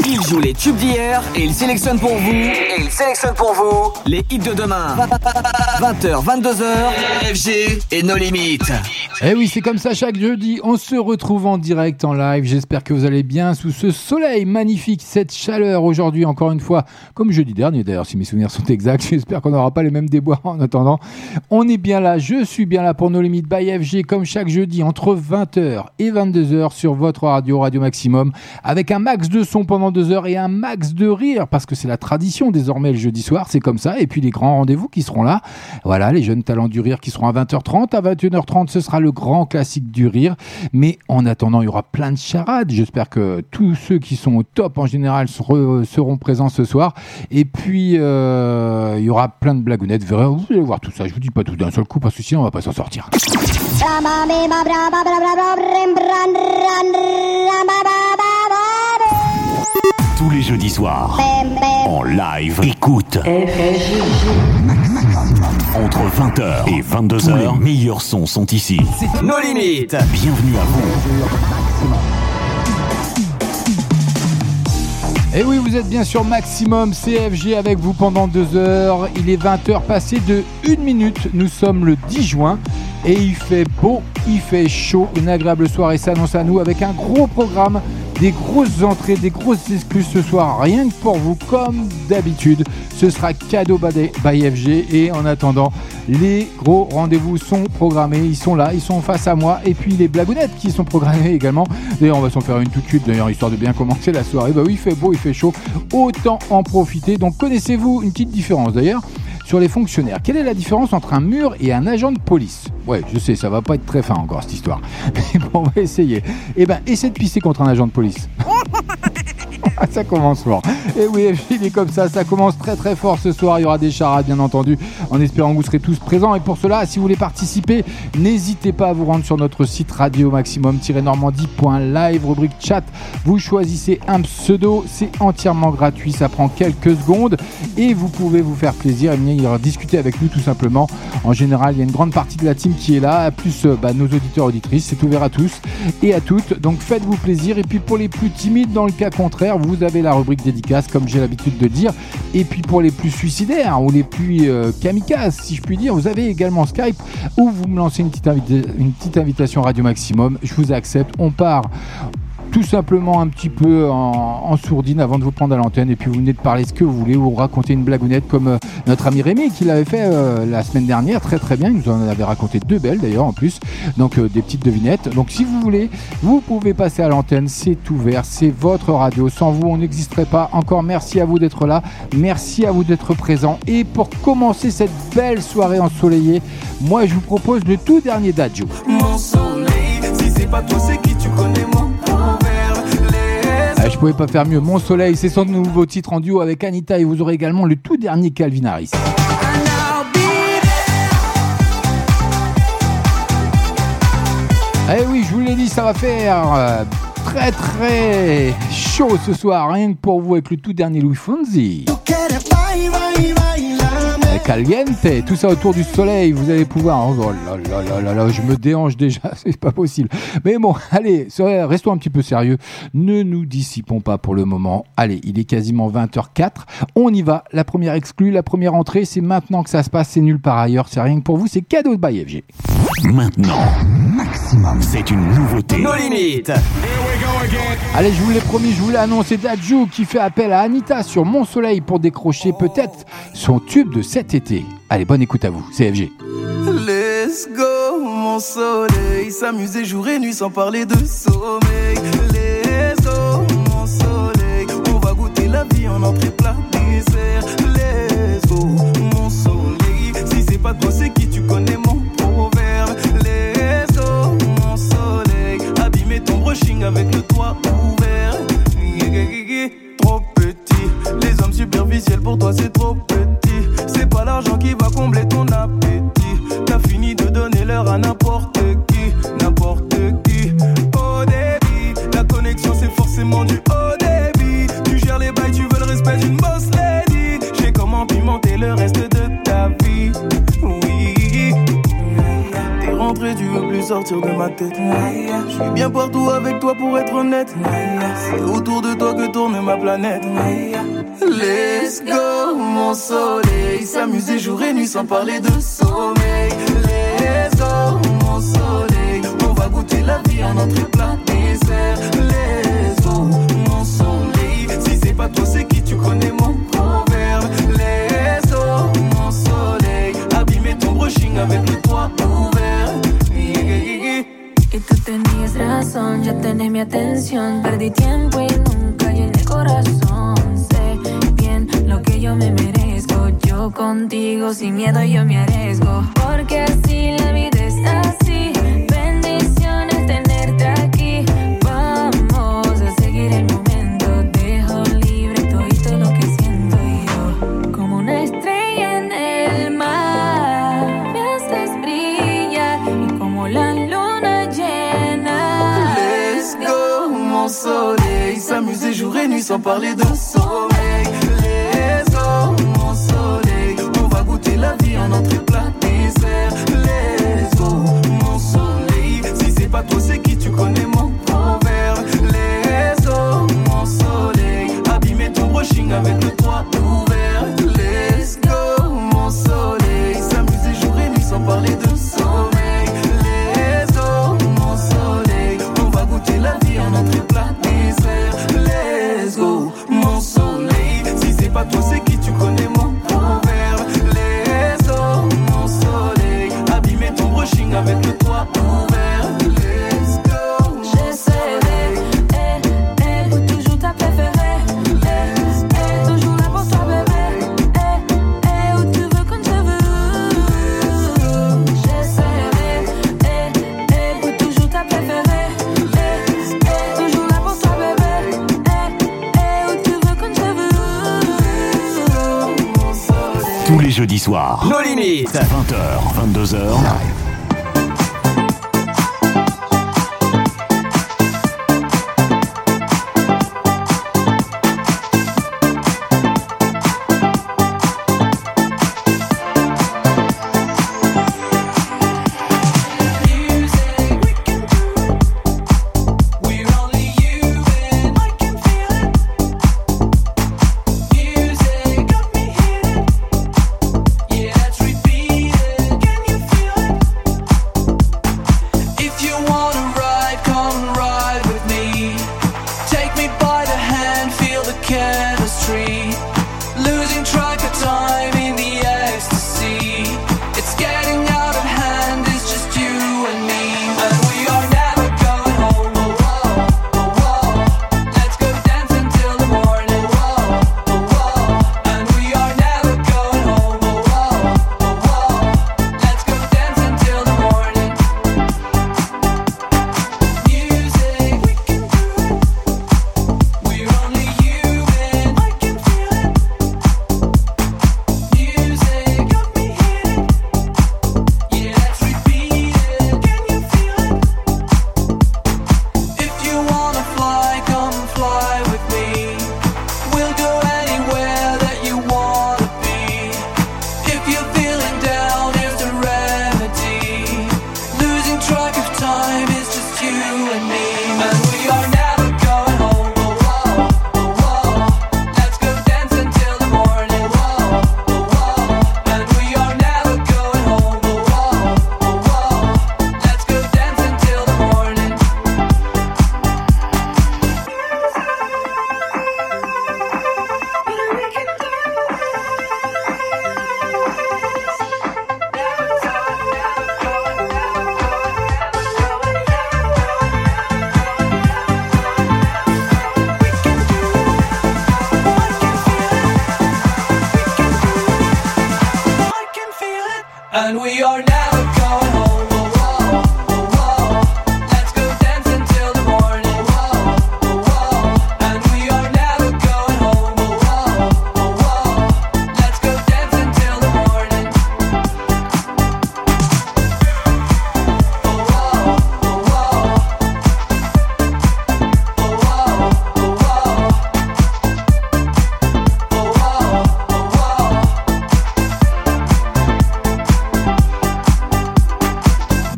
Il joue les tubes d'hier et il sélectionne pour vous les hits de demain. 20h, 22h, FG et No Limites. Eh oui, c'est comme ça chaque jeudi, on se retrouve en direct en live. J'espère que vous allez bien sous ce soleil magnifique, cette chaleur aujourd'hui encore une fois, comme jeudi dernier d'ailleurs si mes souvenirs sont exacts. J'espère qu'on n'aura pas les mêmes déboires en attendant. On est bien là, je suis bien là pour No Limites by FG comme chaque jeudi entre 20h et 22h sur votre radio, Radio Maximum, avec un max de son pendant 2 heures et un max de rire parce que c'est la tradition désormais le jeudi soir, c'est comme ça. Et puis les grands rendez-vous qui seront là, voilà, les jeunes talents du rire qui seront à 20h30, à 21h30 ce sera le grand classique du rire, mais en attendant il y aura plein de charades. J'espère que tous ceux qui sont au top en général seront présents ce soir, et puis il y aura plein de blagounettes, vous allez voir tout ça. Je vous dis pas tout d'un seul coup parce que sinon on va pas s'en sortir. Tous les jeudis soirs, en live, écoute. Entre 20h et 22h, les meilleurs sons sont ici. C'est No Limites. Bienvenue à vous. Et oui, vous êtes bien sûr Maximum CFG avec vous pendant 2 heures. Il est 20h passé de 1 minute. Nous sommes le 10 juin et il fait beau, il fait chaud. Une agréable soirée s'annonce à nous avec un gros programme, des grosses entrées, des grosses excuses ce soir. Rien que pour vous, comme d'habitude. Ce sera cadeau by FG. Et en attendant, les gros rendez-vous sont programmés. Ils sont là, ils sont face à moi. Et puis les blagounettes qui sont programmées également. D'ailleurs, on va s'en faire une tout de suite, d'ailleurs, histoire de bien commencer la soirée. Bah oui, il fait beau, il fait chaud. Autant en profiter. Donc, connaissez-vous une petite différence d'ailleurs sur les fonctionnaires? Quelle est la différence entre un mur et un agent de police? Ouais, je sais, ça va pas être très fin encore cette histoire. Mais bon, on va essayer. Eh ben, essaie de pisser contre un agent de police. Ça commence fort. Et oui, il est comme ça commence très très fort ce soir. Il y aura des charades bien entendu, en espérant que vous serez tous présents. Et pour cela, si vous voulez participer, n'hésitez pas à vous rendre sur notre site radio maximum-normandie.live, rubrique chat. Vous choisissez un pseudo, c'est entièrement gratuit, ça prend quelques secondes et vous pouvez vous faire plaisir et venir discuter avec nous tout simplement. En général, il y a une grande partie de la team qui est là, plus nos auditeurs auditrices. C'est ouvert à tous et à toutes, donc faites-vous plaisir. Et puis pour les plus timides, dans le cas contraire, vous avez la rubrique dédicace comme j'ai l'habitude de dire. Et puis pour les plus suicidaires ou les plus kamikazes, si je puis dire, vous avez également Skype où vous me lancez une petite invitation Radio Maximum. Je vous accepte, on part tout simplement un petit peu en sourdine avant de vous prendre à l'antenne, et puis vous venez de parler ce que vous voulez ou raconter une blagounette comme notre ami Rémi qui l'avait fait la semaine dernière, très très bien. Il nous en avait raconté 2 belles d'ailleurs en plus, donc des petites devinettes. Donc si vous voulez, vous pouvez passer à l'antenne, c'est ouvert, c'est votre radio, sans vous on n'existerait pas. Encore merci à vous d'être là, merci à vous d'être présents. Et pour commencer cette belle soirée ensoleillée, moi je vous propose le tout dernier d'Adjo. Mon soleil, si c'est pas toi c'est qui, tu connais moi. Je pouvais pas faire mieux. Mon soleil, c'est son nouveau titre en duo avec Anita, et vous aurez également le tout dernier Calvin Harris. Eh oui, je vous l'ai dit, ça va faire très très chaud ce soir, rien que pour vous, avec le tout dernier Louis Fonzi. Caliente, tout ça autour du soleil, vous allez pouvoir. Oh là, je me déhanche déjà, c'est pas possible. Mais bon, allez, restons un petit peu sérieux. Ne nous dissipons pas pour le moment. Allez, il est quasiment 20h04. On y va. La première exclue, la première entrée, c'est maintenant que ça se passe. C'est nulle part ailleurs. C'est rien que pour vous. C'est cadeau by FG. Maintenant, Maximum, c'est une nouveauté. No Limites. Allez, je vous l'ai promis, je vous l'ai annoncé, d'Adjo qui fait appel à Anita sur Mon Soleil pour décrocher peut-être son tube de cet été. Allez, bonne écoute à vous, CFG. Let's go, mon soleil, s'amuser jour et nuit sans parler de sommeil. Let's go, mon soleil, on va goûter la vie en entrée plat dessert. Let's go, mon soleil, si c'est pas toi c'est qui, tu connais mon proverbe. Let's go, mon soleil, abîmer ton brushing avec le toit ouvert. Trop petit, les hommes superficiels pour toi c'est trop petit. C'est pas l'argent qui va combler ton appétit. T'as fini de donner l'heure à n'importe qui, n'importe qui. Au débit, la connexion c'est forcément du haut débit. Tu gères les bails, tu veux le respect d'une boss lady. J'ai comment pimenter le reste de ta vie. Oui, t'es rentré fait, tu veux plus sortir de ma tête. Je suis bien partout avec toi pour être honnête. C'est autour de toi que tourne ma planète. Let's go, mon soleil. S'amuser jour et nuit sans parler de sommeil. Let's go, mon soleil. On va goûter la vie en entrée plat dessert. Let's go, mon soleil. Si c'est pas toi, c'est qui? Tu connais mon proverbe. Let's go, mon soleil. Abîmer ton brushing avec le toit ouvert. Y tú tenías razón, ya tenés mi atención. Perdí tiempo y nunca llené el corazón. Sé bien lo que yo me merezco. Yo contigo sin miedo yo me arriesgo. Porque así la vida es así. Bendiciones tenerte aquí. Vamos a seguir el momento. Dejo libre todo lo que siento yo. Como una estrella en el mar, me haces brillar. Y como la luna llena. Let's go, mon soleil. S'amuser jour et nuit sans parler de sommeil. Let's go, mon soleil. On va goûter la vie en entrée plat dessert. Let's go, mon soleil. Si c'est pas toi, c'est qui? Tu connais mon proverbe. Let's go, mon soleil. Abîmer ton brushing avec le toit ouvert. Let's go, mon soleil. S'amuser jour et nuit sans parler de sommeil. Let's go, mon soleil. On va goûter la vie en entrée plat dessert. Let's go, mon soleil. Si c'est pas toi, c'est qui? Tu connais mon proverbe. Let's go, mon soleil. Abîmer ton brushing avec le toit ouvert. Let's go, J'essaierai, pour toujours ta préférée. Toujours là pour toi, bébé. Où tu veux, quand je veux. J'essaierai, pour toujours ta préférée. Toujours là pour toi, bébé. Où tu veux, quand je veux. Tous les jeudis soirs, Nos limites. à 20h, 22h, Yeah, it's repeated. Can you feel it?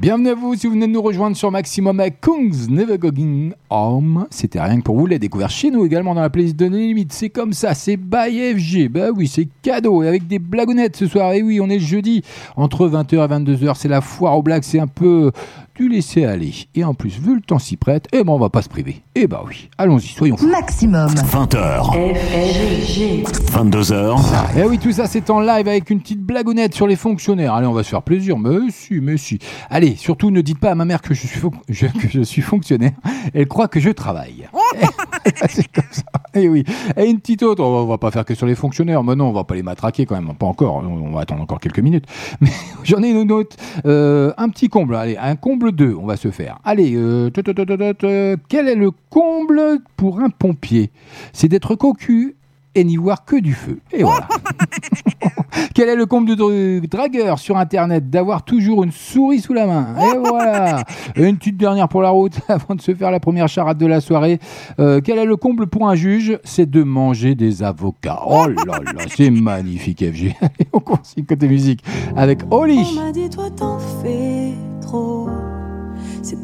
Bienvenue à vous si vous venez de nous rejoindre sur Maximum avec Kungs Never Going Home. C'était rien que pour vous, les découvertes chez nous également dans la playlist de No Limit. C'est comme ça, c'est by FG. Bah oui, c'est cadeau et avec des blagounettes ce soir. Et oui, on est le jeudi entre 20h et 22h. C'est la foire aux blagues, c'est un peu du laisser aller. Et en plus, vu le temps s'y prête, eh ben on va pas se priver. Eh bah oui, allons-y, soyons fous. Maximum 20h. 22h. Eh oui, tout ça c'est en live avec une petite blagounette sur les fonctionnaires. Allez, on va se faire plaisir. Mais si. Allez, surtout ne dites pas à ma mère que je suis fonctionnaire. Elle croit que je travaille. C'est comme ça. Et oui. Et une petite autre, on va pas faire que sur les fonctionnaires. Mais non, on va pas les matraquer quand même. Pas encore. On va attendre encore quelques minutes. Mais j'en ai une autre. Un petit comble. Allez, un comble 2, on va se faire. Allez, quel est le comble pour un pompier? C'est d'être cocu et n'y voir que du feu. Et voilà. Quel est le comble du dragueur sur Internet? D'avoir toujours une souris sous la main. Et voilà. Une petite dernière pour la route avant de se faire la première charade de la soirée. Quel est le comble pour un juge? C'est de manger des avocats. Oh là là, c'est magnifique, FG. Allez, on continue côté musique avec Oli. On m'a dit, toi t'en fais trop. C'est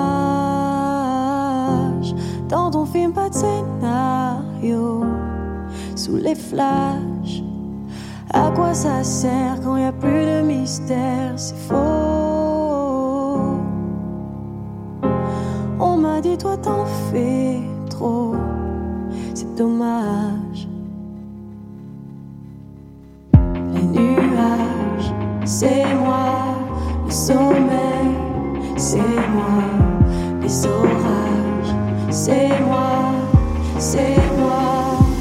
dommage. Dans ton film, pas de scénario. Sous les flashs. À quoi ça sert quand y a plus de mystère? C'est faux. On m'a dit, toi t'en fais trop. C'est dommage. Les nuages, c'est moi. Le sommeil, c'est moi. Les orages, c'est moi. C'est moi.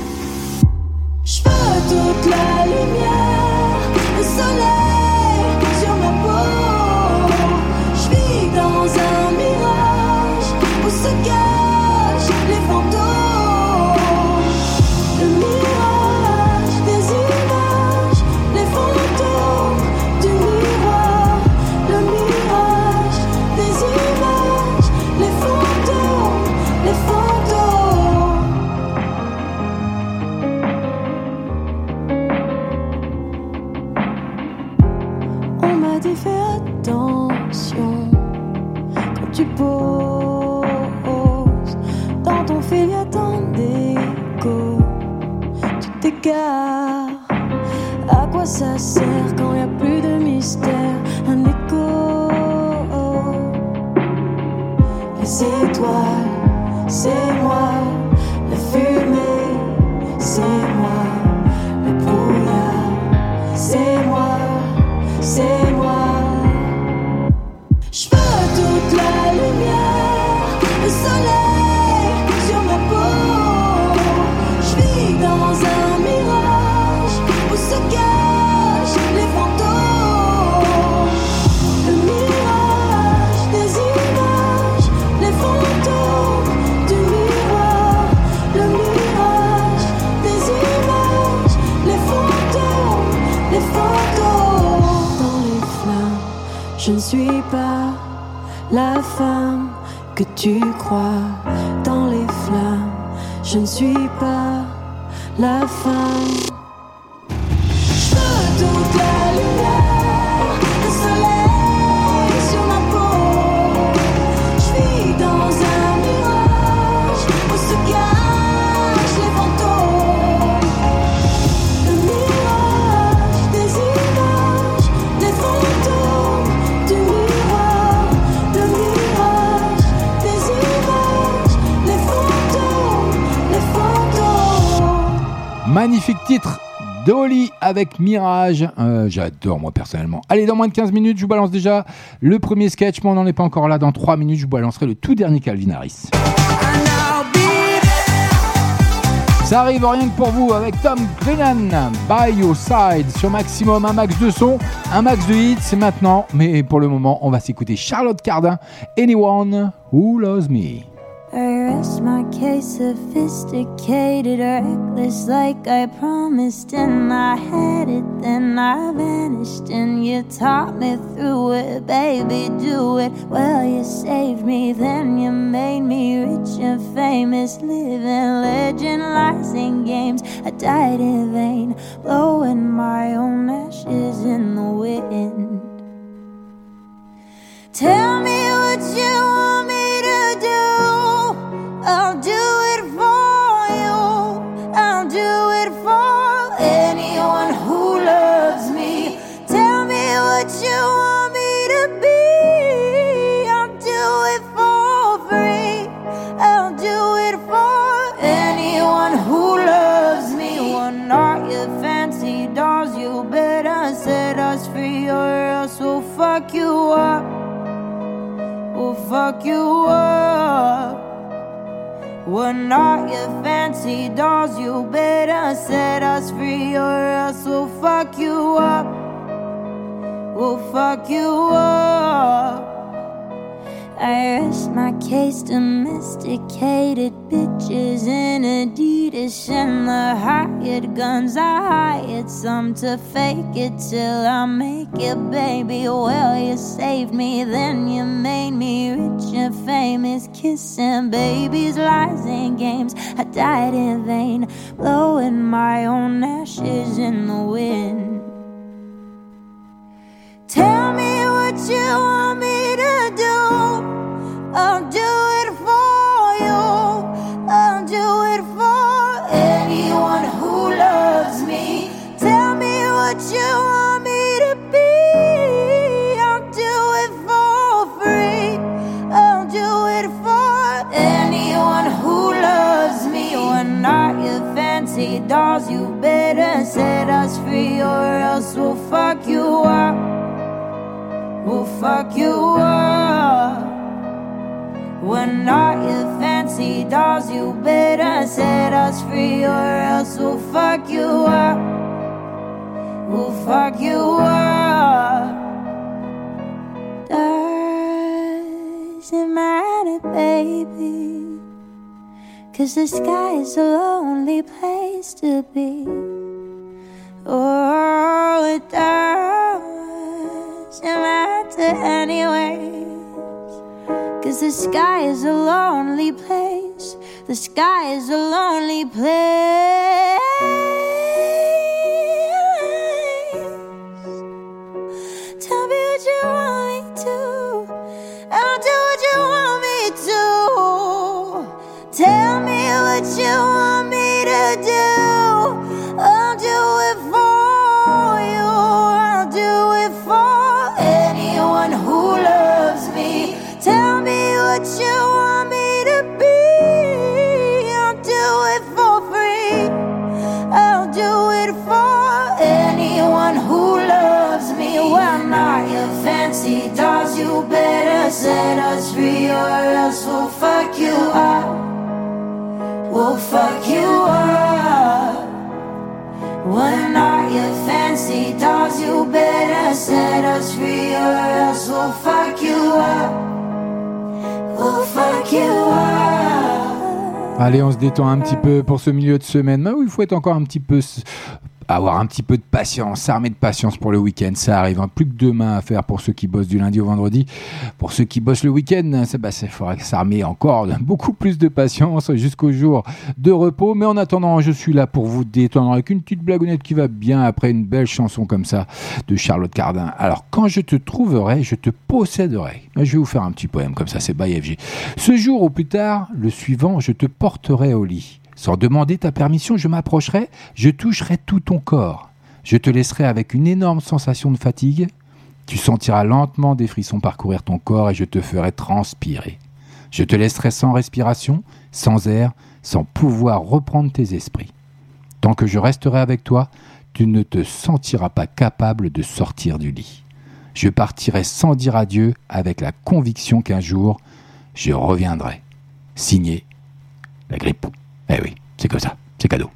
J'veux toute la lumière, le soleil sur ma peau. J'vis dans un mirage où se cachent les fantômes. Le mirage des images, les fantômes du miroir. Le mirage des images, les fantômes, les fantômes. Fais attention quand tu poses dans ton fil, y'a tant d'écho. Tu t'égares. À quoi ça sert quand y a plus de mystère? Un écho. Les étoiles, c'est moi. La fumée, c'est moi. Le brouillard, c'est moi. C'est moi. J'veux toute la lumière, le soleil sur ma peau. J'vis dans un mirage où se cachent les fantômes. Le mirage des images, les fantômes du miroir. Le mirage des images, les fantômes, les fantômes. Je ne suis pas la femme que tu crois dans les flammes. Je ne suis pas la femme. Je veux toute la lumière, le soleil sur ma peau. Je vis dans un mirage où se cachent les fantômes. Le mirage des images, les fantômes. Du miroir, le mirage des images, les fantômes. Magnifique titre d'Oli avec Mirage. J'adore moi personnellement. Allez, dans moins de 15 minutes, je vous balance déjà le premier sketch, mais on n'en est pas encore là. Dans 3 minutes, je vous balancerai le tout dernier Calvin Harris. Ça arrive rien que pour vous avec Tom Grennan, By Your Side sur Maximum, un max de son, un max de hits, c'est maintenant. Mais pour le moment, on va s'écouter Charlotte Cardin, Anyone Who Loves Me. I rest my case, sophisticated, reckless like I promised, and I had it, then I vanished, and you taught me through it, baby, do it. Well, you saved me, then you made me rich and famous, living legend, lies and games. I died in vain, blowing my own ashes in the wind. Tell me what you want me to do. I'll do it for you. I'll do it for anyone who loves me. Tell me what you want me to be. I'll do it for free. I'll do it for anyone who loves me. One night you fancy dolls, you better set us free or else we'll fuck you up. We'll fuck you up. One night you fancy dolls, you better set us free or else we'll fuck you up. We'll fuck you up. I rest my case, domesticated bitches in Adidas and the hired guns. I hired some to fake it till I make it, baby. Well, you saved me, then you made me rich and famous. Kissing babies, lies and games. I died in vain, blowing my own ashes in the wind. Tell me what you want me to do. I'll do it for you. I'll do it for anyone who loves me. Tell me what you want me to be. I'll do it for free. I'll do it for anyone who loves me. One night you fancy dolls, you better set us free or else we'll fuck you up. We'll fuck you up. One night you fancy dolls, you better set us free or else we'll fuck you up. We'll fuck you up. Doesn't matter, baby, 'cause the sky is a lonely place to be. Oh, it doesn't matter anyways, 'cause the sky is a lonely place. The sky is a lonely place. Tell me what you want me to. I'll do what you want me to. Tell me what you want me to do. I'll do it for you. I'll do it for anyone who loves me. Tell me what you want me to be. I'll do it for free. I'll do it for anyone who loves me. When not your fancy dolls, you better set us free or else we'll fuck you up. We'll fuck you up. When not your fancy dolls, you better set us free or else we'll fuck you up. We'll fuck you up. Allez, on se détend un petit peu pour ce milieu de semaine. Mais oui, il faut être encore un petit peu... avoir un petit peu de patience, s'armer de patience pour le week-end, ça arrive. Plus que 2 mains à faire pour ceux qui bossent du lundi au vendredi. Pour ceux qui bossent le week-end, il faudra s'armer encore beaucoup plus de patience jusqu'au jour de repos. Mais en attendant, je suis là pour vous détendre avec une petite blagounette qui va bien après une belle chanson comme ça de Charlotte Cardin. Alors, quand je te trouverai, je te posséderai. Je vais vous faire un petit poème comme ça, c'est by FG. Ce jour ou plus tard, le suivant, je te porterai au lit. Sans demander ta permission, je m'approcherai, je toucherai tout ton corps. Je te laisserai avec une énorme sensation de fatigue. Tu sentiras lentement des frissons parcourir ton corps et je te ferai transpirer. Je te laisserai sans respiration, sans air, sans pouvoir reprendre tes esprits. Tant que je resterai avec toi, tu ne te sentiras pas capable de sortir du lit. Je partirai sans dire adieu avec la conviction qu'un jour, je reviendrai. Signé, La Grippe. Eh oui, c'est comme ça, c'est cadeau.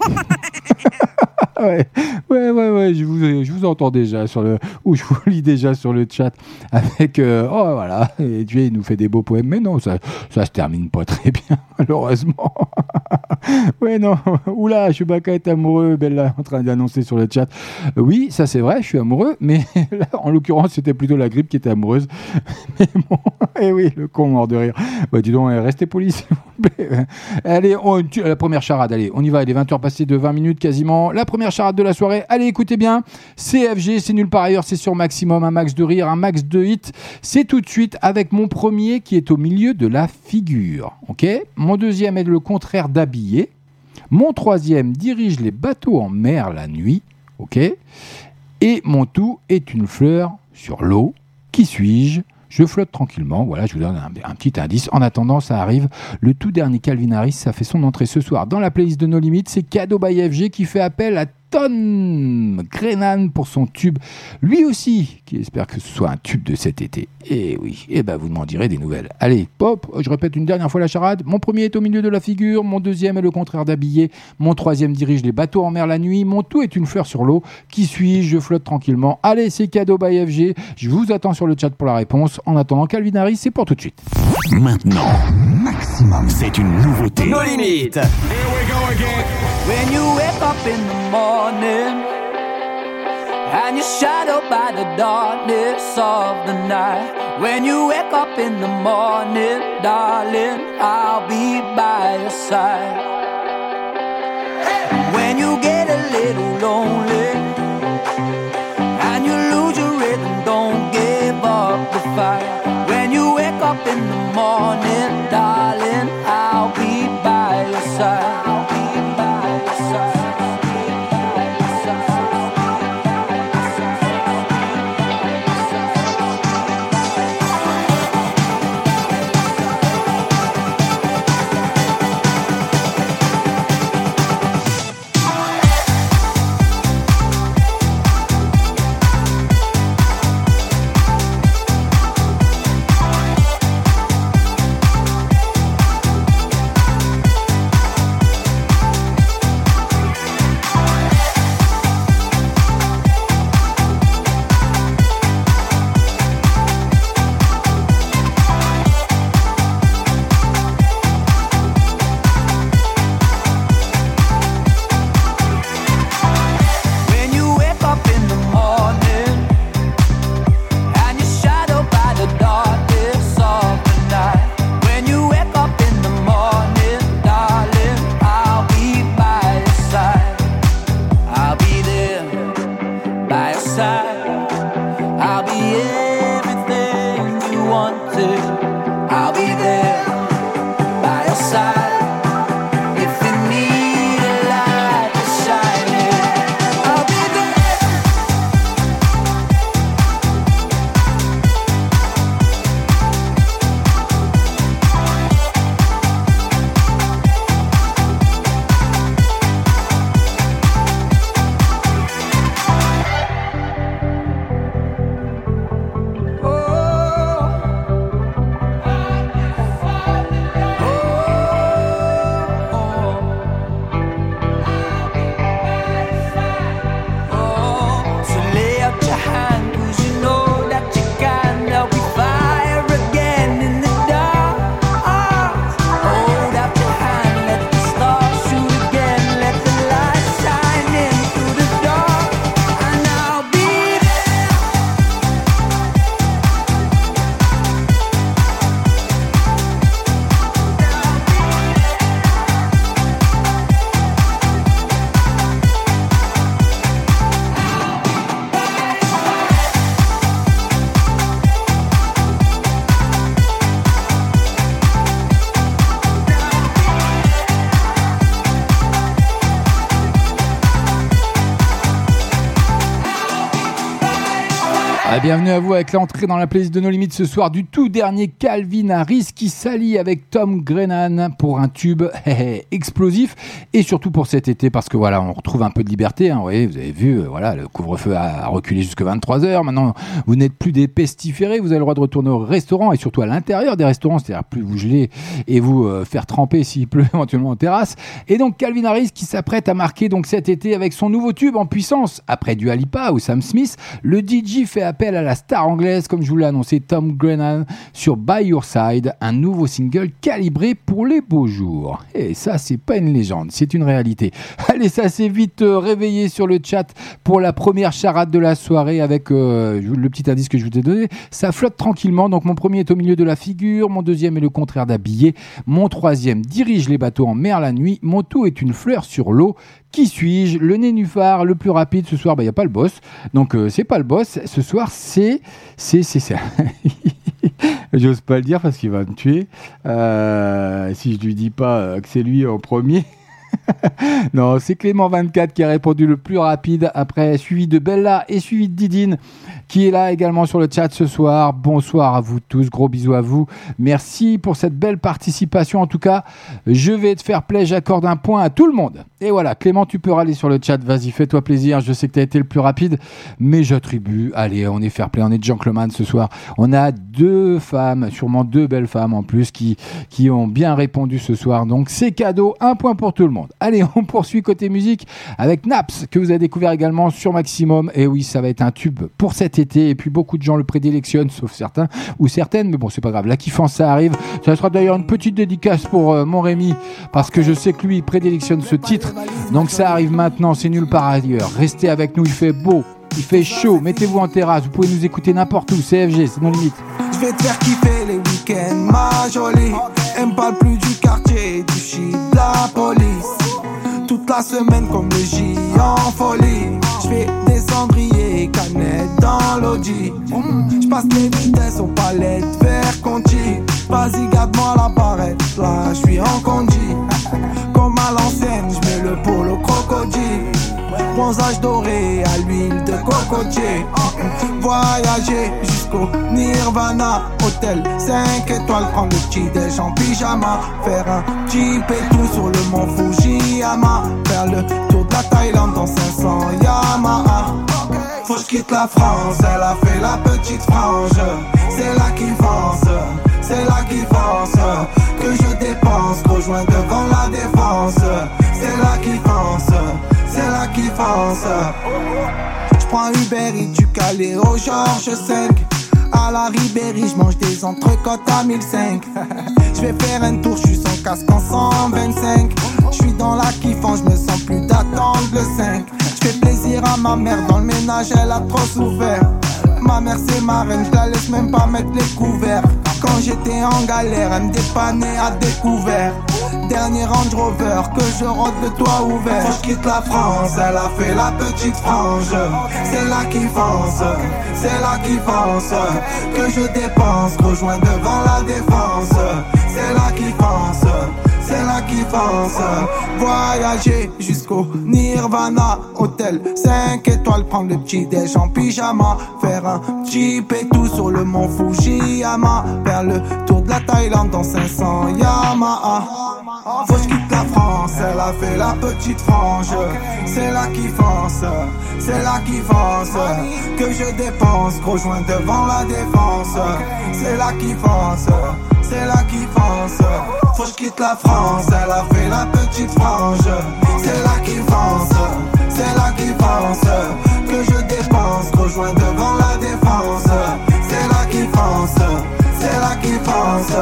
ouais, je vous entends déjà ou je vous lis déjà sur le chat avec, oh voilà, et Dieu nous fait des beaux poèmes, mais non, ça se termine pas très bien, malheureusement. Ouais, non, oula, Chewbacca est amoureux, Bella en train d'annoncer sur le chat. Oui, ça c'est vrai, je suis amoureux, mais là, en l'occurrence, c'était plutôt la grippe qui était amoureuse. Mais bon, eh oui, le con mort de rire. Bah dis donc, restez polis, s'il vous plaît. Allez, la première charade, allez, on y va, il est 20h passées de 20 minutes quasiment. La première charade de la soirée, allez, écoutez bien, CFG, c'est nulle part ailleurs, c'est sur Maximum, un max de rire, un max de hits. C'est tout de suite avec mon premier qui est au milieu de la figure. Ok ? Mon deuxième est le contraire d'habillé. Mon troisième dirige les bateaux en mer la nuit. Ok ? Et mon tout est une fleur sur l'eau. Qui suis-je ? Je flotte tranquillement, voilà, je vous donne un petit indice. En attendant, ça arrive. Le tout dernier Calvin Harris, ça fait son entrée ce soir dans la playlist de No Limit. C'est Cadeau by FG qui fait appel à Tom Grennan pour son tube. Lui aussi, qui espère que ce soit un tube de cet été. Et oui, et ben vous m'en direz des nouvelles. Allez, pop, je répète une dernière fois la charade. Mon premier est au milieu de la figure, mon deuxième est le contraire d'habillé, mon troisième dirige les bateaux en mer la nuit, mon tout est une fleur sur l'eau. Qui suis-je ? Je flotte tranquillement. Allez, c'est Cadeau by FG. Je vous attends sur le chat pour la réponse. En attendant, Calvin Harris, c'est pour tout de suite. Maintenant, Maximum, c'est une nouveauté. No Limit. When you wake up in the morning and you're shadowed by the darkness of the night. When you wake up in the morning, darling, I'll be by your side. When you get a little lonely and you lose your rhythm, don't give up the fight. When you wake up in the morning, darling, I'll be by your side. Bienvenue à vous avec l'entrée dans la playlist de No Limit ce soir du tout dernier Calvin Harris qui s'allie avec Tom Grennan pour un tube explosif et surtout pour cet été parce que voilà, on retrouve un peu de liberté. Hein, oui, vous avez vu, voilà, le couvre-feu a reculé jusqu'à 23h. Maintenant, vous n'êtes plus des pestiférés, vous avez le droit de retourner au restaurant et surtout à l'intérieur des restaurants, c'est-à-dire plus vous geler et vous faire tremper s'il pleut éventuellement en terrasse. Et donc Calvin Harris qui s'apprête à marquer donc cet été avec son nouveau tube en puissance. Après Dua Lipa ou Sam Smith, le DJ fait appel à la star anglaise, comme je vous l'ai annoncé, Tom Grennan, sur By Your Side, un nouveau single calibré pour les beaux jours. Et ça, c'est pas une légende, c'est une réalité. Allez, ça s'est vite réveillé sur le chat pour la première charade de la soirée avec le petit indice que je vous ai donné. Ça flotte tranquillement, donc mon premier est au milieu de la figure, mon deuxième est le contraire d'habillé, mon troisième dirige les bateaux en mer la nuit, mon tout est une fleur sur l'eau. Qui suis-je? Le nénuphar le plus rapide ce soir, il n'y a pas le boss. Donc c'est pas le boss. Ce soir, c'est... J'ose pas le dire parce qu'il va me tuer. Si je lui dis pas que c'est lui en premier... Non, c'est Clément24 qui a répondu le plus rapide, après suivi de Bella et suivi de Didine qui est là également sur le chat ce soir. Bonsoir à vous tous, gros bisous à vous. Merci pour cette belle participation. En tout cas, je vais te faire plaisir, j'accorde un point à tout le monde. Et voilà, Clément, tu peux râler sur le chat, vas-y, fais-toi plaisir. Je sais que tu as été le plus rapide, mais j'attribue. Allez, on est fair play, on est gentleman ce soir. On a 2 femmes, sûrement 2 belles femmes en plus, qui ont bien répondu ce soir. Donc c'est cadeau, un point pour tout le monde. Allez, on poursuit côté musique avec Naps, que vous avez découvert également sur Maximum. Et oui, ça va être un tube pour cet été. Et puis beaucoup de gens le prédilectionnent, sauf certains ou certaines. Mais bon, c'est pas grave, la kiffance, ça arrive. Ça sera d'ailleurs une petite dédicace pour mon Rémi, parce que je sais que lui, il prédilectionne ce titre. Donc ça arrive maintenant, c'est nulle part ailleurs. Restez avec nous, il fait beau, il fait chaud. Mettez-vous en terrasse, vous pouvez nous écouter n'importe où. CFG, c'est nos limites. Je vais te faire kiffer les week-ends, ma jolie. Elle me parle plus du quartier, du shit, de la police. Toute la semaine comme le J en folie. Je fais des cendriers, canettes dans l'audi. J'passe les vitesses aux palettes vers Conti. Vas-y garde-moi la barrette, là j'suis en condi. Comme à l'ancienne, j'mets le polo crocodile. Bronzage doré à l'huile de cocotier. Voyager jusqu'au Nirvana. Hôtel 5 étoiles, prendre le petit déj en pyjama. Faire un jeep et tout sur le mont Fujiyama. Faire le tour de la Thaïlande dans 500 Yamaha. Faut que je quitte la France, elle a fait la petite frange. C'est là qu'il pense, c'est là qu'il pense. Que je dépense, rejoins devant la défense. C'est là qu'il pense, c'est là qu'il pense. J'prends Uber et du Calais au Georges 5. À la Ribéry, j'mange des entrecôtes à 1005. J'vais faire un tour, j'suis sans casque en 125. J'suis dans la kiffance, j'me sens plus d'attendre le 5. J'fais plaisir à ma mère, dans le ménage elle a trop souffert. Ma mère c'est ma reine, j'la laisse même pas mettre les couverts. Quand j'étais en galère, elle me dépannait à découvert. Dernier Range Rover, que je rôde le toit ouvert. Faut que je quitte la France, elle a fait la petite frange. C'est là qu'il pense, c'est là qu'il pense. Que je dépense, rejoins devant la défense. C'est là qu'il pense, c'est là qu'il pense. Voyager jusqu'au Nirvana. Hôtel 5 étoiles, prendre le petit déj en pyjama. Faire un jeep et tout sur le mont Fujiyama. Faire le tour de la Thaïlande dans 500 Yamaha. Faut que je quitte la France, elle a fait la petite frange. C'est là qu'il pense, c'est là qu'il pense. Que je dépense, rejoins devant la défense. C'est là qu'il pense, c'est là qu'il pense. Faut que je quitte la France, elle a fait la petite frange. C'est là qu'il pense, c'est là qu'il pense. Que je dépense, rejoins devant la défense. C'est là qu'il pense, c'est là qu'il pense.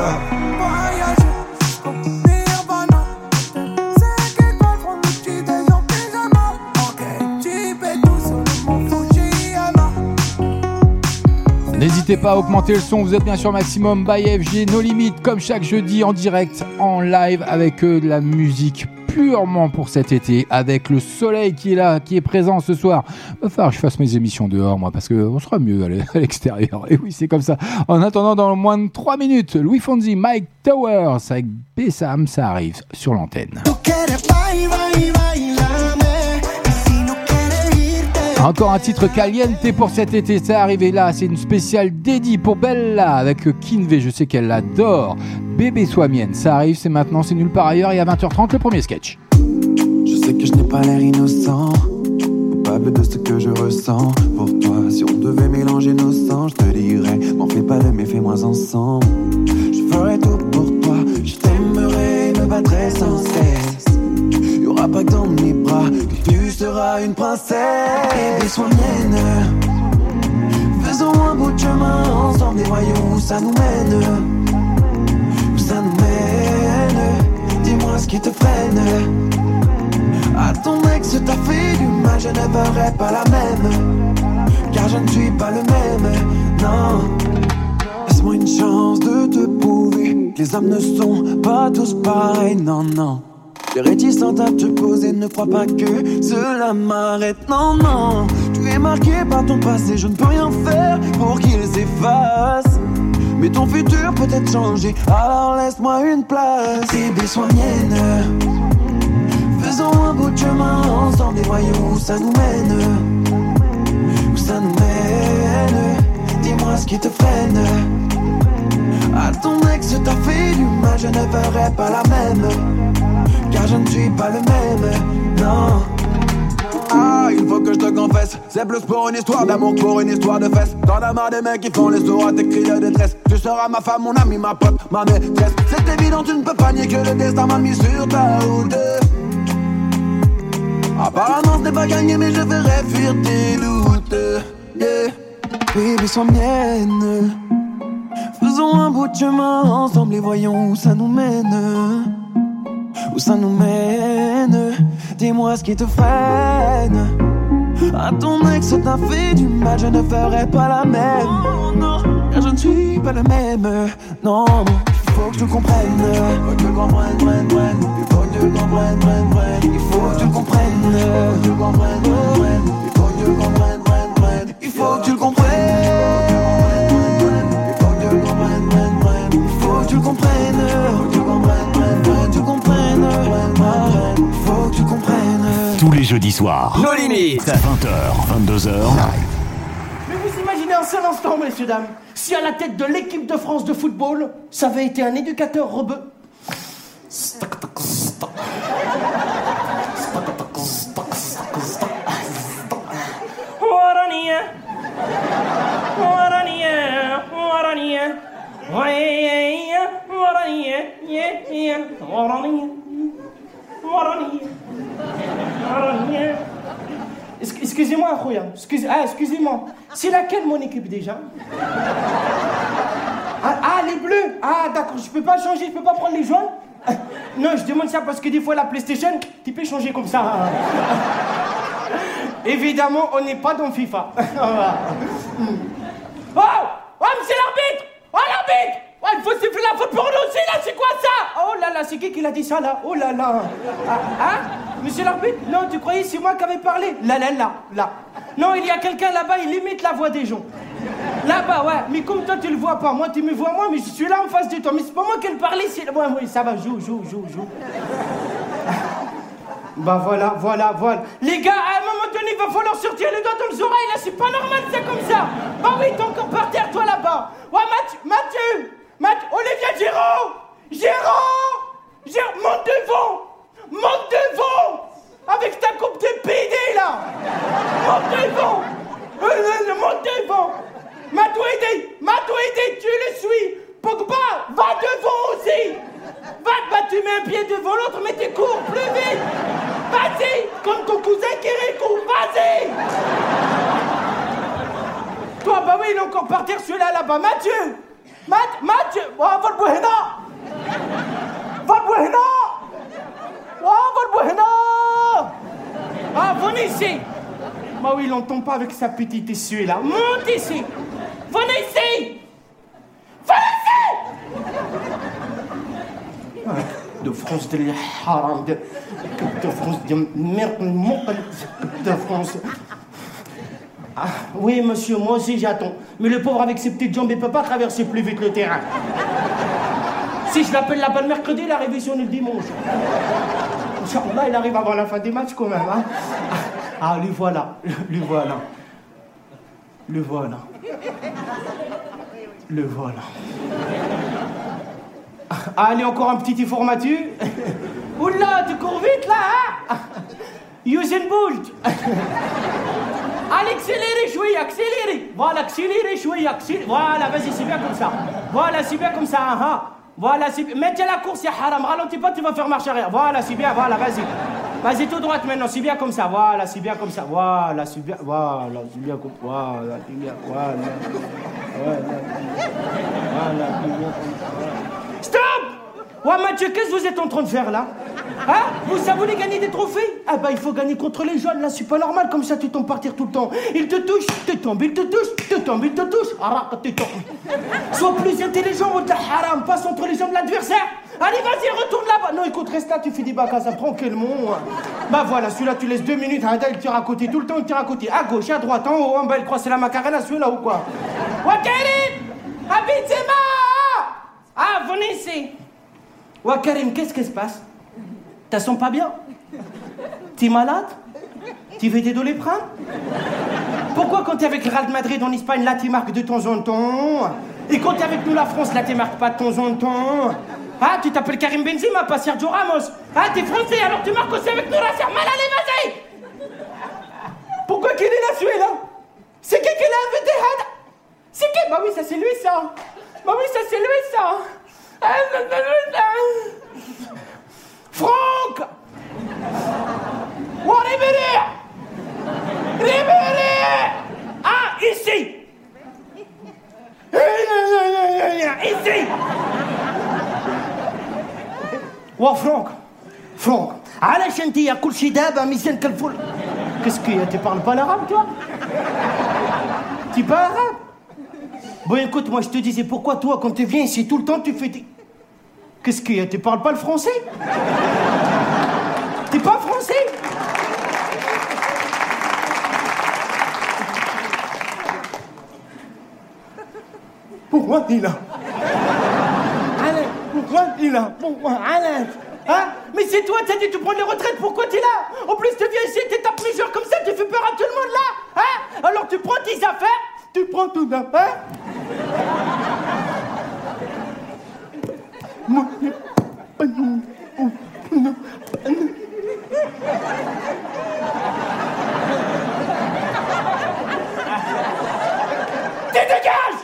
N'hésitez pas à augmenter le son, vous êtes bien sûr Maximum by FG, nos limites, comme chaque jeudi en direct, en live, avec de la musique purement pour cet été, avec le soleil qui est là, qui est présent ce soir. Il va falloir que je fasse mes émissions dehors, moi, parce qu'on sera mieux à l'extérieur. Et oui, c'est comme ça. En attendant, dans moins de 3 minutes, Louis Fonzi, Mike Towers, avec Bessam, ça arrive sur l'antenne. Encore un titre caliente pour cet été, ça arrivé là, c'est une spéciale dédie pour Bella avec Kinvé, je sais qu'elle l'adore. Bébé sois mienne, ça arrive, c'est maintenant, c'est nulle part ailleurs et à 20h30 le premier sketch. Je sais que je n'ai pas l'air innocent, coupable de ce que je ressens pour toi. Si on devait mélanger nos sangs, je te dirais, m'en fais pas de mais fais-moi ensemble. Je ferai tout pour toi, je t'aimerai, me battrai sans cesse. Y'aura pas que dans mes bras que tu seras une princesse. Bébé sois mienne, faisons un bout de chemin ensemble et voyons où ça nous mène. Où ça nous mène, dis-moi ce qui te freine. À ton ex t'a fait du mal, je ne ferai pas la même. Car je ne suis pas le même, non. Laisse-moi une chance de te prouver que les hommes ne sont pas tous pareils, non, non. T'es réticente à te poser, ne crois pas que cela m'arrête. Non, non, tu es marqué par ton passé, je ne peux rien faire pour qu'il s'efface. Mais ton futur peut être changé, alors laisse-moi une place. Bébé, sois mienne. Faisons un bout de chemin ensemble et voyons où ça nous mène. Où ça nous mène. Dis-moi ce qui te freine. À ton ex t'as fait du mal, je ne ferai pas la même. Car je ne suis pas le même, non. Ah, il faut que je te confesse, c'est plus pour une histoire d'amour que pour une histoire de fesses. T'en as marre des mecs qui font les sourds à tes cris de détresse. Tu seras ma femme, mon ami, ma pote, ma maîtresse. C'est évident, tu ne peux pas nier que le destin m'a mis sur ta route. Apparemment ce n'est pas gagné, mais je ferai fuir tes doutes, yeah. Baby, sois mienne. Faisons un bout de chemin ensemble et voyons où ça nous mène. Où ça nous mène. Dis-moi ce qui te freine. À ton ex t'as fait du mal, je ne ferai pas la même. Car je ne suis pas le même. Non, il faut que tu comprennes. Faut que tu comprennes, il faut que tu comprennes, il faut que tu comprennes. Il faut que tu comprennes, il faut que tu comprennes, il faut que tu comprennes. Tu comprennes, tu comprennes, faut que tu comprennes. Tous les jeudis soirs, Nos limites. 20h, 22h. Mais vous imaginez un seul instant, messieurs, dames, si à la tête de l'équipe de France de football, ça avait été un éducateur rebeu. Excusez-moi, Khouya. Excusez-moi. C'est laquelle mon équipe déjà? Les bleus. Ah, d'accord. Je peux pas changer, je peux pas prendre les jaunes? Non, je demande ça parce que des fois la PlayStation, tu peux changer comme ça. Évidemment, on n'est pas dans FIFA. Oh, monsieur l'arbitre! Oh, l'arbitre! Oh, il faut siffler la faute pour nous aussi, là, c'est quoi ça? Oh là là, c'est qui l'a dit ça, là? Oh là là. Monsieur l'arbitre? Non, tu croyais c'est moi qui avais parlé? Là. Non, il y a quelqu'un là-bas, il imite la voix des gens. Là-bas, ouais. Mais comme toi, tu le vois pas. Moi, tu me vois, moi, mais je suis là en face de toi. Mais c'est pas moi qui le parlais, c'est... Ouais, oui, ça va, joue. Bah voilà. Les gars, à un moment donné, il va falloir sortir les doigts dans les oreilles, là, c'est pas normal, c'est comme ça. Bah oui, t'es encore par terre, toi, là-bas. Ouais, Mathieu, Olivier Giraud, monte devant, avec ta coupe de PD, là. Monte devant. Matuidi, tu le suis. Pogba, va devant aussi. Tu mets un pied devant l'autre, mais tu cours plus vite. Vas-y, comme ton cousin Kirikou, vas-y. Toi, bah oui, il est encore par terre, celui-là, là-bas. Mathieu, oh, va le Buhena. Ah, venez ici. Bah oui, il n'entend pas avec sa petite issue, là. Monte ici. Venez ici. De France de haram, de France de merde, de France. Ah, oui, monsieur, moi aussi j'attends. Mais le pauvre avec ses petites jambes, il peut pas traverser plus vite le terrain. Si je l'appelle là-bas le mercredi, il arrive ici le dimanche. Inch'Allah, il arrive avant la fin des matchs quand même. Hein. Ah, lui voilà. Allez, encore un petit informatu. Oula, tu cours vite là, hein? Usain Bolt. Allez, accélérez. Voilà, accélérez. Voilà, vas-y, c'est bien comme ça. Hein. Voilà, c'est bien. Maintiens la course, ya haram. Ralentis pas, tu vas faire marche arrière. Voilà, c'est bien, voilà, vas-y. Vas-y, tout droite maintenant, c'est bien comme ça. Voilà, c'est bien comme ça. Voilà, c'est bien. Voilà. Stop! Ouais, Mathieu, qu'est-ce que vous êtes en train de faire là? Hein? Vous voulez gagner des trophées? Ah bah il faut gagner contre les jeunes, là c'est pas normal, comme ça tu tombes par terre tout le temps. Il te touche, tu tombes, il te touche. Arrête, tu tombes. Sois plus intelligent, ou haram, passe entre les jambes de l'adversaire. Allez, vas-y, retourne là-bas. Non, écoute, reste là, tu fais des bacs à ça tranquillement. Bah voilà, celui-là, tu laisses 2 minutes. Il tire à côté, tout le temps, il tire à côté. À gauche, à droite, en haut, en bas, il croit c'est la macarena, celui-là ou quoi? Wakarim, Abitsema. Ah, venez ici. Wakarim, qu'est-ce qui se passe? T'as sens pas bien? T'es malade? Tu fais tes doliprane? Pourquoi quand t'es avec le Real de Madrid en Espagne, là, tu marques de temps en temps? Et quand t'es avec nous, la France, là, tu marques pas de temps en temps? Ah, tu t'appelles Karim Benzema, pas Sergio Ramos. Ah, t'es français, alors tu marques aussi avec nous, là, c'est mal, allez, vas-y! Pourquoi qu'il est là, celui-là? C'est qui l'a invité, Hada? C'est qui? Bah oui, ça, c'est lui, ça. Bah oui, ça, c'est lui, ça. Franck! Oh, Ribéry! Ah, ici! Ici! Oh, Franck! علاش انت يا كل شي دابا ميزان كالفل؟ Qu'est-ce qu'il y a? Tu parles pas l'arabe, toi? Tu parles arabe? Bon, écoute, moi, je te disais, pourquoi toi, quand tu viens ici tout le temps, tu fais des... Qu'est-ce qu'il y a? Tu parles pas le français? T'es pas français? Pourquoi t'es là? Pourquoi t'es là? Pourquoi? Hein? Mais c'est toi, t'as dit tu prends les retraites, pourquoi t'es là? En plus, tu viens ici, tu tapes plusieurs comme ça, tu fais peur à tout le monde là! Hein? Alors tu prends tes affaires, tu prends tout affaires. Tu dégages!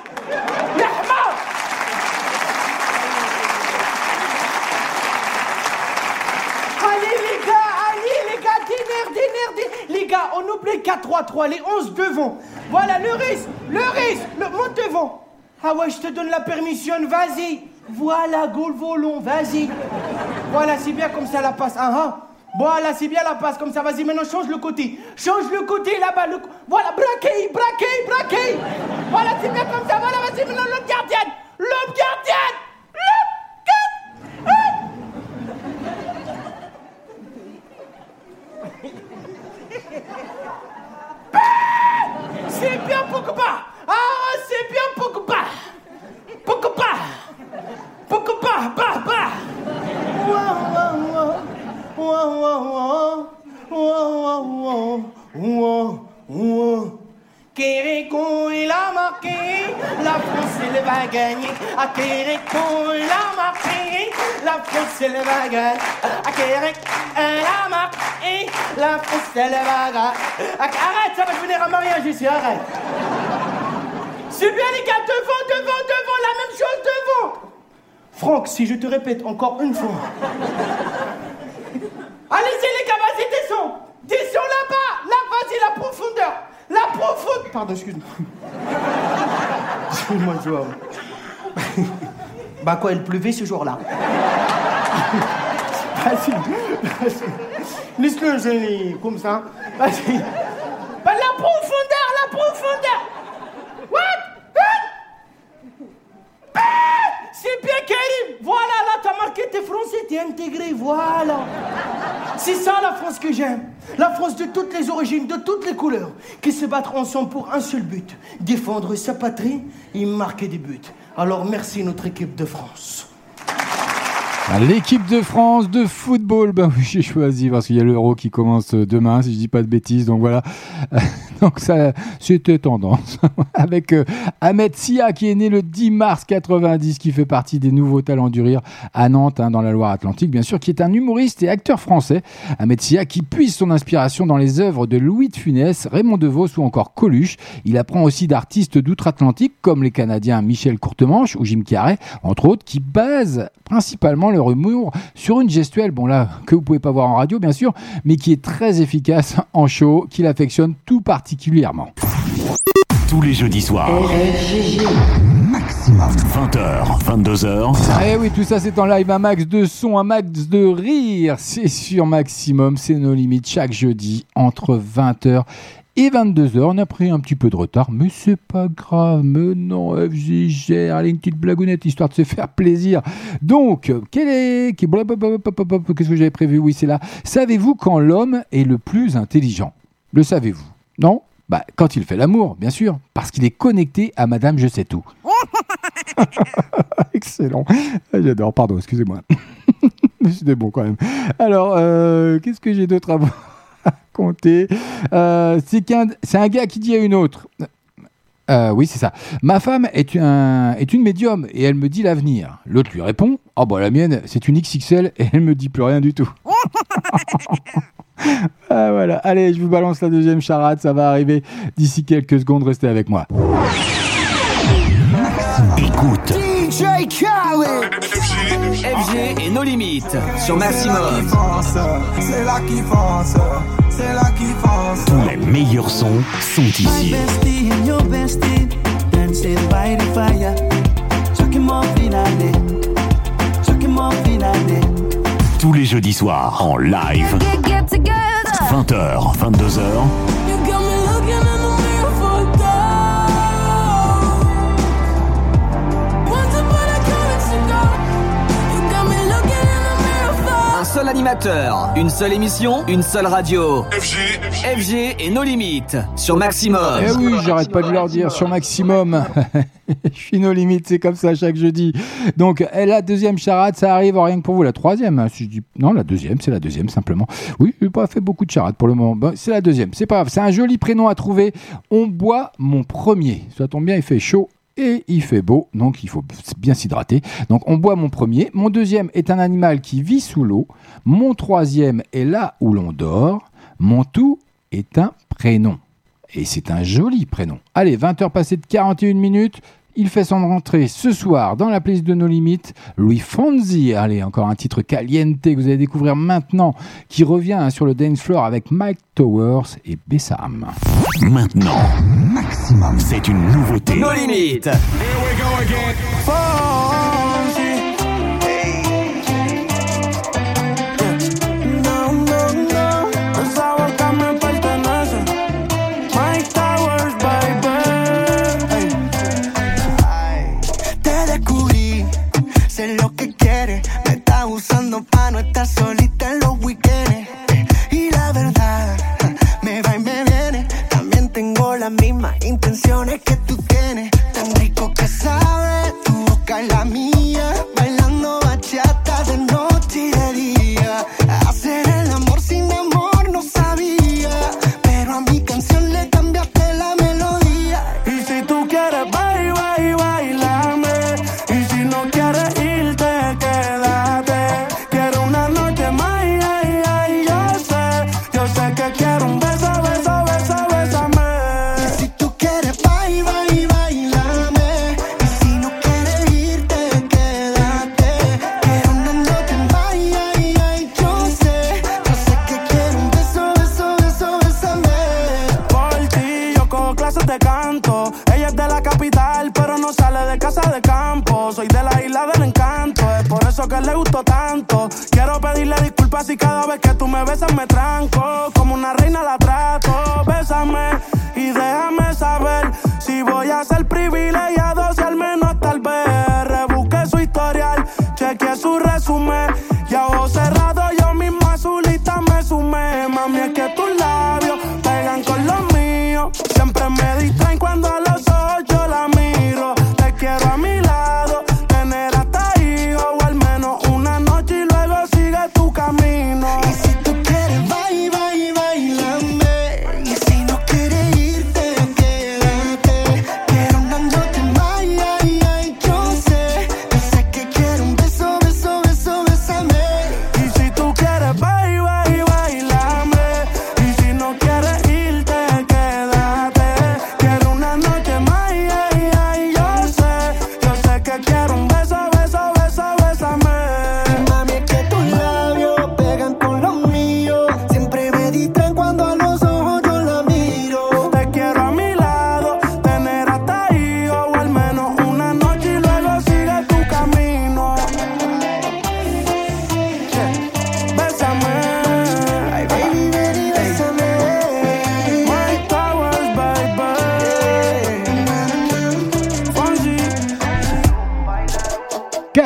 Les gars, on oublie 4-3-3, les 11 devant. Voilà, le risque, monte devant. Ah ouais, je te donne la permission, vas-y. Voilà, goal volant, vas-y. Voilà, c'est bien comme ça la passe. Voilà, c'est bien la passe comme ça, vas-y, maintenant change le côté. Change le côté là-bas, voilà, braquez. Voilà, c'est bien comme ça, voilà, vas-y, maintenant l'autre gardienne. C'est bien Pogba! Ah, c'est bien Pogba! Kéréko, il a marqué, la France, elle va gagner. À Kéréko, il a marqué, la France, elle va gagner. À Kéréko, elle a marqué, la France, elle va gagner. Arrête, ça va devenir un mariage ici, arrête. C'est bien les gars, devant, la même chose devant. Franck, si je te répète encore une fois. Allez-y les gars, vas-y, descends là-bas, là, vas-y, la profondeur. Pardon, excuse-moi. Excuse-moi, Joao. Bah quoi, il pleuvait ce jour-là. Vas-y. Laisse-le gêner, comme ça. Vas-y. Bah, la profondeur. What? C'est bien, Karim. Voilà, là, t'as marqué, t'es français, t'es intégré, voilà. C'est ça la France que j'aime. La France de toutes les origines, de toutes les couleurs, qui se battent ensemble pour un seul but, défendre sa patrie et marquer des buts. Alors merci notre équipe de France. L'équipe de France de football, ben oui, j'ai choisi parce qu'il y a l'Euro qui commence demain, si je dis pas de bêtises, donc voilà. Donc ça, c'était tendance. Avec Ahmed Sia qui est né le 10 mars 90, qui fait partie des nouveaux talents du rire à Nantes, dans la Loire-Atlantique, bien sûr, qui est un humoriste et acteur français. Ahmed Sia qui puise son inspiration dans les œuvres de Louis de Funès, Raymond DeVos ou encore Coluche. Il apprend aussi d'artistes d'outre-Atlantique comme les Canadiens Michel Courtemanche ou Jim Carrey, entre autres, qui basent principalement leur humour sur une gestuelle, bon là, que vous pouvez pas voir en radio bien sûr, mais qui est très efficace en show, qu'il affectionne tout particulièrement. Tous les jeudis soirs. Maximum 20h, 22h. Eh oui, tout ça c'est en live, un max de son, un max de rire. C'est sur Maximum, c'est nos limites chaque jeudi entre 20h Et 22h, on a pris un petit peu de retard, mais c'est pas grave, mais non, FG gère, allez, une petite blagounette, histoire de se faire plaisir. Donc, qu'est-ce que j'avais prévu? Oui, c'est là. Savez-vous quand l'homme est le plus intelligent? Le savez-vous? Non? Bah, quand il fait l'amour, bien sûr, parce qu'il est connecté à Madame Je sais tout. Excellent. J'adore, pardon, excusez-moi. Mais c'était bon quand même. Alors, qu'est-ce que j'ai d'autre à vous raconter? C'est un gars qui dit à une autre. Oui, c'est ça. Ma femme est une médium et elle me dit l'avenir. L'autre lui répond: oh bah la mienne, c'est une XXL et elle me dit plus rien du tout. Ah, voilà. Allez, je vous balance la deuxième charade, ça va arriver d'ici quelques secondes. Restez avec moi. Écoute. DJ Khaled. FG et nos limites sur Maximum. C'est là qui fonce, c'est là qui fonce. Tous les meilleurs sons sont ici. Tous les jeudis soirs en live. 20h, 22h. Un seul animateur, une seule émission, une seule radio. FG et nos limites sur Maximum. Eh oui, j'arrête pas de leur dire sur Maximum. Je suis nos limites, c'est comme ça chaque jeudi. Donc, la deuxième charade, ça arrive rien que pour vous. La troisième, hein, si je dis... Non, la deuxième, c'est la deuxième simplement. Oui, je n'ai pas fait beaucoup de charades pour le moment. Bon, c'est la deuxième, c'est pas grave. C'est un joli prénom à trouver. On boit mon premier. Ça tombe bien, il fait chaud. Et il fait beau, donc il faut bien s'hydrater. Donc on boit mon premier. Mon deuxième est un animal qui vit sous l'eau. Mon troisième est là où l'on dort. Mon tout est un prénom. Et c'est un joli prénom. Allez, 20h passées de 41 minutes. Il fait son rentrée ce soir dans la playlist de nos limites. Louis Fonzi, allez, encore un titre caliente que vous allez découvrir maintenant, qui revient sur le dance floor avec Mike Towers et Bessam. Maintenant, Maximum, c'est une nouveauté. Nos limites. Here we go again. Fonzi. No, no, no. Esa boca me pertenece. Mike Towers, baby. Te descubrí, sé lo que quieres. Me estás usando pa' no estar solita en los weekends. Y la verdad, me va y me viene. También tengo las mismas intenciones que tú tienes. Tan rico que sabe tu boca y la mía. Bailando bachata de noche y de día. Hacer el amor sin amor no sabía. Pero a mi canción le cambiaste la melodía. Y si tú quieres bailame. Y si no quieres irte, quédate. Quiero una noche más, yo sé que quiero un beso, bésame. Y si tú quieres bailame. Y si no quieres irte, quédate. Quiero una noche más, yo sé que quiero un beso, bésame. Por ti yo cojo clases de canto. Ella es de la capital, pero no sale de casa de campo. Soy de la isla del encanto, es por eso que le gustó tanto. Quiero pedirle disculpas si cada vez que tú me besas me tranco. Como una reina la trato. Bésame y déjame saber si voy a ser privilegiado, si al menos tal vez rebusque su historial, chequeé su resumen y a ojos cerrados yo mismo a su lista me sumé. Mami, es que tus labios pegan con los míos, siempre me distraen cuando a los ojos yo la miro. Te quiero a mi lado, tener hasta hijos o al menos una noche y luego sigue tu camino. Y si tú quieres bailame. Y si no quieres irte, quédate. Quiero una noche más, yo sé que quiero un beso, bésame. Y si tú quieres bailame. Y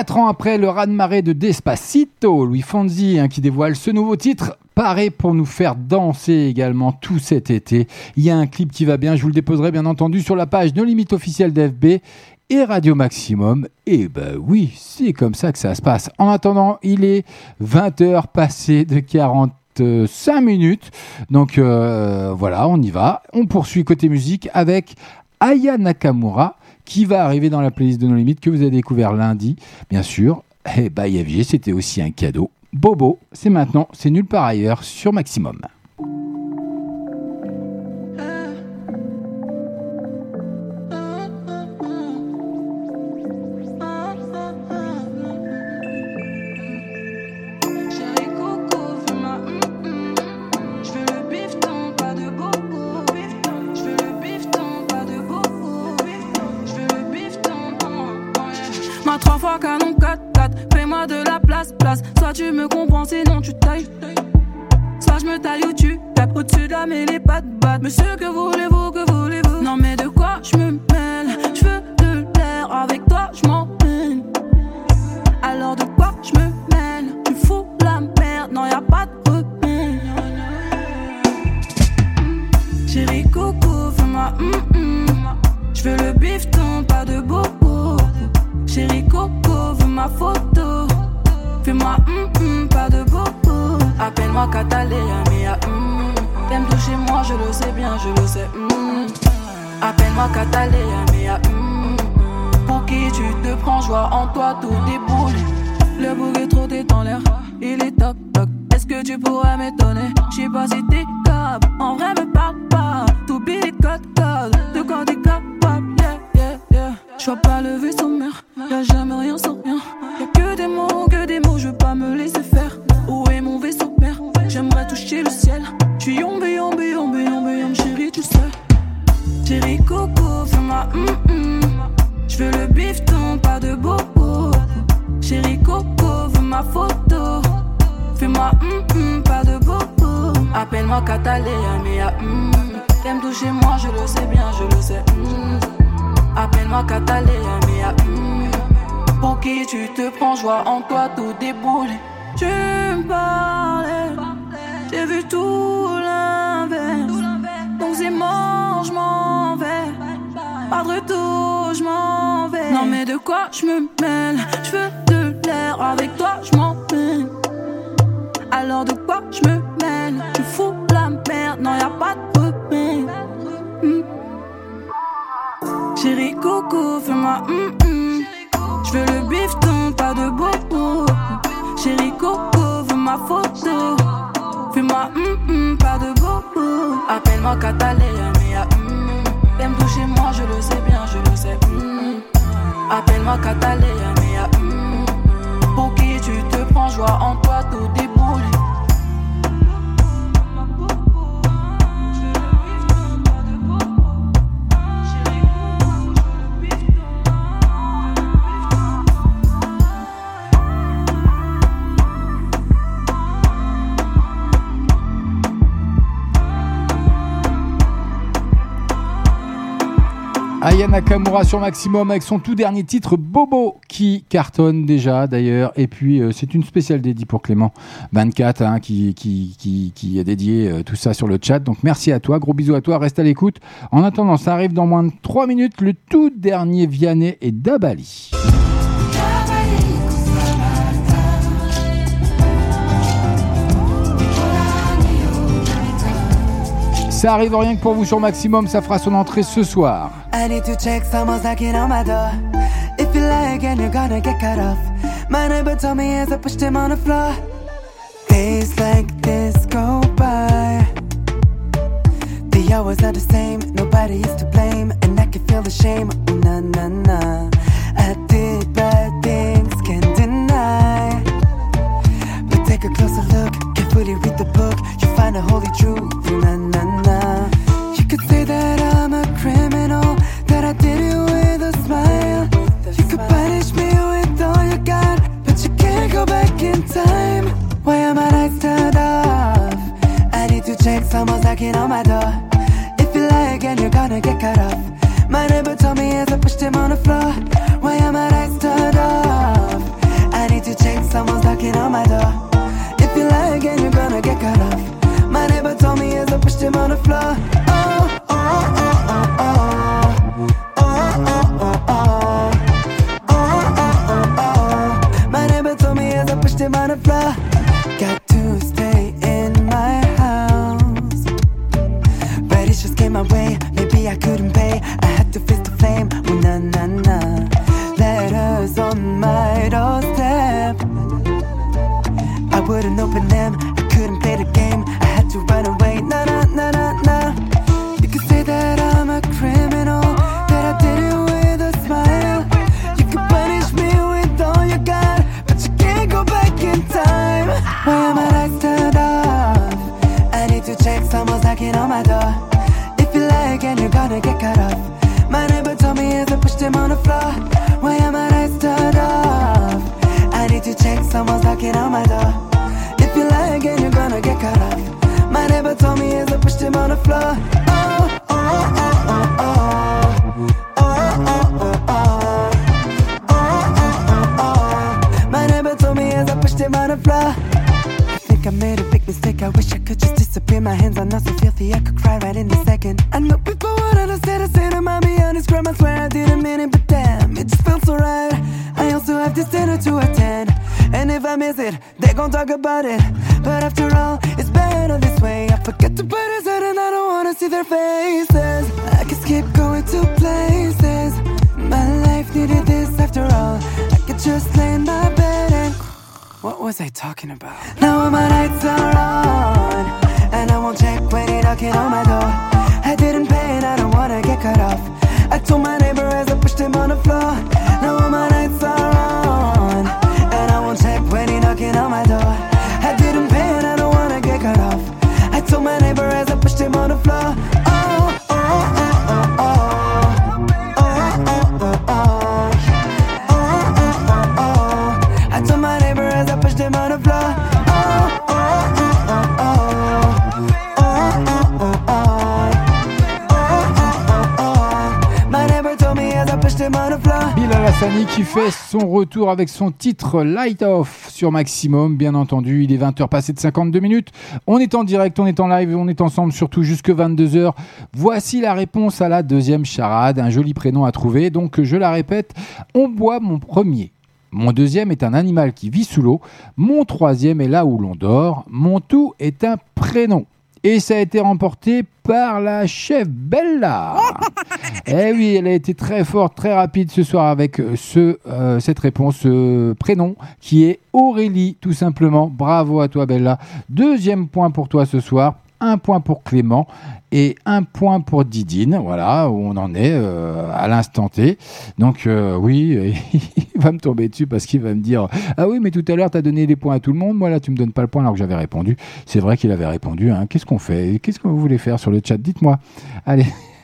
4 ans après le raz-de-marée de Despacito, Louis Fonzi qui dévoile ce nouveau titre, paraît pour nous faire danser également tout cet été. Il y a un clip qui va bien, je vous le déposerai bien entendu sur la page No Limite officielle d'FB et Radio Maximum. Et ben oui, c'est comme ça que ça se passe. En attendant, il est 20h passé de 45 minutes. Donc voilà, on y va. On poursuit côté musique avec Aya Nakamura qui va arriver dans la playlist de No Limite que vous avez découvert lundi, bien sûr. Et bah FG, c'était aussi un cadeau. Bobo, c'est maintenant, c'est nulle part ailleurs sur Maximum. Canon 4-4, fais-moi de la place. Soit tu me comprends, sinon tu tailles. Soit je me taille ou tu tapes au-dessus de la mêlée, pas de batte. Monsieur, que voulez-vous? Non, mais de quoi je me mêle? Je veux de l'air, avec toi je m'emmène. Alors de quoi je me mêle? Tu fous la merde, non, y'a pas de repère. Chérie coco, fais-moi Je veux le bifton, pas de bobo. Chérie coco, veux ma photo. Fais-moi pas de bobo. Appelle-moi Catalina, mia T'aimes toucher moi, je le sais bien, je le sais Appelle-moi Catalina, mia Pour qui tu te prends, joie en toi, tout déboule. Le bouquet trop est en l'air, il est toc toc. Est-ce que tu pourrais m'étonner? J'sais pas si t'es capable, en vrai me parle pas. T'oublies les codes, de quand t'es capable, yeah. J'vois pas le vaisseau mère, y'a jamais rien sans rien. Y'a que des mots, je veux pas me laisser faire. Où est mon vaisseau mère? J'aimerais toucher le ciel. J'suis yombe, chérie, tu sais. Chérie coco, fais-moi J'veux le bifton, pas de bobo. Chérie coco, veux ma photo. Fais-moi pas de bobo. Appelle-moi Catalina, mia T'aimes toucher moi, je le sais bien, je le sais Appelle-moi Catalina, mia Pour qui tu te prends, joie en toi, tout déboule. Tu me parlais, j'ai vu tout l'inverse. Donc c'est mort, je m'en vais. Pas de retour, je m'en vais. Non mais de quoi je me mêle? Je veux de l'air, avec toi je m'emmène. Alors de quoi je me mêle? Tu fous la merde, non y'a pas de repère. Chérie coco, fais-moi Je veux le bifton, pas de bobo. Chérie coco, veux ma photo. Fais-moi pas de bobo. Appelle-moi Catalina, mia T'aimes toucher moi, je le sais bien, je le sais Appelle-moi Catalina, mia Pour qui tu te prends, joie en toi, tout déboule. Aya Nakamura sur Maximum avec son tout dernier titre Bobo qui cartonne déjà d'ailleurs. Et puis c'est une spéciale dédiée pour Clément 24 qui a dédié tout ça sur le chat. Donc merci à toi, gros bisous à toi, reste à l'écoute. En attendant, ça arrive dans moins de 3 minutes, le tout dernier Vianney et Dabali. Ça arrive rien que pour vous sur Maximum, ça fera son entrée ce soir. I need to check someone's knocking on my door. If you lie again, you're gonna get cut off. My neighbor told me as I pushed him on the floor. Days like this go by. The hours are the same, nobody is to blame. And I can feel the shame, nah, nah, nah. I did bad things, can't deny. But take a closer look, carefully read the book. You find the holy truth, nah, nah, nah. You could say that I'm a criminal, that I did it with a smile. You could punish me with all you got, but you can't go back in time. Why am I lights turned off? I need to check someone's knocking on my door. If you lie again, you're gonna get cut off. My neighbor told me as I pushed him on the floor. Why am I lights turned off? to check, someone's knocking on my door. If you lie again, you're gonna get cut off. My neighbor told me as I pushed him on the floor. Oh, oh, oh, oh, oh. Oh, oh, oh, oh. Oh, oh, oh, oh. My neighbor told me as I pushed him on the floor. Got to stay in my house, but it just came my way. Maybe I couldn't pay. I had to face the flame. Oh, nah, nah, nah. Letters on my doorstep. I wouldn't open them. I couldn't play the game. I had to run away. Nah, nah, nah, nah, nah. You could say that I'm a criminal, that I did it with a smile. You could punish me with all you got, but you can't go back in time. Why am I lights turned off? I need to check, someone's knocking on my door. If you lie again, you're gonna get cut off. My neighbor told me as I pushed him on the floor. Why am I lights turned off? I need to check, someone's knocking on my door. If you lie again, you're gonna get cut off. My neighbor told me as I pushed him on the floor. Oh, oh, oh, oh, oh. Oh, oh, oh, oh. Oh, oh, oh, oh. My neighbor told me as I pushed him on the floor. I think I made a big mistake. I wish I could just disappear. My hands are not so filthy, I could cry right in a second. I know before what I said, I said I'm on be honest, grandma, I swear I didn't mean it, but damn, it just felt so right. I also have this dinner to attend, and if I miss it, they gon' talk about it. But after all, it's better this way. I forget to put it out and I don't wanna see their faces. I could skip going to places. My life needed this after all. I could just lay in my bed and... What was I talking about? Now my lights are on, and I won't check when you're knocking on my door. I didn't pay and I don't wanna get cut off. I told my neighbor as I pushed him on the floor. Now my lights are on, and I won't check when you're knocking on my door. I didn't pay and I don't wanna get cut off. I told my neighbor as I pushed him on the floor. Oh, oh, oh, oh, oh. Oh, oh, oh, oh. Oh, oh, oh, oh. I told my neighbor as I pushed him on the floor. Oh, oh, oh, oh, oh. Oh, oh, oh, oh. Bilal Hassani qui fait son retour avec son titre Light Off sur Maximum, bien entendu. Il est 20h passé de 52 minutes. On est en direct, on est en live, on est ensemble surtout jusque 22h. Voici la réponse à la deuxième charade. Un joli prénom à trouver. Donc je la répète, on boit mon premier. Mon deuxième est un animal qui vit sous l'eau. Mon troisième est là où l'on dort. Mon tout est un prénom. Et ça a été remporté par la chef Bella. Eh oui, elle a été très forte, très rapide ce soir avec cette réponse, ce prénom qui est Aurélie, tout simplement. Bravo à toi Bella. Deuxième point pour toi ce soir. 1 point pour Clément et 1 point pour Didine. Voilà où on en est à l'instant T. Donc oui, il va me tomber dessus parce qu'il va me dire « Ah oui, mais tout à l'heure, tu as donné des points à tout le monde. Moi, là, tu me donnes pas le point alors que j'avais répondu. » C'est vrai qu'il avait répondu. Hein. Qu'est-ce qu'on fait ? Qu'est-ce que vous voulez faire sur le chat ? Dites-moi. Allez.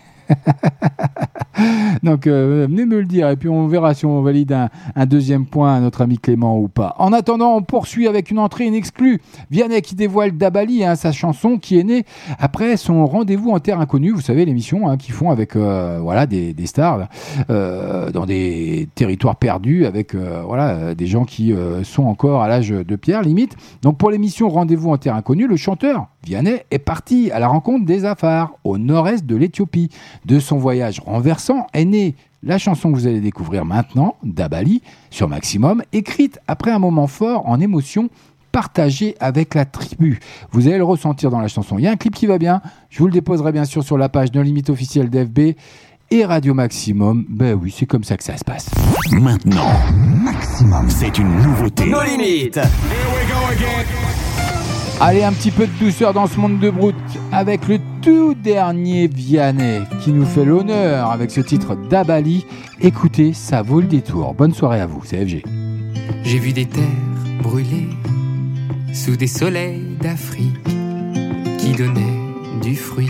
Donc venez me le dire et puis on verra si on valide un deuxième point à notre ami Clément ou pas. En attendant, on poursuit avec une entrée inexclue. Vianney qui dévoile Dabali, sa chanson qui est née après son rendez-vous en terre inconnue. Vous savez l'émission qu'ils font avec des stars dans des territoires perdus avec des gens qui sont encore à l'âge de pierre limite. Donc pour l'émission Rendez-vous en terre inconnue, le chanteur Vianney est parti à la rencontre des Afars au nord-est de l'Éthiopie. De son voyage renversant est née la chanson que vous allez découvrir maintenant, Dabali, sur Maximum, écrite après un moment fort en émotion partagé avec la tribu. Vous allez le ressentir dans la chanson. Il y a un clip qui va bien, je vous le déposerai bien sûr sur la page No Limite officielle d'FB et Radio Maximum. Ben oui, c'est comme ça que ça se passe. Maintenant, Maximum, c'est une nouveauté. No Limite. Here we go again. Allez, un petit peu de douceur dans ce monde de brute avec le tout dernier Vianney qui nous fait l'honneur avec ce titre Dabali. Écoutez, ça vaut le détour. Bonne soirée à vous, c'est FG. J'ai vu des terres brûlées sous des soleils d'Afrique qui donnaient du fruit.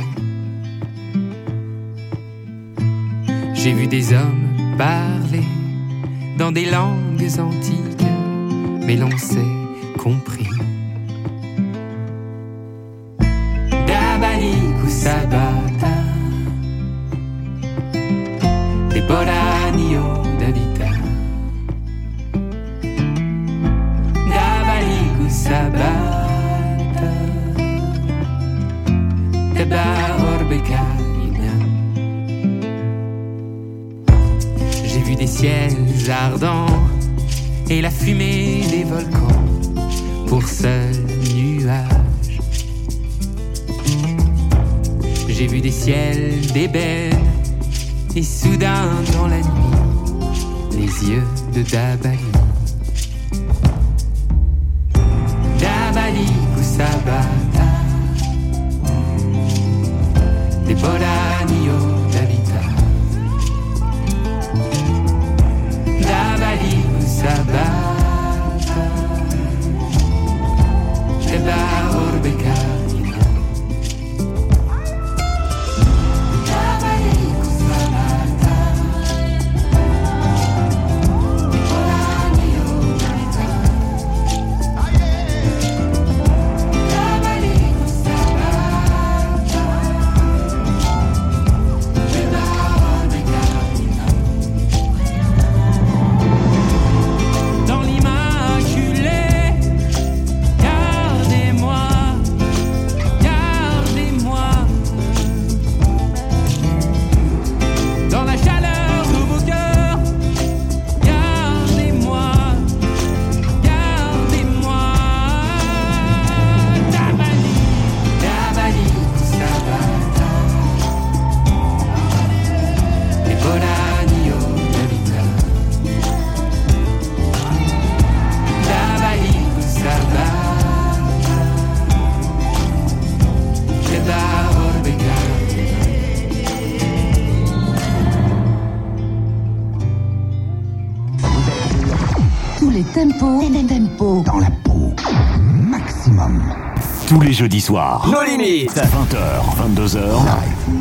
J'ai vu des hommes parler dans des langues antiques, mais l'on s'est compris. Dabali Kusabata, des Bolanio d'Habitat. J'ai vu des ciels ardents et la fumée des volcans pour seul nuage. J'ai vu des ciels d'ébène et soudain dans la nuit les yeux de Dabali. Dabali Kusabata de Boranio Davita. Dabali Kusabata de la Orbeka. Tempo dans la peau. Maximum. Tous les jeudis soirs. Nos limites. 20h, 22h. Live.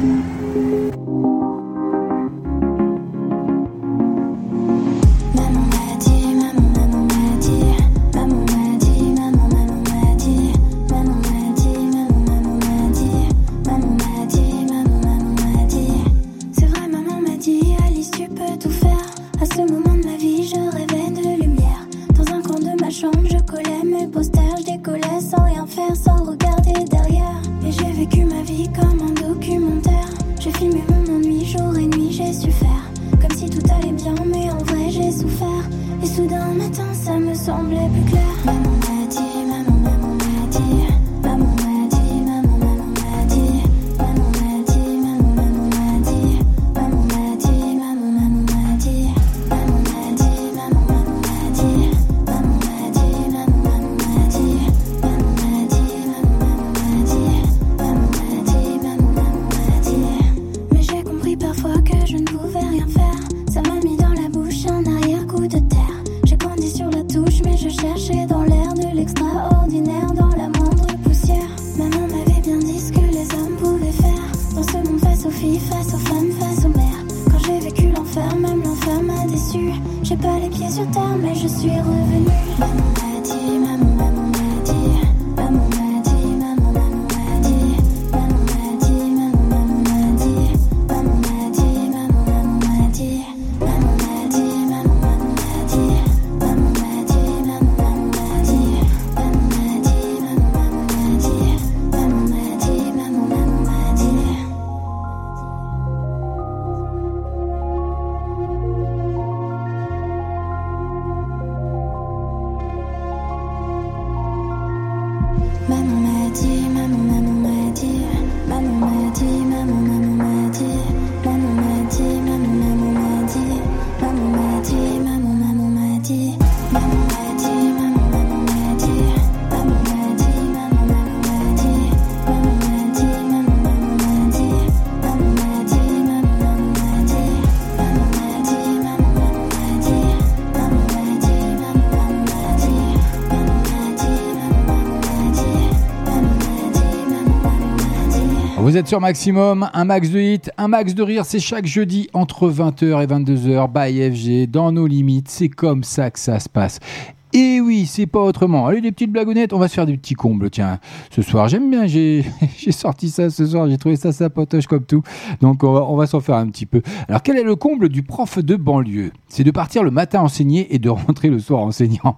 Vous êtes sur Maximum, un max de hits, un max de rire, c'est chaque jeudi entre 20h et 22h by FG, dans nos limites, c'est comme ça que ça se passe. Et oui, c'est pas autrement. Allez, des petites blagounettes, on va se faire des petits combles, tiens. Ce soir, j'aime bien, j'ai sorti ça ce soir, j'ai trouvé ça sapotoche comme tout. Donc, on va s'en faire un petit peu. Alors, quel est le comble du prof de banlieue ? C'est de partir le matin enseigner et de rentrer le soir enseignant.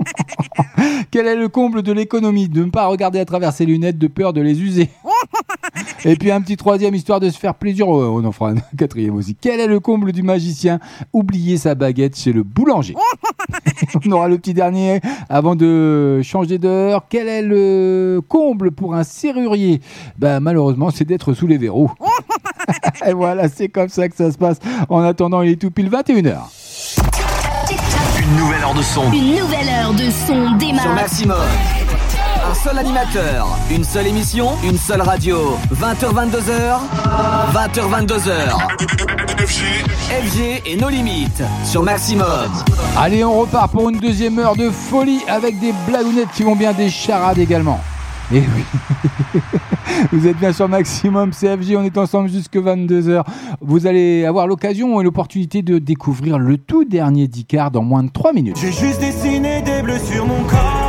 Quel est le comble de l'économie ? De ne pas regarder à travers ses lunettes de peur de les user. Et puis un petit troisième, histoire de se faire plaisir. On en fera un quatrième aussi. Quel est le comble du magicien? Oublier sa baguette chez le boulanger. On aura le petit dernier avant de changer d'heure. Quel est le comble pour un serrurier? Malheureusement, c'est d'être sous les verrous. Et voilà, c'est comme ça que ça se passe. En attendant, il est tout pile 21h. Une nouvelle heure de son. Une nouvelle heure de son démarre. Sur Maximum. Un seul animateur, une seule émission, une seule radio. 20h-22h, 20h-22h. FG et nos limites sur Maximum. Allez, on repart pour une deuxième heure de folie avec des blagounettes qui vont bien, des charades également. Et oui, vous êtes bien sur Maximum CFG, on est ensemble jusque 22h. Vous allez avoir l'occasion et l'opportunité de découvrir le tout dernier Dicard dans moins de 3 minutes. J'ai juste dessiné des bleus sur mon corps.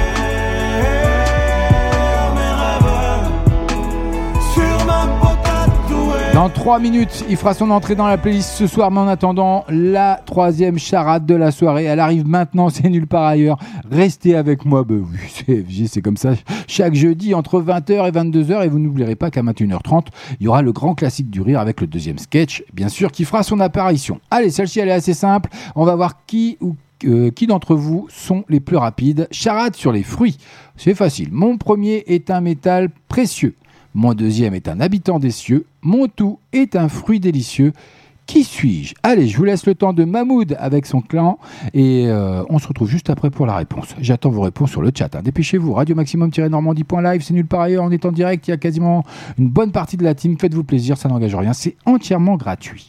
Dans 3 minutes, il fera son entrée dans la playlist ce soir, mais en attendant, la troisième charade de la soirée, elle arrive maintenant, c'est nulle part ailleurs. Restez avec moi, oui, c'est FG, c'est comme ça. Chaque jeudi, entre 20h et 22h, et vous n'oublierez pas qu'à 21h30, il y aura le grand classique du rire avec le deuxième sketch, bien sûr, qui fera son apparition. Allez, celle-ci, elle est assez simple. On va voir qui d'entre vous sont les plus rapides. Charade sur les fruits. C'est facile. Mon premier est un métal précieux. Mon deuxième est un habitant des cieux. Mon tout est un fruit délicieux. Qui suis-je? Allez, je vous laisse le temps de Mahmoud avec son clan et on se retrouve juste après pour la réponse. J'attends vos réponses sur le chat. Dépêchez-vous. Radio Maximum-Normandie.live, c'est nulle part ailleurs. On est en direct. Il y a quasiment une bonne partie de la team. Faites-vous plaisir, ça n'engage rien. C'est entièrement gratuit.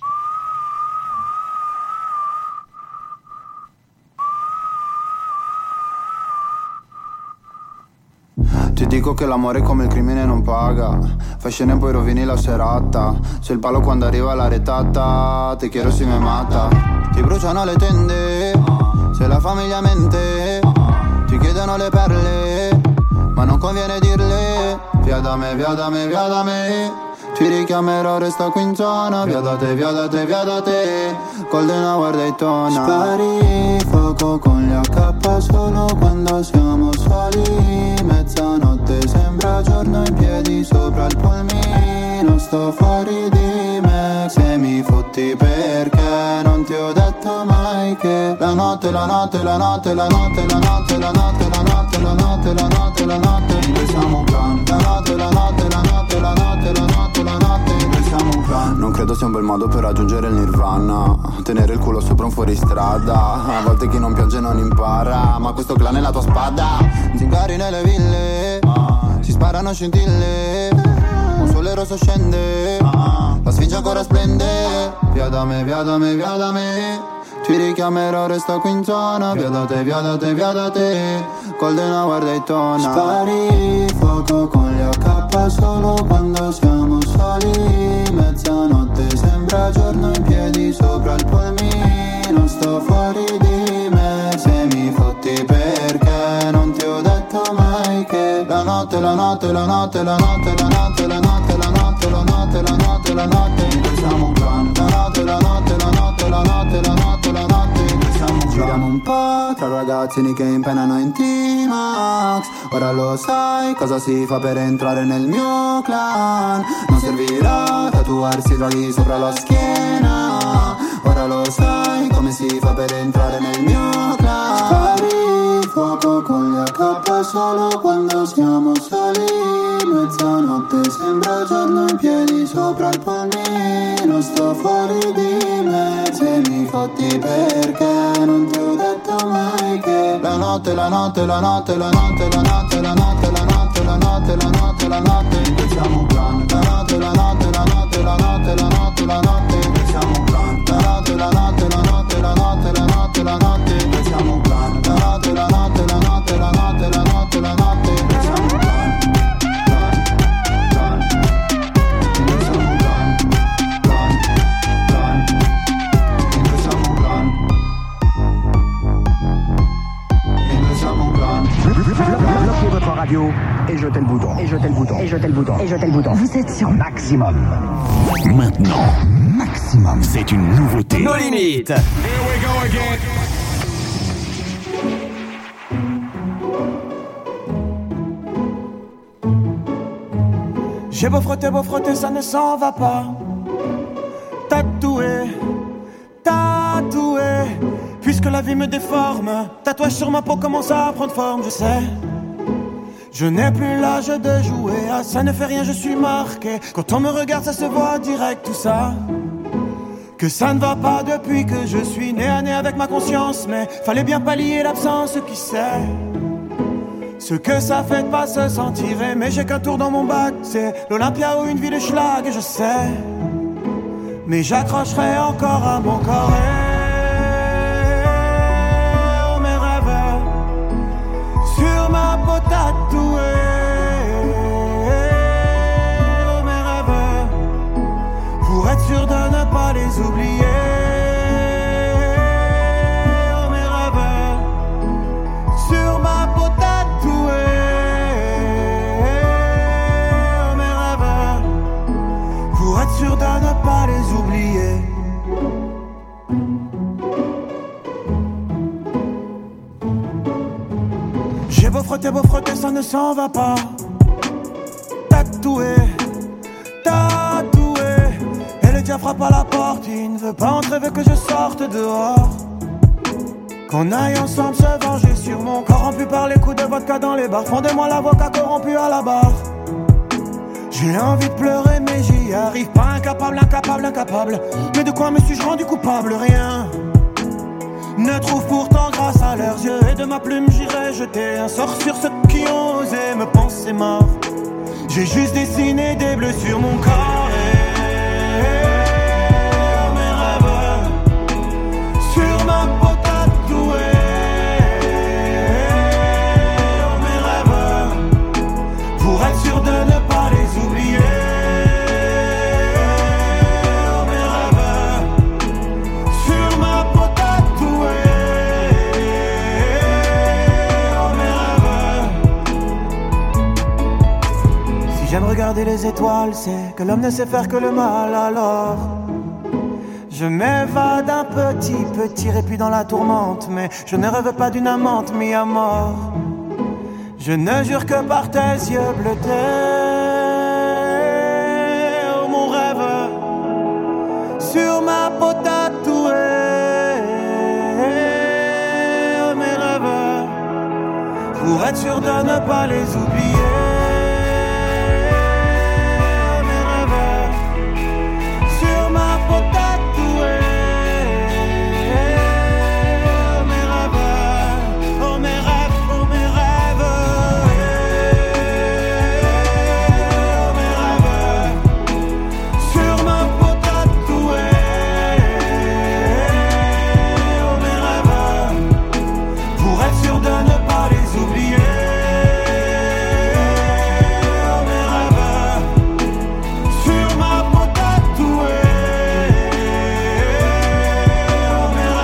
Ti dico che l'amore è come il crimine non paga. Fai scena e poi rovini la serata. Se il palo quando arriva la retata, te quiero si me mata. Ti bruciano le tende, se la famiglia mente. Ti chiedono le perle, ma non conviene dirle. Via da me, via da me, via da me. Ti richiamerò, resta qui in zona. Via da te, via da te, via da te. Golden Hour Daytona. Spari fuoco con gli AK solo quando siamo soli. Mezzanotte sembra giorno in piedi sopra il polmino. Sto fuori di me. Se mi fotti perché non ti ho detto mai che la notte, la notte, la notte, la notte, la notte, la notte, la notte, la notte, la notte, la notte, noi siamo un clan. La notte, la notte, la notte, la notte, la notte, la notte, noi siamo un clan. Non credo sia un bel modo per raggiungere il nirvana. Tenere il culo sopra un fuoristrada. A volte chi non piange non impara. Ma questo clan è la tua spada. Zingari nelle ville, si sparano scintille. Un sole rosso scende, la sfinge ancora splende. Via da me, via da me, via da me. Ti richiamerò, resta qui in zona. Via da te, via da te, via da te. Golden Hour Daytona. Spari fuoco con gli AK solo quando siamo soli. Mezzanotte sembra giorno in piedi sopra il polmino. Sto fuori di me. Se mi fotti perché non ti ho detto mai che la notte, la notte, la notte, la notte, la notte, la notte, la notte, la notte, la notte, la notte, noi siamo un clan. La notte, la notte, la notte, la notte, la notte, la notte, noi siamo un clan. Giriamo un po' tra ragazzini che impenano in T-Max. Ora lo sai cosa si fa per entrare nel mio clan. Non servirà tatuarsi draghi sopra la schiena. Ora lo sai come si fa per entrare nel mio clan. Spari fuoco con gli AK solo quando siamo soli. Mezzanotte sembra giorno in piedi sopra il polmino. Sto fuori di me. Se mi fotti perché non ti ho detto mai che la notte, la notte, la notte, la notte, la notte, la notte, la notte, la notte, la notte, la notte, noi siamo un clan. La notte, la notte, la notte, la notte, la notte, la notte, noi siamo un clan. La notte, la notte, la notte, la notte, la notte, la notte, noi siamo un clan. La notte, la notte, la notte, la notte, la notte, la notte, noi siamo un clan. Bloquez votre radio et jetez le bouton. Et jetez le bouton. Et jetez le bouton. Et jetez le bouton. Vous êtes sur Maximum. Maintenant, Maximum, c'est une nouveauté. Nos limites. Here we go again. J'ai beau frotter, ça ne s'en va pas. Tatoué, puisque la vie me déforme. Tatouage sur ma peau commence à prendre forme, je sais. Je n'ai plus l'âge de jouer, ah ça ne fait rien, je suis marqué. Quand on me regarde, ça se voit direct tout ça. Que ça ne va pas depuis que je suis né à nez avec ma conscience. Mais fallait bien pallier l'absence, qui sait ce que ça fait de pas se sentir aimé. J'ai qu'un tour dans mon bac, c'est l'Olympia ou une ville de schlag, je sais. Mais j'accrocherai encore à mon corps et mes rêves sur ma peau tatouée. Mes rêves pour être sûr de ne pas les oublier. Mes rêves sur ma peau tatouée. Mes rêves pour être sûr de ne pas les oublier. J'ai beau frotter, ça ne s'en va pas. Tatoué, et le diable frappe à la porte. Il ne veut pas entrer, veut que je sorte dehors. Qu'on aille ensemble se venger sur mon corps rompu par les coups de vodka dans les bars. Fondez-moi l'avocat corrompu à la barre. J'ai envie de pleurer mais j'y arrive pas. Incapable. Mais de quoi me suis-je rendu coupable? Rien ne trouve pourtant grâce à leurs yeux. Et de ma plume j'irai jeter un sort sur ceux qui ont osé me penser mort. J'ai juste dessiné des bleus sur mon corps et mes rêves sur ma peau tatouée. Mes rêves pour être sûr de ne pas les oublier. Mes rêves sur ma peau tatouée. Mes rêves. Si j'aime regarder les étoiles, c'est que l'homme ne sait faire que le mal. Alors je m'évade un petit répit dans la tourmente. Mais je ne rêve pas d'une amante mis à mort. Je ne jure que par tes yeux bleutés. Oh mon rêve sur ma peau tatouée. Oh mes rêves pour être sûr de ne pas les oublier. Mes rêves sur ma peau tatouée. Mes rêves, oh mes rêves, oh mes rêves. Mes rêves sur ma peau tatouée. Mes rêves pour être sûr de ne pas les oublier. Mes rêves sur ma peau tatouée. Mes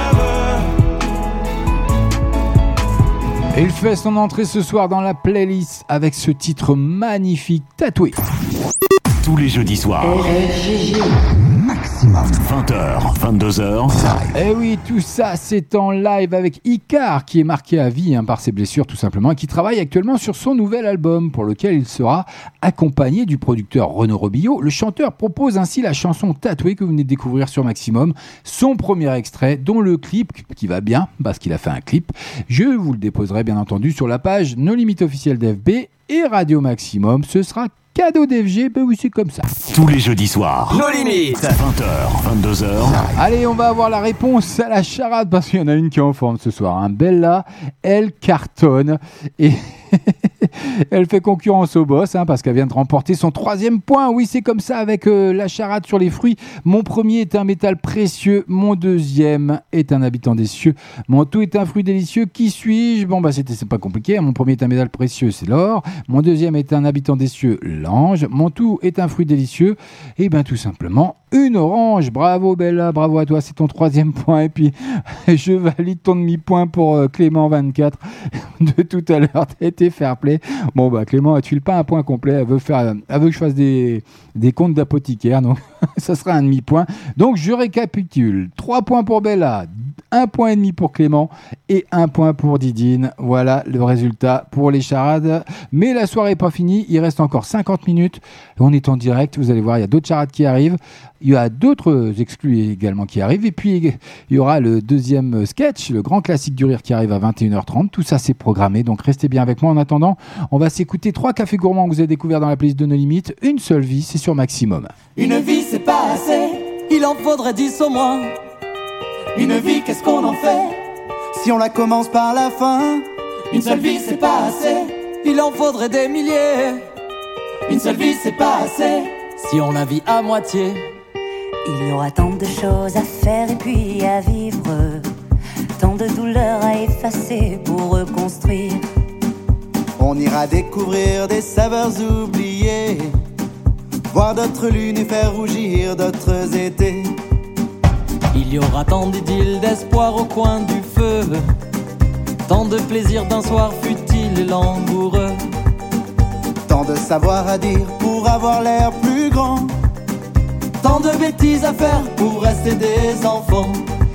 rêves. Et il fait son entrée ce soir dans la playlist avec ce titre magnifique, Tatoué. Tous les jeudis soirs. Maximum. 20h, 22h. Et oui, tout ça, c'est en live avec Icar, qui est marqué à vie par ses blessures, tout simplement, et qui travaille actuellement sur son nouvel album, pour lequel il sera accompagné du producteur Renaud Robillot. Le chanteur propose ainsi la chanson Tatoué que vous venez de découvrir sur Maximum, son premier extrait, dont le clip, qui va bien, parce qu'il a fait un clip. Je vous le déposerai bien entendu sur la page No Limite officielle d'FB et Radio Maximum. Ce sera cadeau d'FG, ben oui, c'est comme ça. Tous les jeudis soirs. No Limite. 20h, 22h. Allez, on va avoir la réponse à la charade parce qu'il y en a une qui est en forme ce soir. Bella, elle cartonne et elle fait concurrence au boss parce qu'elle vient de remporter son 3e point. Oui, c'est comme ça avec la charade sur les fruits. Mon premier est un métal précieux. Mon deuxième est un habitant des cieux. Mon tout est un fruit délicieux. Qui suis-je? Bon, c'est pas compliqué. Mon premier est un métal précieux, c'est l'or. Mon deuxième est un habitant des cieux, l'ange. Mon tout est un fruit délicieux. Et bien, tout simplement, une orange. Bravo Bella, bravo à toi. C'est ton 3e point. Et puis, je valide ton demi-point pour Clément 24 de tout à l'heure. T'as été fair play. Bon, Clément, elle file pas un point complet. Elle veut que je fasse des comptes d'apothicaire. Donc, ça sera un demi-point. Donc, je récapitule. 3 points pour Bella. 1,5 point pour Clément et 1 point pour Didine. Voilà le résultat pour les charades. Mais la soirée n'est pas finie, il reste encore 50 minutes. On est en direct, vous allez voir, il y a d'autres charades qui arrivent. Il y a d'autres exclus également qui arrivent. Et puis, il y aura le deuxième sketch, le grand classique du rire qui arrive à 21h30. Tout ça, c'est programmé. Donc, restez bien avec moi. En attendant, on va s'écouter 3 cafés gourmands que vous avez découverts dans la playlist de No Limites. Une seule vie, c'est sur Maximum. Une vie, c'est pas assez. Il en faudrait 10 au moins. Une vie, qu'est-ce qu'on en fait si on la commence par la fin? Une seule vie, c'est pas assez. Il en faudrait des milliers. Une seule vie, c'est pas assez. Si on la vit à moitié. Il y aura tant de choses à faire et puis à vivre, tant de douleurs à effacer pour reconstruire. On ira découvrir des saveurs oubliées, voir d'autres lunes et faire rougir d'autres étés. Il y aura tant d'idylles, d'espoir au coin du feu, tant de plaisir d'un soir futile et langoureux. Tant de savoir à dire pour avoir l'air plus grand, tant de bêtises à faire pour rester des enfants.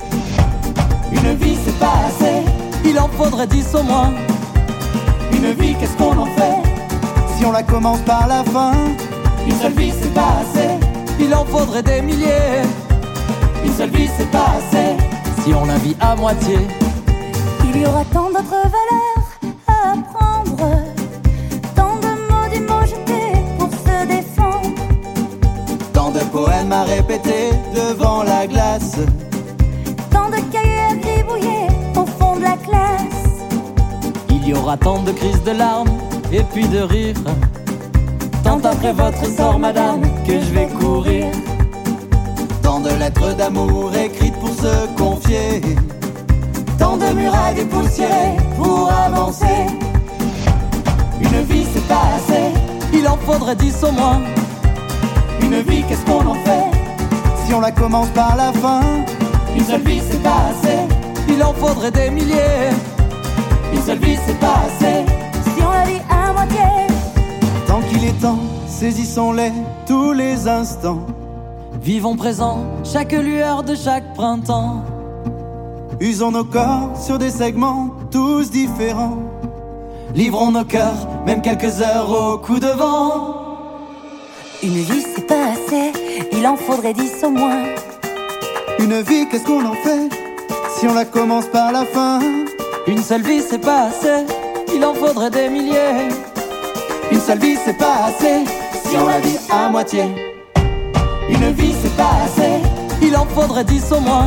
Une vie c'est pas assez, il en faudrait 10 au moins. Une vie qu'est-ce qu'on en fait si on la commence par la fin? Une seule vie c'est pas assez, il en faudrait des milliers. Une seule vie c'est pas assez, si on la vit à moitié. Il y aura tant d'autres valeurs à apprendre, tant de mots des mots jetés pour se défendre, tant de poèmes à répéter devant la glace, tant de cahiers à gribouiller au fond de la classe. Il y aura tant de crises de larmes et puis de rires, tant après votre sort madame que je vais courir. Tant de lettres d'amour écrites pour se confier, tant de murailles dépoussiérées pour avancer. Une vie c'est pas assez, il en faudrait 10 au moins. Une vie qu'est-ce qu'on en fait si on la commence par la fin? Une seule vie c'est pas assez, il en faudrait des milliers. Une seule vie c'est pas assez, si on la vit à moitié. Tant qu'il est temps, saisissons-les tous les instants. Vivons présent, chaque lueur de chaque printemps. Usons nos corps sur des segments tous différents. Livrons nos cœurs, même quelques heures au coup de vent. Une vie c'est pas assez, il en faudrait 10 au moins. Une vie qu'est-ce qu'on en fait si on la commence par la fin? Une seule vie c'est pas assez, il en faudrait des milliers. Une seule vie c'est pas assez, si on la vit à moitié. Une vie c'est pas assez, il en faudrait 10 au moins.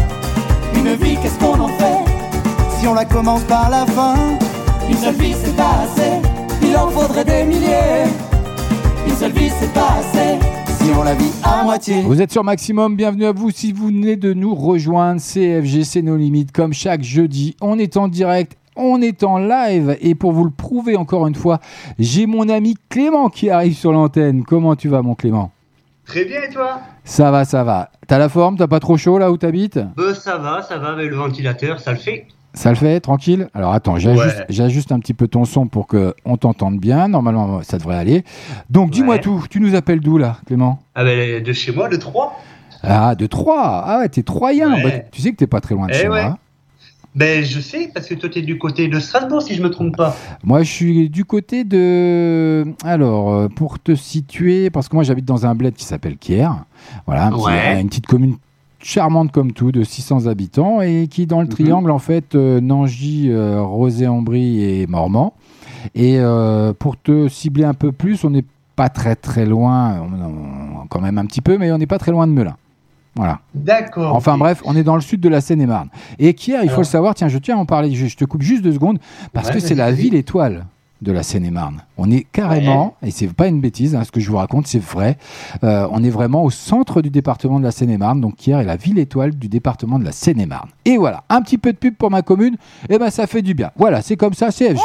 Une vie qu'est-ce qu'on en fait si on la commence par la fin? Une seule vie c'est pas assez, il en faudrait des milliers. Une seule vie c'est pas assez, si on la vit à moitié. Vous êtes sur Maximum, bienvenue à vous si vous venez de nous rejoindre. CFG, c'est No Limites, comme chaque jeudi. On est en direct, on est en live. Et pour vous le prouver encore une fois, j'ai mon ami Clément qui arrive sur l'antenne. Comment tu vas mon Clément? Très bien et toi? Ça va, ça va. T'as la forme? T'as pas trop chaud là où t'habites? Ça va, avec le ventilateur, ça le fait. Ça le fait, tranquille? Alors attends, j'ajuste un petit peu ton son pour qu'on t'entende bien. Normalement, ça devrait aller. Donc dis-moi tout, tu nous appelles d'où là, Clément? Ah ben de chez moi, de Troyes. Ah, de Troyes? Ah ouais, t'es troyen. Ouais. Bah, tu sais que t'es pas très loin de chez moi. Hein. Ben je sais, parce que toi t'es du côté de Strasbourg si je me trompe pas. Moi je suis du côté de... Alors, pour te situer, parce que moi j'habite dans un bled qui s'appelle Kier. Voilà, une petite commune charmante comme tout, de 600 habitants, et qui dans le triangle en fait, Nangy, Rozay-en-Brie et Mormant. Et pour te cibler un peu plus, on n'est pas très très loin, quand même un petit peu, mais on n'est pas très loin de Melun. Voilà. D'accord. Enfin bref, on est dans le sud de la Seine-et-Marne. Et Kier, il faut le savoir, tiens, je tiens à en parler, je te coupe juste 2 secondes, parce que c'est la ville étoile de la Seine-et-Marne. On est carrément, et c'est pas une bêtise, hein, ce que je vous raconte, c'est vrai, on est vraiment au centre du département de la Seine-et-Marne, donc Kier est la ville étoile du département de la Seine-et-Marne. Et voilà, un petit peu de pub pour ma commune, et ben ça fait du bien. Voilà, c'est comme ça, CFG.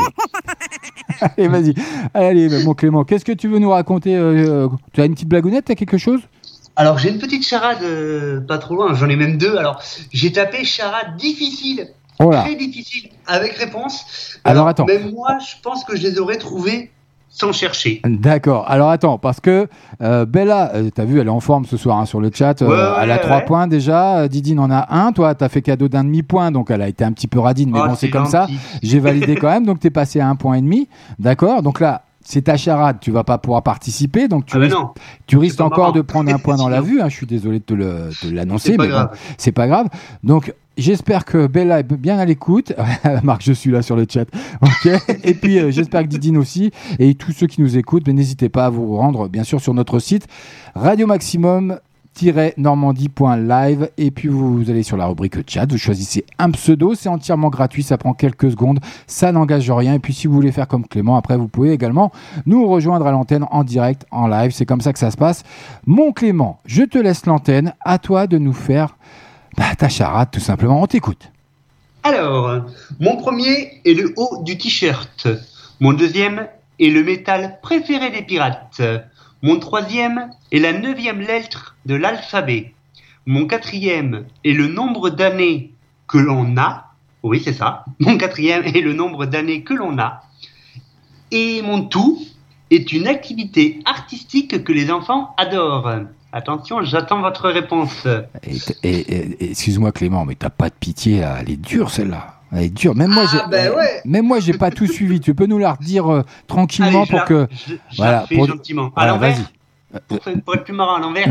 Allez, vas-y. Allez, mon Clément, qu'est-ce que tu veux nous raconter? Tu as une petite blagounette, t'as quelque chose? Alors j'ai une petite charade pas trop loin, j'en ai même 2. Alors j'ai tapé charade difficile, très difficile, avec réponse. Alors attends. Même moi je pense que je les aurais trouvées sans chercher. D'accord. Alors attends, parce que Bella, t'as vu, elle est en forme ce soir sur le chat. Elle a 3 points déjà. Didine en a 1. Toi, t'as fait cadeau d'un demi-point, donc elle a été un petit peu radine, mais bon, c'est comme ça. J'ai validé quand même, donc t'es passé à 1,5 point. D'accord. Donc là, c'est ta charade, tu vas pas pouvoir participer, donc tu risques encore de prendre un point dans la vue. Hein, je suis désolé de te l'annoncer, mais bon, c'est pas grave. Donc j'espère que Bella est bien à l'écoute. Marc, je suis là sur le chat. Okay. Et puis j'espère que Didine aussi, et tous ceux qui nous écoutent, mais n'hésitez pas à vous rendre bien sûr sur notre site Radio Maximum normandie.live, et puis vous allez sur la rubrique chat, vous choisissez un pseudo, c'est entièrement gratuit, ça prend quelques secondes, ça n'engage rien, et puis si vous voulez faire comme Clément, après vous pouvez également nous rejoindre à l'antenne en direct, en live, c'est comme ça que ça se passe. Mon Clément, je te laisse l'antenne, à toi de nous faire ta charade tout simplement, on t'écoute. Alors, mon premier est le haut du t-shirt, mon deuxième est le métal préféré des pirates, mon troisième est la 9e lettre de l'alphabet. Mon 4e est le nombre d'années que l'on a. Oui, c'est ça. Mon 4e est le nombre d'années que l'on a. Et mon tout est une activité artistique que les enfants adorent. Attention, j'attends votre réponse. Et excuse-moi Clément, mais t'as pas de pitié là. Elle est dure celle-là. Elle est dure. Même moi, j'ai pas tout suivi. Tu peux nous la redire tranquillement. Allez, pour que. Voilà. Gentiment. À l'envers. Pour être plus marrant à l'envers.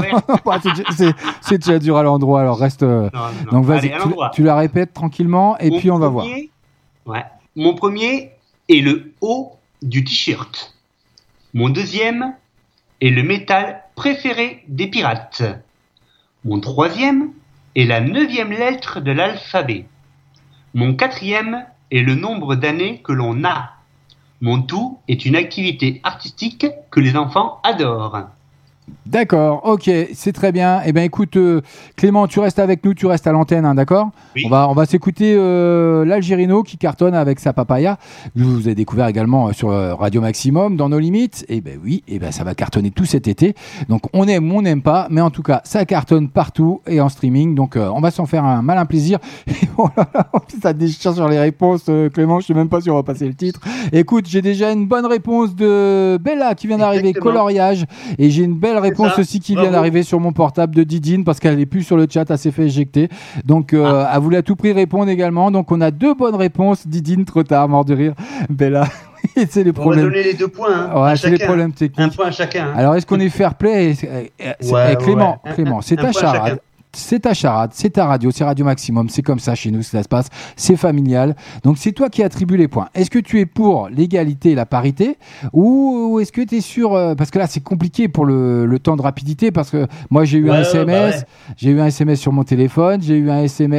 C'est déjà dur à l'endroit. Alors reste. Non. Donc vas-y. Tu la répètes tranquillement et puis on va voir. Ouais. Mon premier est le haut du t-shirt. Mon deuxième est le métal préféré des pirates. Mon troisième est la 9e lettre de l'alphabet. Mon 4e est le nombre d'années que l'on a. Mon tout est une activité artistique que les enfants adorent. D'accord, ok, c'est très bien. Eh bien écoute, Clément, tu restes avec nous, tu restes à l'antenne, hein, d'accord ? Oui. On va s'écouter l'Algérino qui cartonne avec sa papaya. Je vous ai découvert également sur Radio Maximum, dans nos limites. Et ben oui, et ben ça va cartonner tout cet été. Donc on aime ou on n'aime pas, mais en tout cas, ça cartonne partout et en streaming. Donc on va s'en faire un malin plaisir. Et oh là là, ça déchire sur les réponses, Clément, je sais même pas si on va passer le titre. Écoute, j'ai déjà une bonne réponse de Bella qui vient d'arriver, coloriage. Et j'ai une belle réponse aussi qui vient d'arriver sur mon portable de Didine parce qu'elle n'est plus sur le chat, elle s'est fait éjecter. Donc elle voulait à tout prix répondre également. Donc on a 2 bonnes réponses. Didine, trop tard, mort de rire. Bella, c'est les problèmes. On va donner les 2 points. Hein, ouais, c'est les problèmes techniques. Un point à chacun. Hein. Alors est-ce qu'on est fair play Clément, c'est ta charade. C'est ta charade, c'est ta radio, c'est Radio Maximum, c'est comme ça chez nous, ça se passe, c'est familial. Donc c'est toi qui attribues les points. Est-ce que tu es pour l'égalité et la parité ou est-ce que tu es sûr parce que là c'est compliqué pour le temps de rapidité parce que moi j'ai eu un SMS, j'ai eu un SMS sur mon téléphone, j'ai eu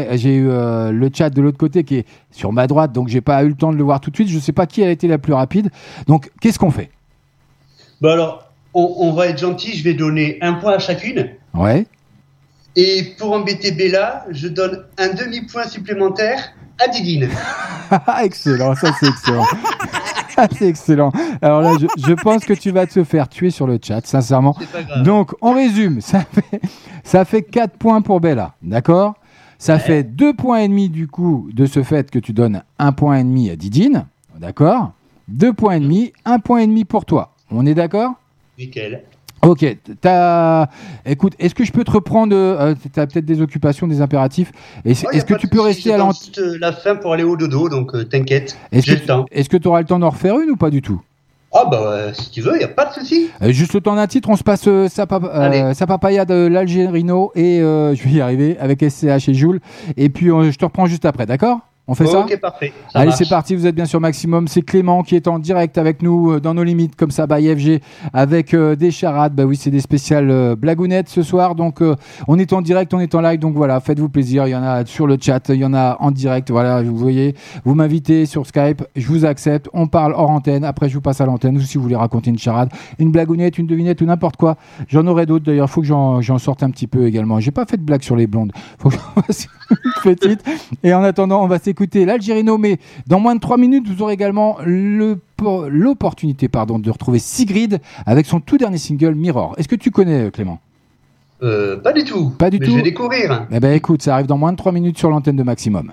le chat de l'autre côté qui est sur ma droite, donc j'ai pas eu le temps de le voir tout de suite, je sais pas qui a été la plus rapide. Donc qu'est-ce qu'on fait ? Bah alors, on va être gentil, je vais donner 1 point à chacune. Ouais. Et pour embêter Bella, je donne un demi-point supplémentaire à Didine. Excellent, ça c'est excellent. C'est excellent. Alors là, je pense que tu vas te faire tuer sur le chat, sincèrement. C'est pas grave. Donc, on résume. Ça fait 4 points pour Bella, d'accord ? Ça fait 2 points et demi du coup de ce fait que tu donnes 1 point et demi à Didine, d'accord ? 2 points et demi, 1 point et demi pour toi. On est d'accord ? Nickel. Ok, écoute, est-ce que je peux te reprendre, tu as peut-être des occupations, des impératifs, est-ce que tu peux rester à l'antenne la fin pour aller au dodo, donc t'inquiète, j'ai le temps. Est-ce que tu auras le temps d'en refaire une ou pas du tout ? Ah bah si tu veux, il n'y a pas de souci. Juste le temps d'un titre, on se passe sa papaya de l'Algérino et je vais y arriver avec SCH et Joule, et puis je te reprends juste après, d'accord ? On fait ça ? Ok, parfait. Allez, c'est parti, vous êtes bien sur Maximum. C'est Clément qui est en direct avec nous dans nos limites, comme ça, by FG, avec des charades. Bah oui, c'est des spéciales blagounettes ce soir. Donc, on est en direct, on est en live. Donc voilà, faites-vous plaisir. Il y en a sur le chat, il y en a en direct. Voilà, vous voyez, vous m'invitez sur Skype, je vous accepte. On parle hors antenne. Après, je vous passe à l'antenne. Ou si vous voulez raconter une charade, une blagounette, une devinette ou n'importe quoi. J'en aurai d'autres d'ailleurs. Faut que j'en sorte un petit peu également. J'ai pas fait de blague sur les blondes. Faut que j'en fasse une petite. Et en attendant, on va s'écouter l'Algérino, mais dans moins de 3 minutes, vous aurez également l'opportunité de retrouver Sigrid avec son tout dernier single Mirror. Est-ce que tu connais, Clément ? Pas du tout. Pas du tout. Je vais découvrir. Eh ben écoute, ça arrive dans moins de 3 minutes sur l'antenne de Maximum.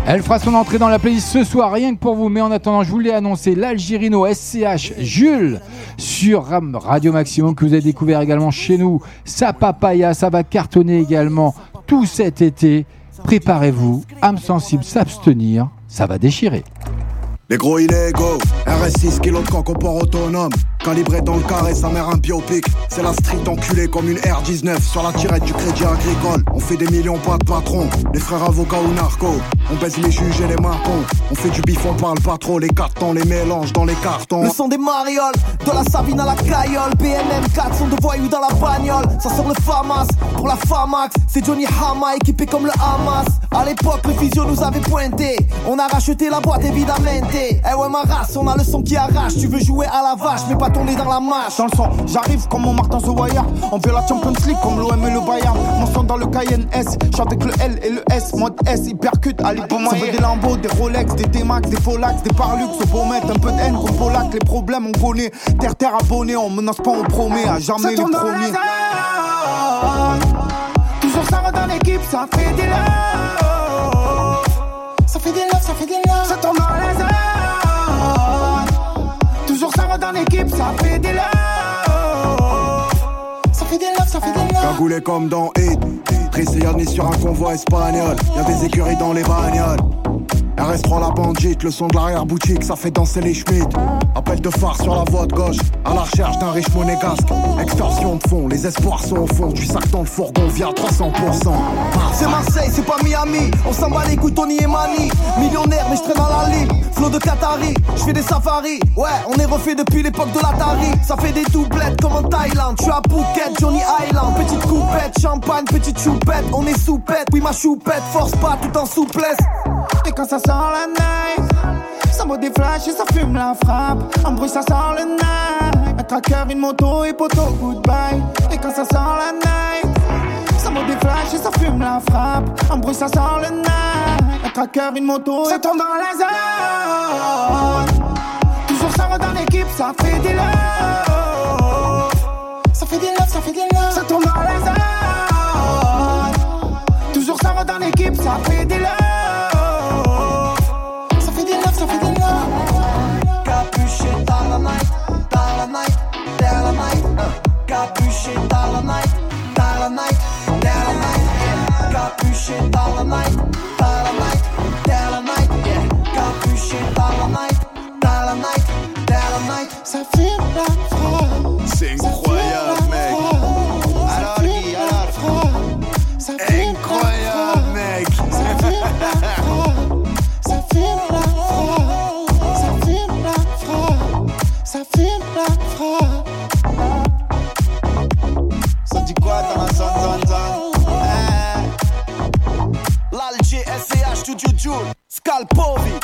Elle fera son entrée dans la playlist ce soir, rien que pour vous. Mais en attendant, je vous l'ai annoncé, l'Algérino SCH Jules sur Radio Maximum, que vous avez découvert également chez nous. Sa papaya, ça va cartonner également tout cet été. Préparez-vous, âme sensible, s'abstenir, ça va déchirer. Les gros illégaux, RS6 kilos de coq au port autonome. Calibré dans le carré, sa mère un biopic. C'est la street enculée comme une R19 sur la tirette du crédit agricole. On fait des millions, pas de patron. Les frères avocats ou narcos. On baise les juges et les marcons. On fait du bif, on parle pas trop. Les cartons, les mélanges dans les cartons. Le son des marioles, de la Savine à la Caillole. BNM 4 sont de voyous dans la bagnole. Ça sort le FAMAS, pour la FAMAX. C'est Johnny Hama équipé comme le Hamas. À l'époque, le physio nous avait pointé. On a racheté la boîte évidemment. Eh ouais ma race, on a le son qui arrache. Tu veux jouer à la vache mais pas tourner dans la mâche. Dans le son, j'arrive comme mon Martin Zouaya. On veut la Champions League comme l'OM et le Bayern. Mon son dans le Cayenne S, j'suis avec le L et le S. Mode S, hypercute, Ali Boumaier. Ça veut des Lambeaux, des Rolex, des T-Max, des Folax, des Parlux. Au beau mettre un peu de haine comme Polac. Les problèmes on connaît, terre abonné. On menace pas, on promet à jamais les premiers. Toujours ça va dans l'équipe, ça fait des love. Ça fait des love, ça fait des love. Ça tombe dans les airs. Toujours ça va dans l'équipe, ça fait des love. Ça fait des love, ça fait des love. Cagoulé comme dans Hit. Trissé Yannis sur un convoi espagnol. Y'a des écuries dans les bagnoles. RS3 la bandite, le son de l'arrière-boutique, ça fait danser les Schmitt. Appel de phare sur la voie de gauche, à la recherche d'un riche monégasque. Extorsion de fond, les espoirs sont au fond du sac dans le fourgon via 300%. C'est Marseille, c'est pas Miami. On s'en bat les couilles, Tony et Mani. Millionnaire, mais je traîne dans la ligne. Flow de Qatari, je fais des safaris. Ouais, on est refait depuis l'époque de l'Atari. Ça fait des doublettes comme en Thaïlande. Je suis à Phuket, Johnny Island. Petite coupette, champagne, petite choupette. On est soupette, oui ma choupette. Force pas tout en souplesse. Et quand ça sent la night, ça vaut des flashs et ça fume la frappe. En bruit ça sent le night. Un tracker, une moto et poteau, goodbye. Et quand ça sent la night, ça vaut des flashs et ça fume la frappe. En bruit ça sent le night. Un tracker, une moto et ça tombe dans les airs. Toujours ça va dans l'équipe, ça fait des love. Ça fait des love, ça fait des love. Ça tombe dans les airs. Toujours ça va dans l'équipe, ça fait des love. Capuché dans la night, dans la night, dans la night. Capuché dans la night, dans la night, dans la night. Capuché dans la night, dans la night, dans la night. Capuché dans la night, dans la night, dans la night. Ça fume la frappe. C'est incroyable mec. Alors Guy, alors. Ça fume incroyable mec. Ça fume la frappe. Ça fume la frappe. Ça fume la frappe. Ça dit quoi dans la zone L'Alger SCH Juju Skalpovic.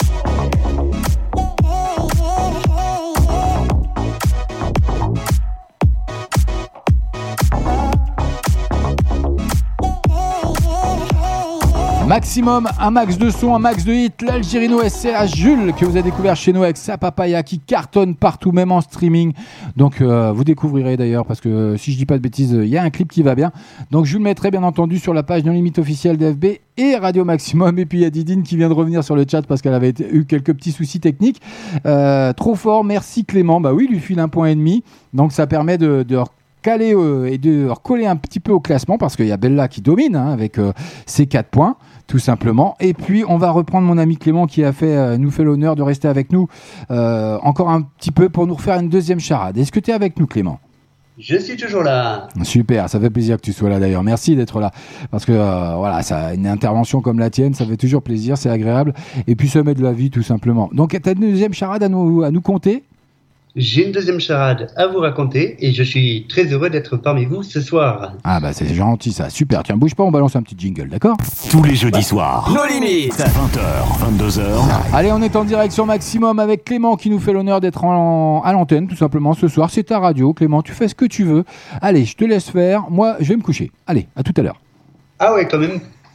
Maximum, un max de son, un max de hit, l'Algérino SCH Jules que vous avez découvert chez nous avec sa papaya qui cartonne partout, même en streaming. Donc vous découvrirez d'ailleurs, parce que si je dis pas de bêtises, il y a un clip qui va bien. Donc je vous le mettrai bien entendu sur la page No Limite officielle d'FB et Radio Maximum. Et puis il y a Didine qui vient de revenir sur le chat parce qu'elle avait eu quelques petits soucis techniques. Trop fort, merci Clément. Bah oui, lui file 1,5 point. Donc ça permet de caler et de recoller un petit peu au classement, parce qu'il y a Bella qui domine avec ses 4 points tout simplement. Et puis on va reprendre mon ami Clément qui nous fait l'honneur de rester avec nous encore un petit peu pour nous refaire une deuxième charade. Est-ce que tu es avec nous Clément ? Je suis toujours là. Super, ça fait plaisir que tu sois là d'ailleurs. Merci d'être là. Parce que voilà, ça, une intervention comme la tienne, ça fait toujours plaisir, c'est agréable. Et puis ça met de la vie tout simplement. Donc tu as une deuxième charade à nous conter ? J'ai une deuxième charade à vous raconter et je suis très heureux d'être parmi vous ce soir. Ah bah c'est gentil ça, super. Tiens, bouge pas, on balance un petit jingle, d'accord ? Tous les jeudis soirs. Nos limites. 20h, 22h. Allez, on est en direct sur Maximum avec Clément qui nous fait l'honneur d'être à l'antenne tout simplement ce soir. C'est ta radio, Clément, tu fais ce que tu veux. Allez, je te laisse faire. Moi, je vais me coucher. Allez, à tout à l'heure. Ah ouais, quand même.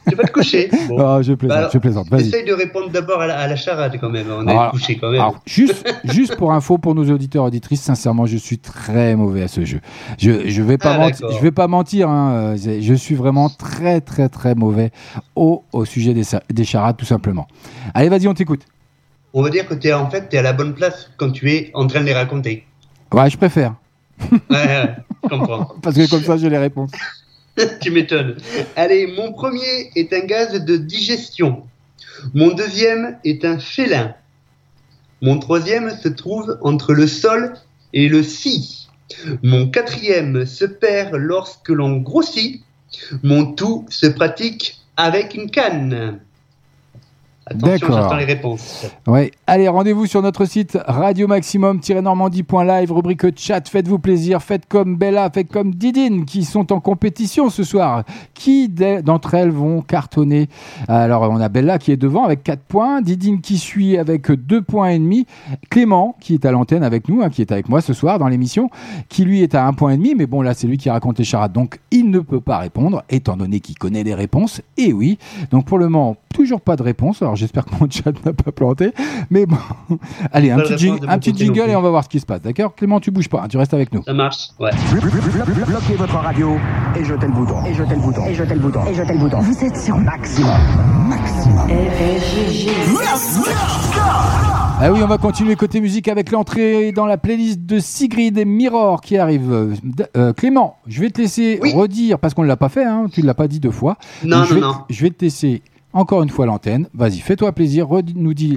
Tu vas te coucher. Bon. Oh, je plaisante. Vas-y. Essaye de répondre d'abord à la charade quand même. On est couché quand même. Alors, juste pour info, pour nos auditeurs et auditrices, sincèrement, je suis très mauvais à ce jeu. Je vais pas mentir. Hein, je suis vraiment très très très mauvais au sujet des charades, tout simplement. Allez, vas-y, on t'écoute. On va dire que t'es à la bonne place quand tu es en train de les raconter. Ouais, je préfère. Ouais, je comprends. Parce que comme ça, j'ai les réponses. Tu m'étonnes. Allez, mon premier est un gaz de digestion. Mon deuxième est un félin. Mon troisième se trouve entre le sol et le si. Mon quatrième se perd lorsque l'on grossit. Mon tout se pratique avec une canne. Attention, j'attends les réponses. Ouais. Allez, rendez-vous sur notre site Radio Maximum-Normandie.live, rubrique chat. Faites-vous plaisir, faites comme Bella, faites comme Didine, qui sont en compétition ce soir. Qui d'entre elles vont cartonner? Alors, on a Bella qui est devant avec 4 points, Didine qui suit avec 2 points et demi, Clément qui est à l'antenne avec nous, qui est avec moi ce soir dans l'émission, qui lui est à 1 point et demi, mais bon, là, c'est lui qui raconte les charades, donc il ne peut pas répondre, étant donné qu'il connaît les réponses. Et oui, donc pour le moment, toujours pas de réponse. Alors, j'espère que mon chat n'a pas planté. Mais bon, allez, un petit jingle et on va voir ce qui se passe. D'accord, Clément, tu bouges pas, tu restes avec nous. Ça marche, ouais. Bloquez votre radio et jetez le bouton. Et jetez le bouton. Et jetez le bouton. Et jetez le bouton. Vous êtes sur Maximum. Ah oui, on va continuer côté musique avec l'entrée dans la playlist de Sigrid et Mirror qui arrive. Clément, je vais te laisser redire, parce qu'on ne l'a pas fait, hein, tu ne l'as pas dit 2 fois. Non. Je vais te laisser encore une fois l'antenne. Vas-y, fais-toi plaisir, redis-nous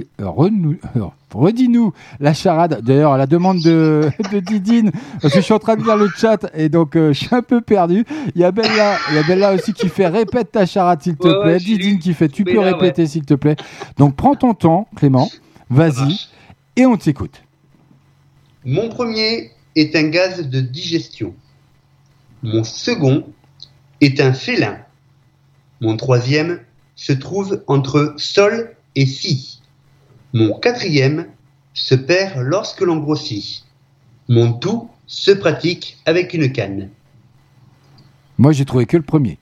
la charade. D'ailleurs, à la demande de Didine, parce que je suis en train de lire le chat et donc je suis un peu perdu. Il y a Bella aussi qui fait répète ta charade s'il te plaît. Didine qui fait tu peux répéter s'il te plaît. Donc prends ton temps, Clément. Vas-y et on t'écoute. Mon premier est un gaz de digestion. Mon second est un félin. Mon troisième se trouve entre sol et si. Mon quatrième se perd lorsque l'on grossit. Mon tout se pratique avec une canne. Moi, j'ai trouvé que le premier.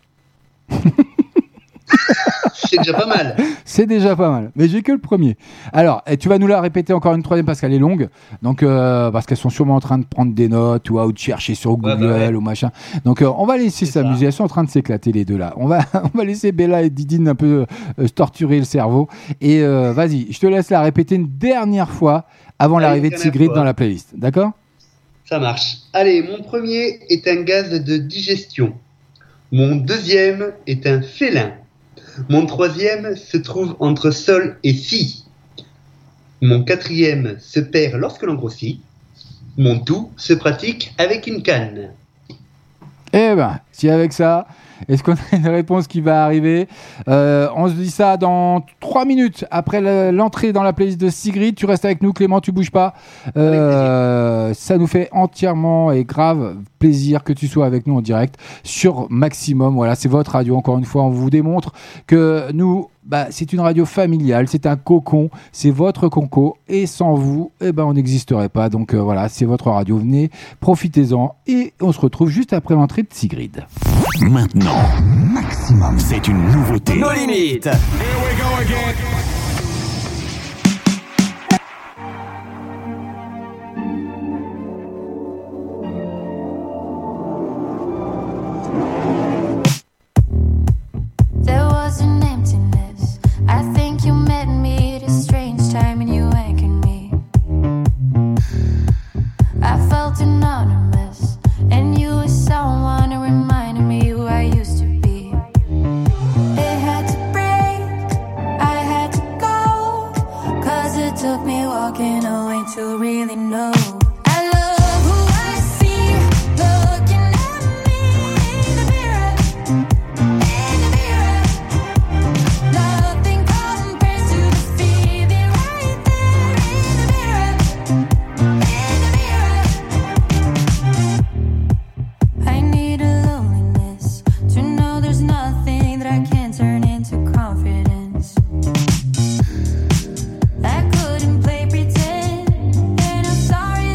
C'est déjà pas mal. C'est déjà pas mal, mais j'ai que le premier. Alors, tu vas nous la répéter encore une troisième parce qu'elle est longue, donc parce qu'elles sont sûrement en train de prendre des notes ou de chercher sur Google ou machin. Donc, on va laisser s'amuser. Elles sont en train de s'éclater les deux là. On va laisser Bella et Didine un peu se torturer le cerveau. Et vas-y, je te laisse la répéter une dernière fois avant l'arrivée de Sigrid dans la playlist. D'accord ? Ça marche. Allez, mon premier est un gaz de digestion. Mon deuxième est un félin. Mon troisième se trouve entre sol et si. Mon quatrième se perd lorsque l'on grossit. Mon tout se pratique avec une canne. Eh ben, si avec ça, est-ce qu'on a une réponse qui va arriver ? On se dit ça dans 3 minutes après l'entrée dans la playlist de Sigrid. Tu restes avec nous, Clément, tu bouges pas. Ça nous fait entièrement et grave plaisir que tu sois avec nous en direct sur Maximum. Voilà, c'est votre radio. Encore une fois, on vous démontre que nous, c'est une radio familiale, c'est un cocon, c'est votre conco. Et sans vous, on n'existerait pas. Donc voilà, c'est votre radio. Venez, profitez-en. Et on se retrouve juste après l'entrée de Sigrid. Maintenant, Maximum, c'est une nouveauté. Nos limites. Here we go again. There was an emptiness. I think you met me at a strange time and you anchored me. I felt anonymous, and you were someone who reminded me who I used to be. It had to break, I had to go, 'cause it took me walking away to really know. I love who I see, looking at me in the mirror. In the mirror, nothing compares to the feeling right there in the mirror. In the mirror, I need a loneliness to know there's nothing that I can't turn into confidence. I couldn't play pretend, and I'm sorry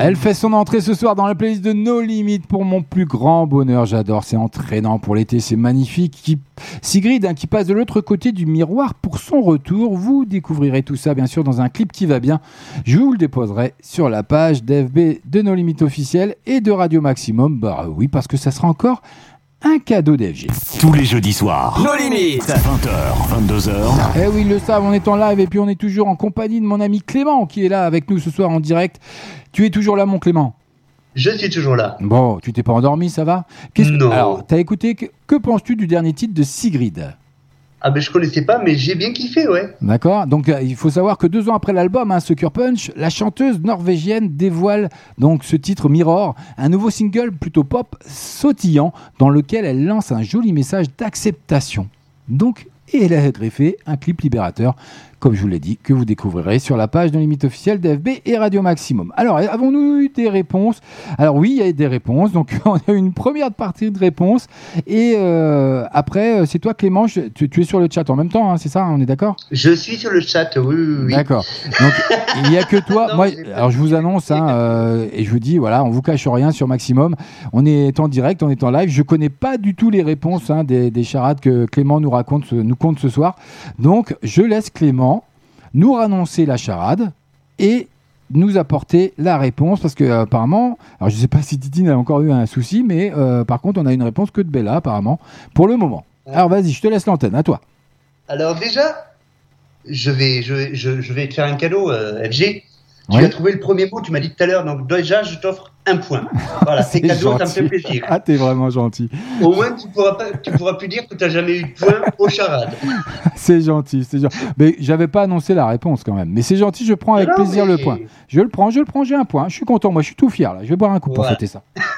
Elle fait son entrée ce soir dans la playlist de No Limit pour mon plus grand bonheur. J'adore, c'est entraînant pour l'été, c'est magnifique. Sigrid, qui passe de l'autre côté du miroir pour son retour. Vous découvrirez tout ça, bien sûr, dans un clip qui va bien. Je vous le déposerai sur la page d'FB de No Limit officiel et de Radio Maximum. Bah oui, parce que ça sera encore un cadeau d'FG. Tous les jeudis soirs. No Limit. 20h, 22h. Eh oui, ils le savent, on est en live et puis on est toujours en compagnie de mon ami Clément qui est là avec nous ce soir en direct. Tu es toujours là, mon Clément? Je suis toujours là. Bon, tu t'es pas endormi, ça va? Non. Alors, t'as écouté, que penses-tu du dernier titre de Sigrid? Ah ben je connaissais pas, mais j'ai bien kiffé, ouais. D'accord. Donc il faut savoir que 2 ans après l'album, Sucker Punch, la chanteuse norvégienne dévoile donc ce titre Mirror, un nouveau single plutôt pop sautillant dans lequel elle lance un joli message d'acceptation. Donc, et elle a greffé un clip libérateur, comme je vous l'ai dit, que vous découvrirez sur la page de Limite officielle d'FB et Radio Maximum. Alors, avons-nous eu des réponses? Alors oui, il y a eu des réponses. Donc, on a eu une première partie de réponses. Et après, c'est toi, Clément, tu es sur le chat en même temps, c'est ça? On est d'accord? Je suis sur le chat, oui. D'accord. Donc, il n'y a que toi. Non, moi, alors, je vous annonce, et je vous dis, voilà, on vous cache rien sur Maximum. On est en direct, on est en live. Je ne connais pas du tout les réponses des charades que Clément nous compte ce soir. Donc, je laisse Clément nous annoncer la charade et nous apporter la réponse parce que apparemment, alors je ne sais pas si Titine a encore eu un souci, mais par contre on a une réponse que de Bella apparemment pour le moment. Alors vas-y, je te laisse l'antenne, à toi. Alors déjà, je vais te faire un cadeau, FG. Tu as trouvé le premier mot, tu m'as dit tout à l'heure, donc déjà je t'offre un point. Voilà, c'est cadeau, gentil. Ça me fait plaisir. Ah, t'es vraiment gentil. Au moins tu pourras plus dire que tu n'as jamais eu de point aux charades. C'est gentil. Mais j'avais pas annoncé la réponse quand même. Mais c'est gentil, je prends avec plaisir le point. Je le prends, j'ai un point. Je suis content, moi je suis tout fier là. Je vais boire un coup pour fêter ça.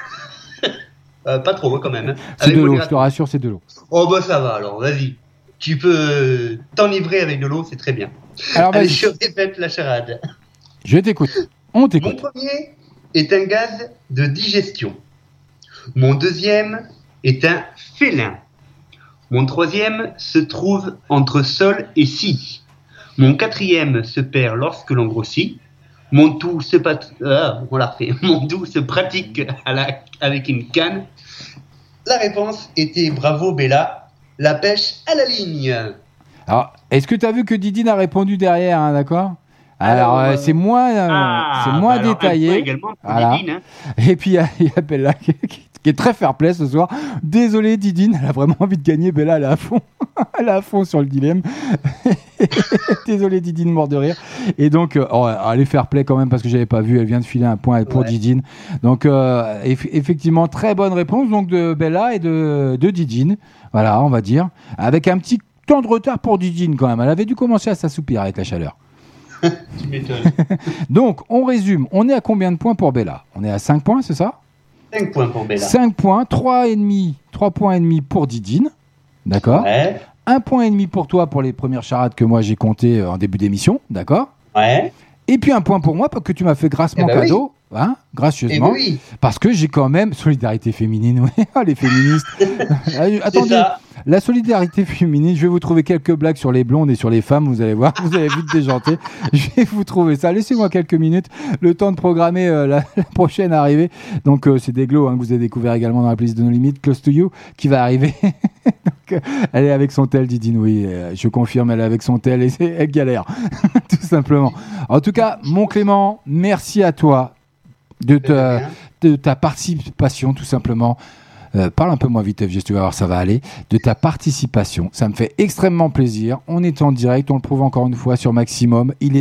Pas trop quand même. C'est de l'eau, je te rassure, c'est de l'eau. Oh bah ça va alors, vas-y. Tu peux t'enivrer avec de l'eau, c'est très bien. Alors allez, je répète la charade. Je t'écoute. On t'écoute. Mon premier est un gaz de digestion. Mon deuxième est un félin. Mon troisième se trouve entre sol et scie. Mon quatrième se perd lorsque l'on grossit. Mon tout se pratique avec une canne. La réponse était bravo Bella, la pêche à la ligne. Alors, est-ce que tu as vu que Didine a répondu derrière, d'accord? Alors, c'est moins détaillé. Voilà. Didine, Et puis, il y a Bella qui est très fair-play ce soir. Désolé, Didine, elle a vraiment envie de gagner. Bella, elle est à fond. Elle est à fond sur le dilemme. Désolé, Didine, mort de rire. Et donc, elle est fair-play quand même parce que j'avais pas vu. Elle vient de filer un point pour Didine. Donc, effectivement, très bonne réponse donc de Bella et de Didine. Voilà, on va dire. Avec un petit temps de retard pour Didine quand même. Elle avait dû commencer à s'assoupir avec la chaleur. Tu m'étonnes. Donc, on résume. On est à combien de points pour Bella? On est à 5 points, c'est ça? 5 points pour Bella. 5 points, 3 points et demi pour Didine. D'accord. Ouais. 1 point et demi pour toi pour les premières charades que moi j'ai comptées en début d'émission. D'accord. Ouais. Et puis 1 point pour moi parce que tu m'as fait grassement cadeau. Oui. Gracieusement. Oui. Parce que j'ai quand même solidarité féminine. Les féministes. Attendez. La solidarité féminine, je vais vous trouver quelques blagues sur les blondes et sur les femmes, vous allez voir, vous allez vite déjanter. Je vais vous trouver ça. Laissez-moi quelques minutes, le temps de programmer la prochaine arrivée. Donc, c'est Deglo, que vous avez découvert également dans la playlist de No Limit, Close to You, qui va arriver. Donc, elle est avec son tel, Didine, oui, je confirme, elle est avec son tel et elle galère, tout simplement. En tout cas, mon Clément, merci à toi de ta participation, tout simplement. Parle un peu moins vite, FG, tu vas voir, ça va aller. De ta participation, ça me fait extrêmement plaisir. On est en direct, on le prouve encore une fois sur Maximum. Il est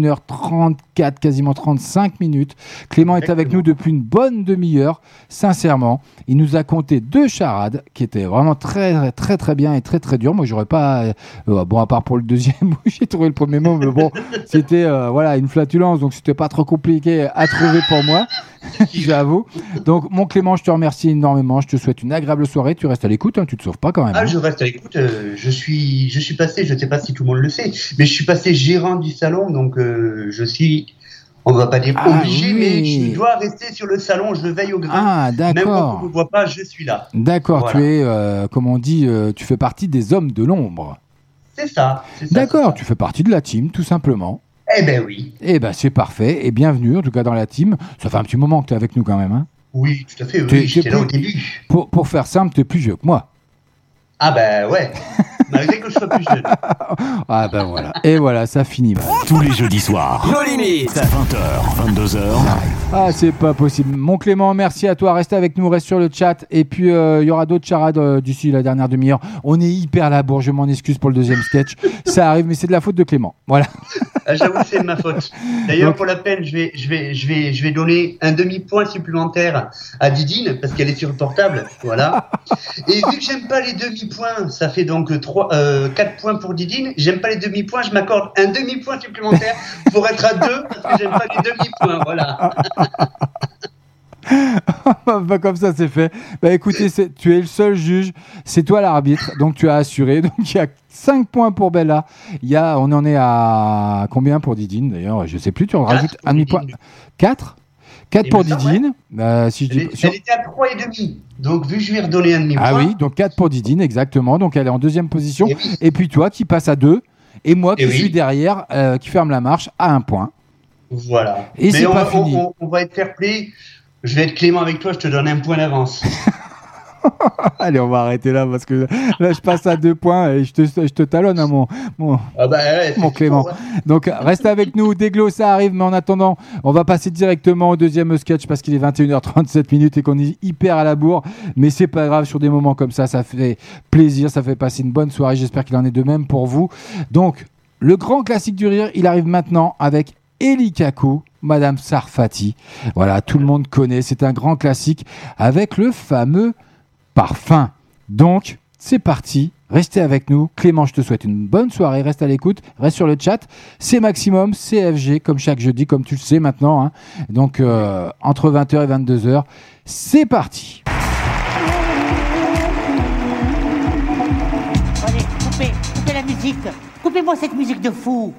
21h34, quasiment 35 minutes. Clément est avec nous depuis une bonne demi-heure, sincèrement. Il nous a conté 2 charades qui étaient vraiment très, très, très bien et très, très dures. Moi, j'aurais pas... bon, à part pour le deuxième, où j'ai trouvé le premier mot, mais bon, c'était une flatulence, donc c'était pas trop compliqué à trouver pour moi. J'avoue. Donc, mon Clément, je te remercie énormément. Je te souhaite une agréable soirée. Tu restes à l'écoute, tu te sauves pas quand même. Je reste à l'écoute. Je suis passé, je ne sais pas si tout le monde le sait, mais je suis passé gérant du salon, donc je suis, on ne va pas dire obligé, mais je dois rester sur le salon. Je veille au grain. D'accord. Même quand on ne me voit pas, je suis là. D'accord. Voilà. Tu es, comme on dit, tu fais partie des hommes de l'ombre. C'est ça. D'accord. Tu fais partie de la team, tout simplement. Eh ben oui. Eh ben c'est parfait, et bienvenue en tout cas dans la team. Ça fait un petit moment que tu es avec nous quand même. Hein. Oui, tout à fait, oui, j'étais là au début. Pour faire simple, tu es plus vieux que moi. Ah ben ouais, malgré que je sois plus jeune. Ah ben voilà, et voilà, ça finit mal. Tous les jeudis soirs. Nos limites. 20h, 22h. Ah, c'est pas possible. Mon Clément, merci à toi. Reste avec nous, reste sur le chat. Et puis, il y aura d'autres charades d'ici la dernière demi-heure. On est hyper à la bourre. Je m'en excuse pour le deuxième sketch. Ça arrive, mais c'est de la faute de Clément. Voilà. J'avoue, c'est de ma faute. D'ailleurs, pour la peine, je vais donner un demi-point supplémentaire à Didine parce qu'elle est sur le portable. Voilà. Et vu que j'aime pas les demi-points, ça fait donc 4 points pour Didine. J'aime pas les demi-points, je m'accorde un demi-point supplémentaire pour être à 2 parce que j'aime pas les demi-points. Voilà. Bah, comme ça, c'est fait. Bah écoutez, tu es le seul juge. C'est toi l'arbitre. Donc tu as assuré. Donc il y a 5 points pour Bella. On en est à combien pour Didine d'ailleurs? Je sais plus. Tu en rajoutes un demi-point. 4 pour Didine. Si je dis, elle était à 3,5. Donc vu que je lui ai redonné un demi-point. Ah oui, donc 4 pour Didine, exactement. Donc elle est en deuxième position. Et puis toi qui passes à 2. Et moi qui suis derrière, qui ferme la marche à 1 point. Voilà. Et c'est pas fini. On va être fair play. Je vais être clément avec toi, je te donne 1 point d'avance. Allez, on va arrêter là parce que là, je passe à 2 points et je te talonne à mon Clément. Fou, hein. Donc, reste avec nous. Déglo, ça arrive. Mais en attendant, on va passer directement au deuxième sketch parce qu'il est 21h37 minutes et qu'on est hyper à la bourre. Mais c'est pas grave, sur des moments comme ça, ça fait plaisir. Ça fait passer une bonne soirée. J'espère qu'il en est de même pour vous. Donc, le grand classique du rire, il arrive maintenant avec Eli Kaku, Madame Sarfati. Voilà, tout le monde connaît. C'est un grand classique avec le fameux parfum. Donc, c'est parti. Restez avec nous. Clément, je te souhaite une bonne soirée. Reste à l'écoute. Reste sur le chat. C'est Maximum, c'est FG, comme chaque jeudi, comme tu le sais maintenant. Hein. Donc, entre 20h et 22h, c'est parti. Allez, coupez la musique. Coupez-moi cette musique de fou.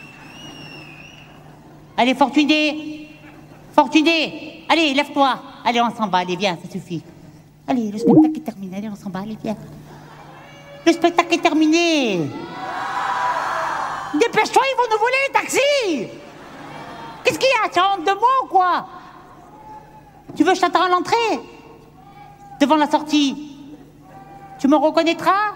Allez, Fortuné, allez, lève-toi. Allez, on s'en va, allez, viens, ça suffit. Allez, le spectacle est terminé, allez, on s'en va, allez, viens. Le spectacle est terminé. Dépêche-toi, ils vont nous voler les taxis. Qu'est-ce qu'il y a? Tu as honte de moi ou quoi? Tu veux que je t'attends à l'entrée? Devant la sortie? Tu me reconnaîtras?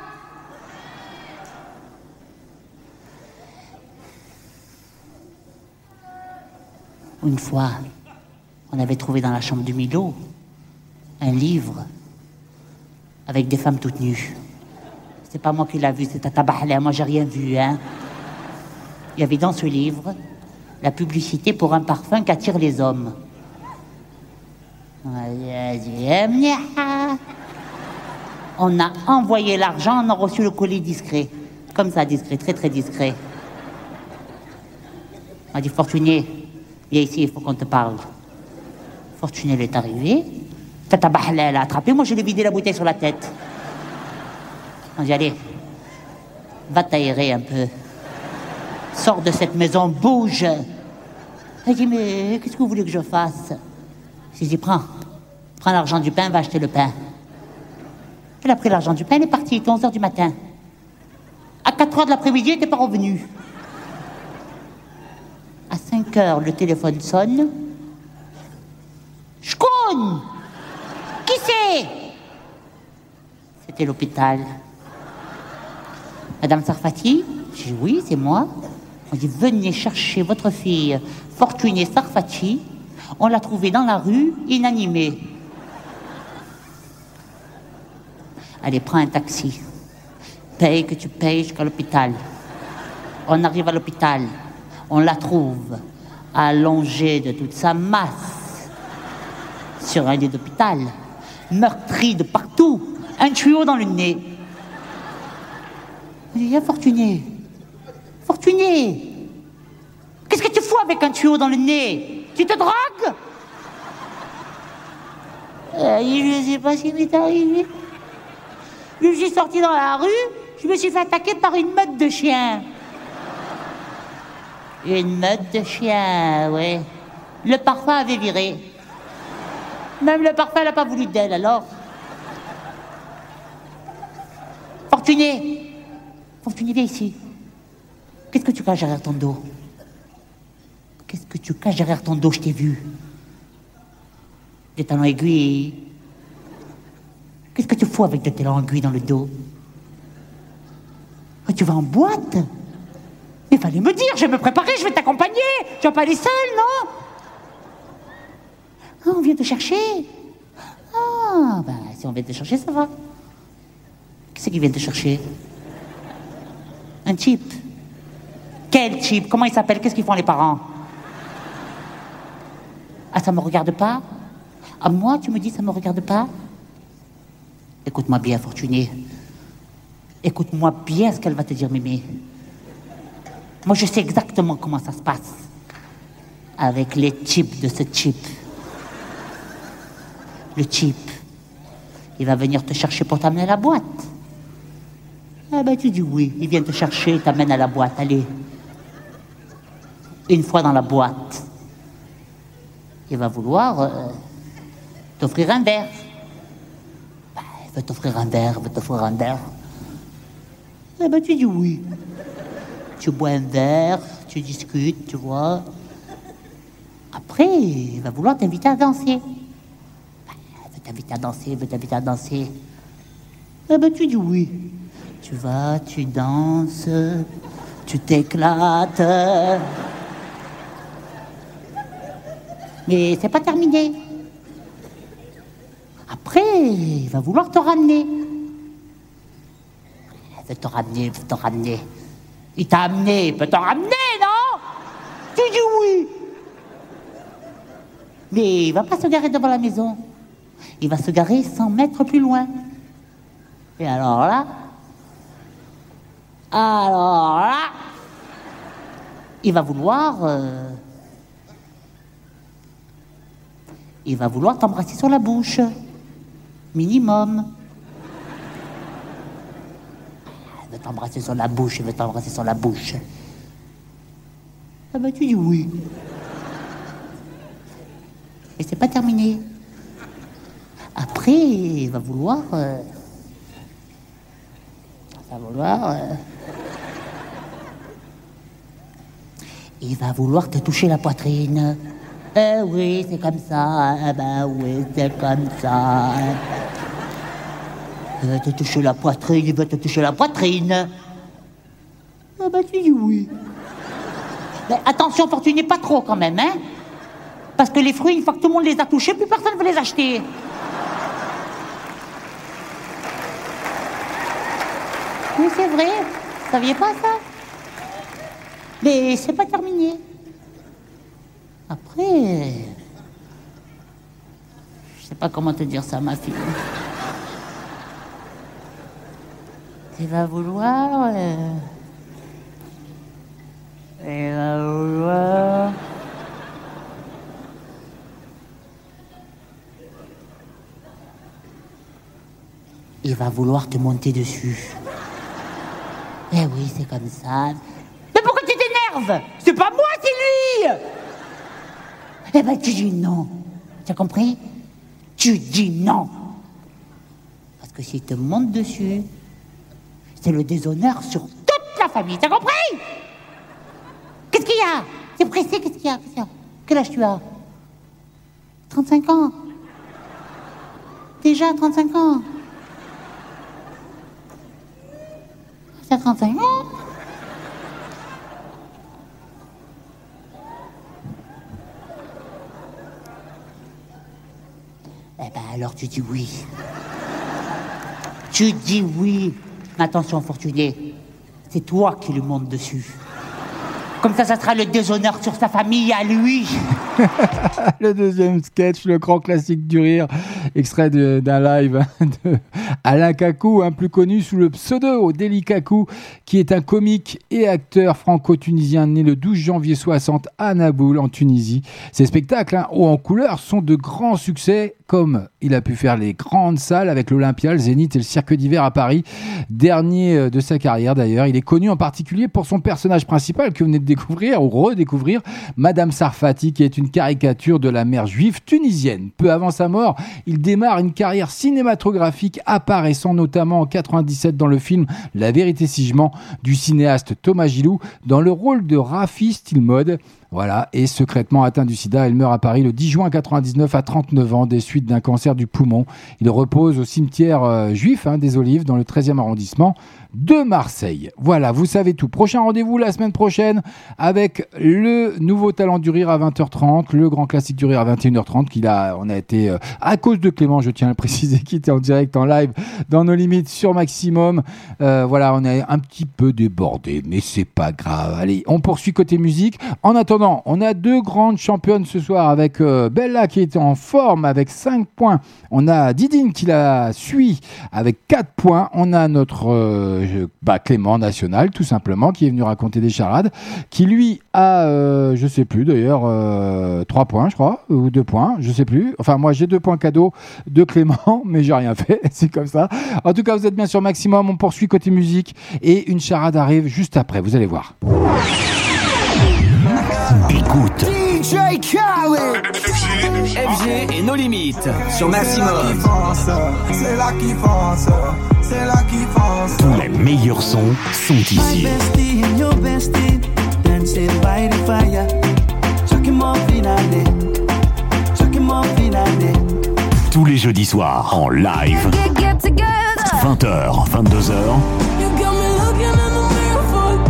Une fois, on avait trouvé dans la chambre du Milo un livre avec des femmes toutes nues. C'est pas moi qui l'ai vu, c'est Tata Bahla, moi j'ai rien vu, hein. Il y avait dans ce livre la publicité pour un parfum qu'attirent les hommes. On a envoyé l'argent, on a reçu le colis discret. Comme ça, discret, très très discret. On a dit, Fortuné, viens ici, il faut qu'on te parle. Fortuné, elle est arrivée. Tata Bahla, elle a attrapé. Moi, je lui ai vidé la bouteille sur la tête. On dit, allez, va t'aérer un peu. Sors de cette maison, bouge. Elle dit, mais qu'est-ce que vous voulez que je fasse? J'ai dit, prends l'argent du pain, va acheter le pain. Elle a pris l'argent du pain, elle est partie, il était 11h du matin. À 4h de l'après-midi, elle n'était pas revenue. À 5h, le téléphone sonne. Shkoun! Qui c'est? C'était l'hôpital. Madame Sarfati? J'ai dit oui, c'est moi. On dit venez chercher votre fille Fortunée Sarfati. On l'a trouvée dans la rue, inanimée. Allez, prends un taxi. Paye que tu payes jusqu'à l'hôpital. On arrive à l'hôpital. On la trouve allongée de toute sa masse sur un lit d'hôpital, meurtrie de partout, un tuyau dans le nez. Il dit, Fortuné, qu'est-ce que tu fous avec un tuyau dans le nez? Tu te drogues? Je ne sais pas ce qui m'est arrivé. Je suis sortie dans la rue, je me suis fait attaquer par une meute de chiens. Une meute de chiens, ouais. Le parfum avait viré. Même le parfum n'a pas voulu d'elle, alors. Fortuné, viens ici. Qu'est-ce que tu caches derrière ton dos? Qu'est-ce que tu caches derrière ton dos, je t'ai vu? Des talons aiguilles. Qu'est-ce que tu fous avec des talons aiguilles dans le dos? Oh, tu vas en boîte? Il fallait me dire, je vais me préparer, je vais t'accompagner. Tu vas pas aller seule, non? Ah, on vient te chercher. Ah, bah, si on vient te chercher, ça va. Qui c'est qui vient te chercher? Un type. Quel type? Comment il s'appelle? Qu'est-ce qu'ils font les parents? Ah, ça me regarde pas? Ah, moi, tu me dis, ça me regarde pas? Écoute-moi bien, Fortuné. Écoute-moi bien ce qu'elle va te dire, Mémé. Moi, je sais exactement comment ça se passe avec les types de ce type. Le type, il va venir te chercher pour t'amener à la boîte. Ah ben, tu dis oui, il vient te chercher, t'amène à la boîte, allez. Une fois dans la boîte, il va vouloir t'offrir un verre. Ben, il veut t'offrir un verre, il veut t'offrir un verre. Ah ben, tu dis oui. Tu bois un verre, tu discutes, tu vois. Après, il va vouloir t'inviter à danser. Il veut t'inviter à danser, il veut t'inviter à danser. Ah ben, tu dis oui. Tu vas, tu danses, tu t'éclates. Mais c'est pas terminé. Après, il va vouloir te ramener. Il veut te ramener, il veut te ramener. Il t'a amené, il peut te ramener, non? Tu dis oui. Mais il va pas se garer devant la maison. Il va se garer 100 mètres plus loin. Et alors là, il va vouloir t'embrasser sur la bouche. Minimum. Il veut t'embrasser sur la bouche, il veut t'embrasser sur la bouche. Ah bah tu dis oui. Et c'est pas terminé. Après, il va vouloir... Il va vouloir te toucher la poitrine. Oui, c'est comme ça. Ah bah oui, c'est comme ça. Il va te toucher la poitrine, il va te toucher la poitrine. Ah bah tu dis oui. Mais attention, Fortuné, pas trop quand même, hein. Parce que les fruits, une fois que tout le monde les a touchés, plus personne ne veut les acheter. Oui, c'est vrai. Vous saviez pas ça? Mais c'est pas terminé. Après... Je sais pas comment te dire ça, ma fille. Il va vouloir... Il va vouloir... Il va vouloir te monter dessus. Eh oui, c'est comme ça. Mais pourquoi tu t'énerves? C'est pas moi, c'est lui! Eh ben, tu dis non. Tu as compris? Tu dis non. Parce que s'il te monte dessus, c'est le déshonneur sur toute la famille. T'as compris? Qu'est-ce qu'il y a? T'es pressé? Qu'est-ce qu'il y a? Quel âge tu as? 35 ans. Déjà 35 ans. T'as 35 ans? Eh ben alors tu dis oui. Tu dis oui. Mais attention, Fortuné, c'est toi qui lui montes dessus. Comme ça sera le déshonneur sur sa famille à lui. Le deuxième sketch, le grand classique du rire, extrait d'un live de Alain Kakou, plus connu sous le pseudo Deli Kakou, qui est un comique et acteur franco-tunisien né le 12 janvier 60 à Naboul, en Tunisie. Ses spectacles, hauts en couleur, sont de grands succès, comme il a pu faire les grandes salles avec l'Olympia, le Zénith et le Cirque d'hiver à Paris, dernier de sa carrière d'ailleurs. Il est connu en particulier pour son personnage principal que vous venez de découvrir ou redécouvrir, Madame Sarfati, qui est une caricature de la mère juive tunisienne. Peu avant sa mort, il démarre une carrière cinématographique, apparaissant notamment en 97 dans le film La vérité si je mens du cinéaste Thomas Gilou, dans le rôle de Rafi Stylmode. Voilà, et secrètement atteint du sida, elle meurt à Paris le 10 juin 99 à 39 ans des suites d'un cancer du poumon. Il repose au cimetière juif des Olives dans le 13e arrondissement de Marseille. Voilà, vous savez tout. Prochain rendez-vous la semaine prochaine avec le nouveau talent du rire à 20h30, le grand classique du rire à 21h30 on a été à cause de Clément, je tiens à le préciser, qui était en direct en live dans nos limites sur Maximum. Voilà, on est un petit peu débordé, mais c'est pas grave. Allez, on poursuit côté musique. En attendant, on a 2 grandes championnes ce soir avec Bella qui est en forme avec 5 points. On a Didine qui la suit avec 4 points. On a notre Clément National, tout simplement, qui est venu raconter des charades, qui lui a, je sais plus d'ailleurs, 3 points, je crois, ou 2 points, je sais plus. Enfin, moi, j'ai 2 points cadeaux de Clément, mais j'ai rien fait, c'est comme ça. En tout cas, vous êtes bien sur Maximum, on poursuit côté musique, et une charade arrive juste après, vous allez voir. Écoute. DJ Khaled, FG et nos limites sur Maximum. C'est là qui fonce, c'est là qui fonce. Tous les meilleurs sons sont ici. My bestie and your bestie dancing by the fire. Chucking finale. Tous les jeudis soirs en live. 20h, 22h. You got me looking in the mirror for a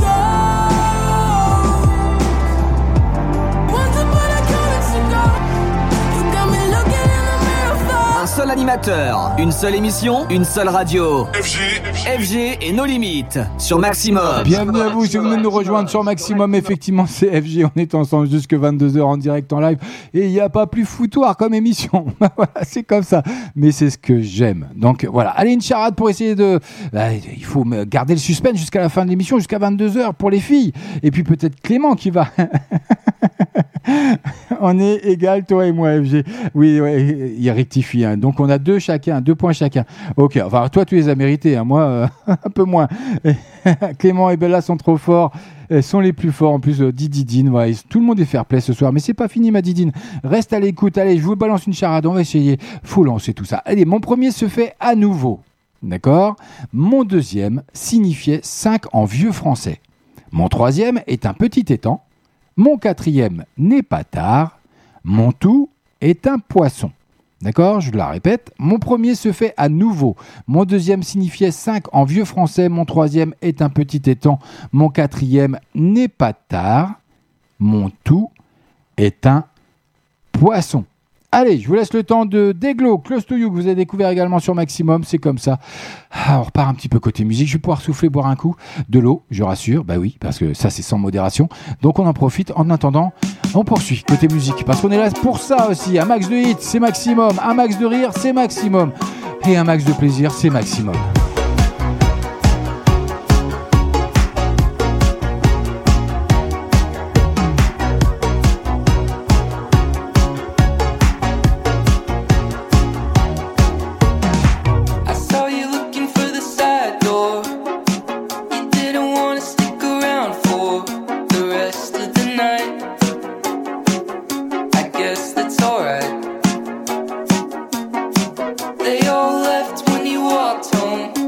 Un seul animateur, une seule émission, une seule radio. FG et nos limites sur Maximum. Bienvenue à vous si vous venez de nous rejoindre sur Maximum. Effectivement, c'est FG. On est ensemble jusque 22h en direct en live. Et il n'y a pas plus foutoir comme émission. Voilà, c'est comme ça. Mais c'est ce que j'aime. Donc voilà. Allez, une charade pour essayer de. Il faut garder le suspense jusqu'à la fin de l'émission, jusqu'à 22h pour les filles. Et puis peut-être Clément qui va. On est égal, toi et moi, FG. Oui, ouais, il rectifie. Donc on a 2 points chacun. Ok, enfin toi tu les as mérités, moi un peu moins. Clément et Bella sont trop forts, sont les plus forts en plus. Didine, ouais, tout le monde est fair play ce soir, mais c'est pas fini ma Didine. Reste à l'écoute, allez, je vous balance une charade, on va essayer. Faut lancer tout ça. Allez, mon premier se fait à nouveau, d'accord. Mon deuxième signifiait 5 en vieux français. Mon troisième est un petit étang. Mon quatrième n'est pas tard. Mon tout est un poisson. D'accord, je la répète. Mon premier se fait à nouveau. Mon deuxième signifiait 5 en vieux français. Mon troisième est un petit étang. Mon quatrième n'est pas tard. Mon tout est un poisson. Allez, je vous laisse le temps de Déglo, Close to You, que vous avez découvert également sur Maximum, c'est comme ça. On repart un petit peu côté musique, je vais pouvoir souffler, boire un coup, de l'eau, je rassure, bah oui, parce que ça c'est sans modération. Donc on en profite, en attendant, on poursuit côté musique, parce qu'on est là pour ça aussi. Un max de hits, c'est Maximum, un max de rire, c'est Maximum, et un max de plaisir, c'est Maximum. They all left when you walked home.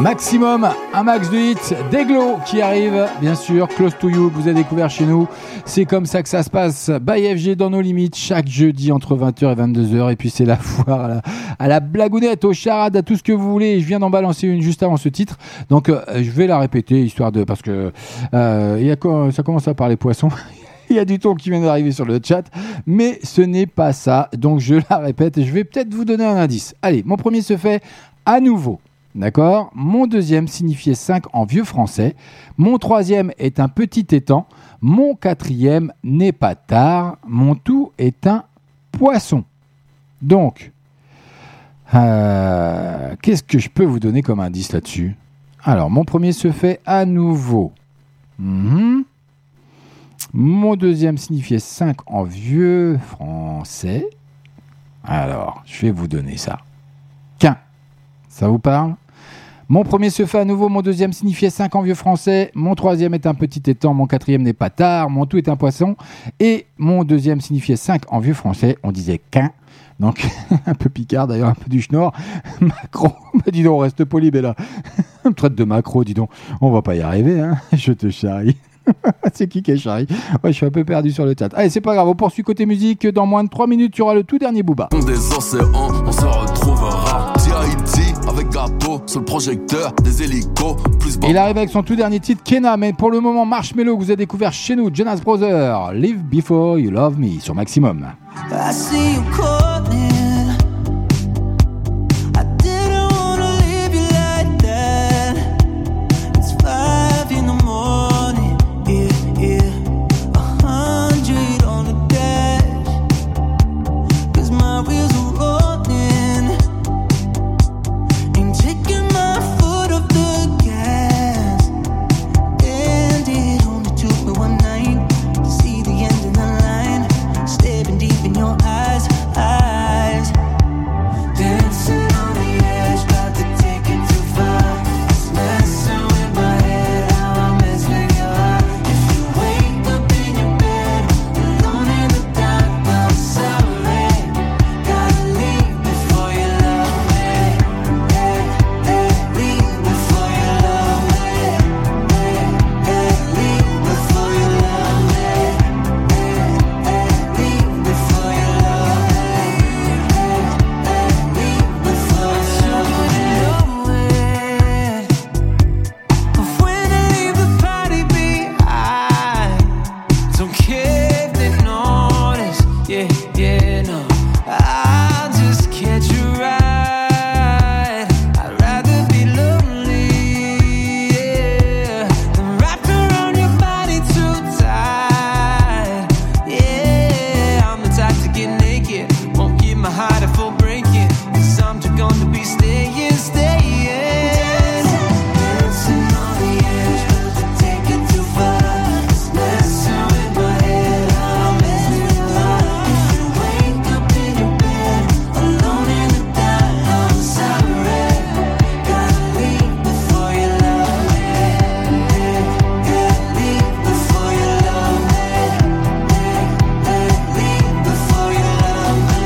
Maximum, un max de hits, d'Eglo qui arrive, bien sûr, Close to You, que vous avez découvert chez nous. C'est comme ça que ça se passe, by FG dans nos limites, chaque jeudi entre 20h et 22h. Et puis c'est la foire à la blagounette, aux charades, à tout ce que vous voulez. Je viens d'en balancer une juste avant ce titre. Donc je vais la répéter, histoire de... Parce que ça commence à parler poisson. Il y a du ton qui vient d'arriver sur le chat, mais ce n'est pas ça. Donc je la répète et je vais peut-être vous donner un indice. Allez, mon premier se fait à nouveau. D'accord ? Mon deuxième signifiait 5 en vieux français. Mon troisième est un petit étang. Mon quatrième n'est pas tard. Mon tout est un poisson. Donc, qu'est-ce que je peux vous donner comme indice là-dessus ? Alors, mon premier se fait à nouveau. Mon deuxième signifiait 5 en vieux français. Alors, je vais vous donner ça. Qu'un. Ça vous parle ? Mon premier se fait à nouveau, mon deuxième signifiait 5 en vieux français, mon troisième est un petit étang, mon quatrième n'est pas tard, mon tout est un poisson, et mon deuxième signifiait 5 en vieux français, on disait qu'un, donc un peu picard d'ailleurs, un peu du schnorr. Macro, dis donc, reste poli, Bella. Me traite de macro, dis donc, on va pas y arriver, hein. Je te charrie. C'est qui est charrie? Ouais, je suis un peu perdu sur le chat. Allez, c'est pas grave, on poursuit côté musique. Dans moins de 3 minutes, tu auras le tout dernier Booba. Des océans, on se retrouvera. Haïti avec Gapo sur le projecteur, des hélicos. Il arrive avec son tout dernier titre, Kena. Mais pour le moment, Marshmello, que vous avez découvert chez nous, Jonas Brothers, Live Before You Love Me sur Maximum. I see you calling. I didn't wanna leave you like that. It's 5 in the morning. Yeah, 100 on the dash. 'Cause my wheels are rolling. Ain't taking my foot off the gas. And it only took me one night to see the end of the line. Staring deep in your eyes. Dancing on the edge, about to take it too far. It's messing with my head, how I mess with your heart. If you wake up in your bed, alone in the dark, I'm sorry. Gotta leave before you love me. Leave before you love me. Leave before you love me. Leave before you love me. Leave before you love me. But when I leave the party behind, don't care if they notice. Yeah, no, I'll just catch a ride. I'd rather be lonely, yeah, than wrapped around your body too tight. Yeah, I'm the type to get naked, won't give my heart a full breaking. 'Cause I'm just gonna be staying. Dancing on the edge, about to take it too far. It's messing with my head, how I mess with your heart. If you wake up in your bed, alone in the dark, I'm sorry. Gotta leave before you love me. Leave before you love me. Leave before you love me.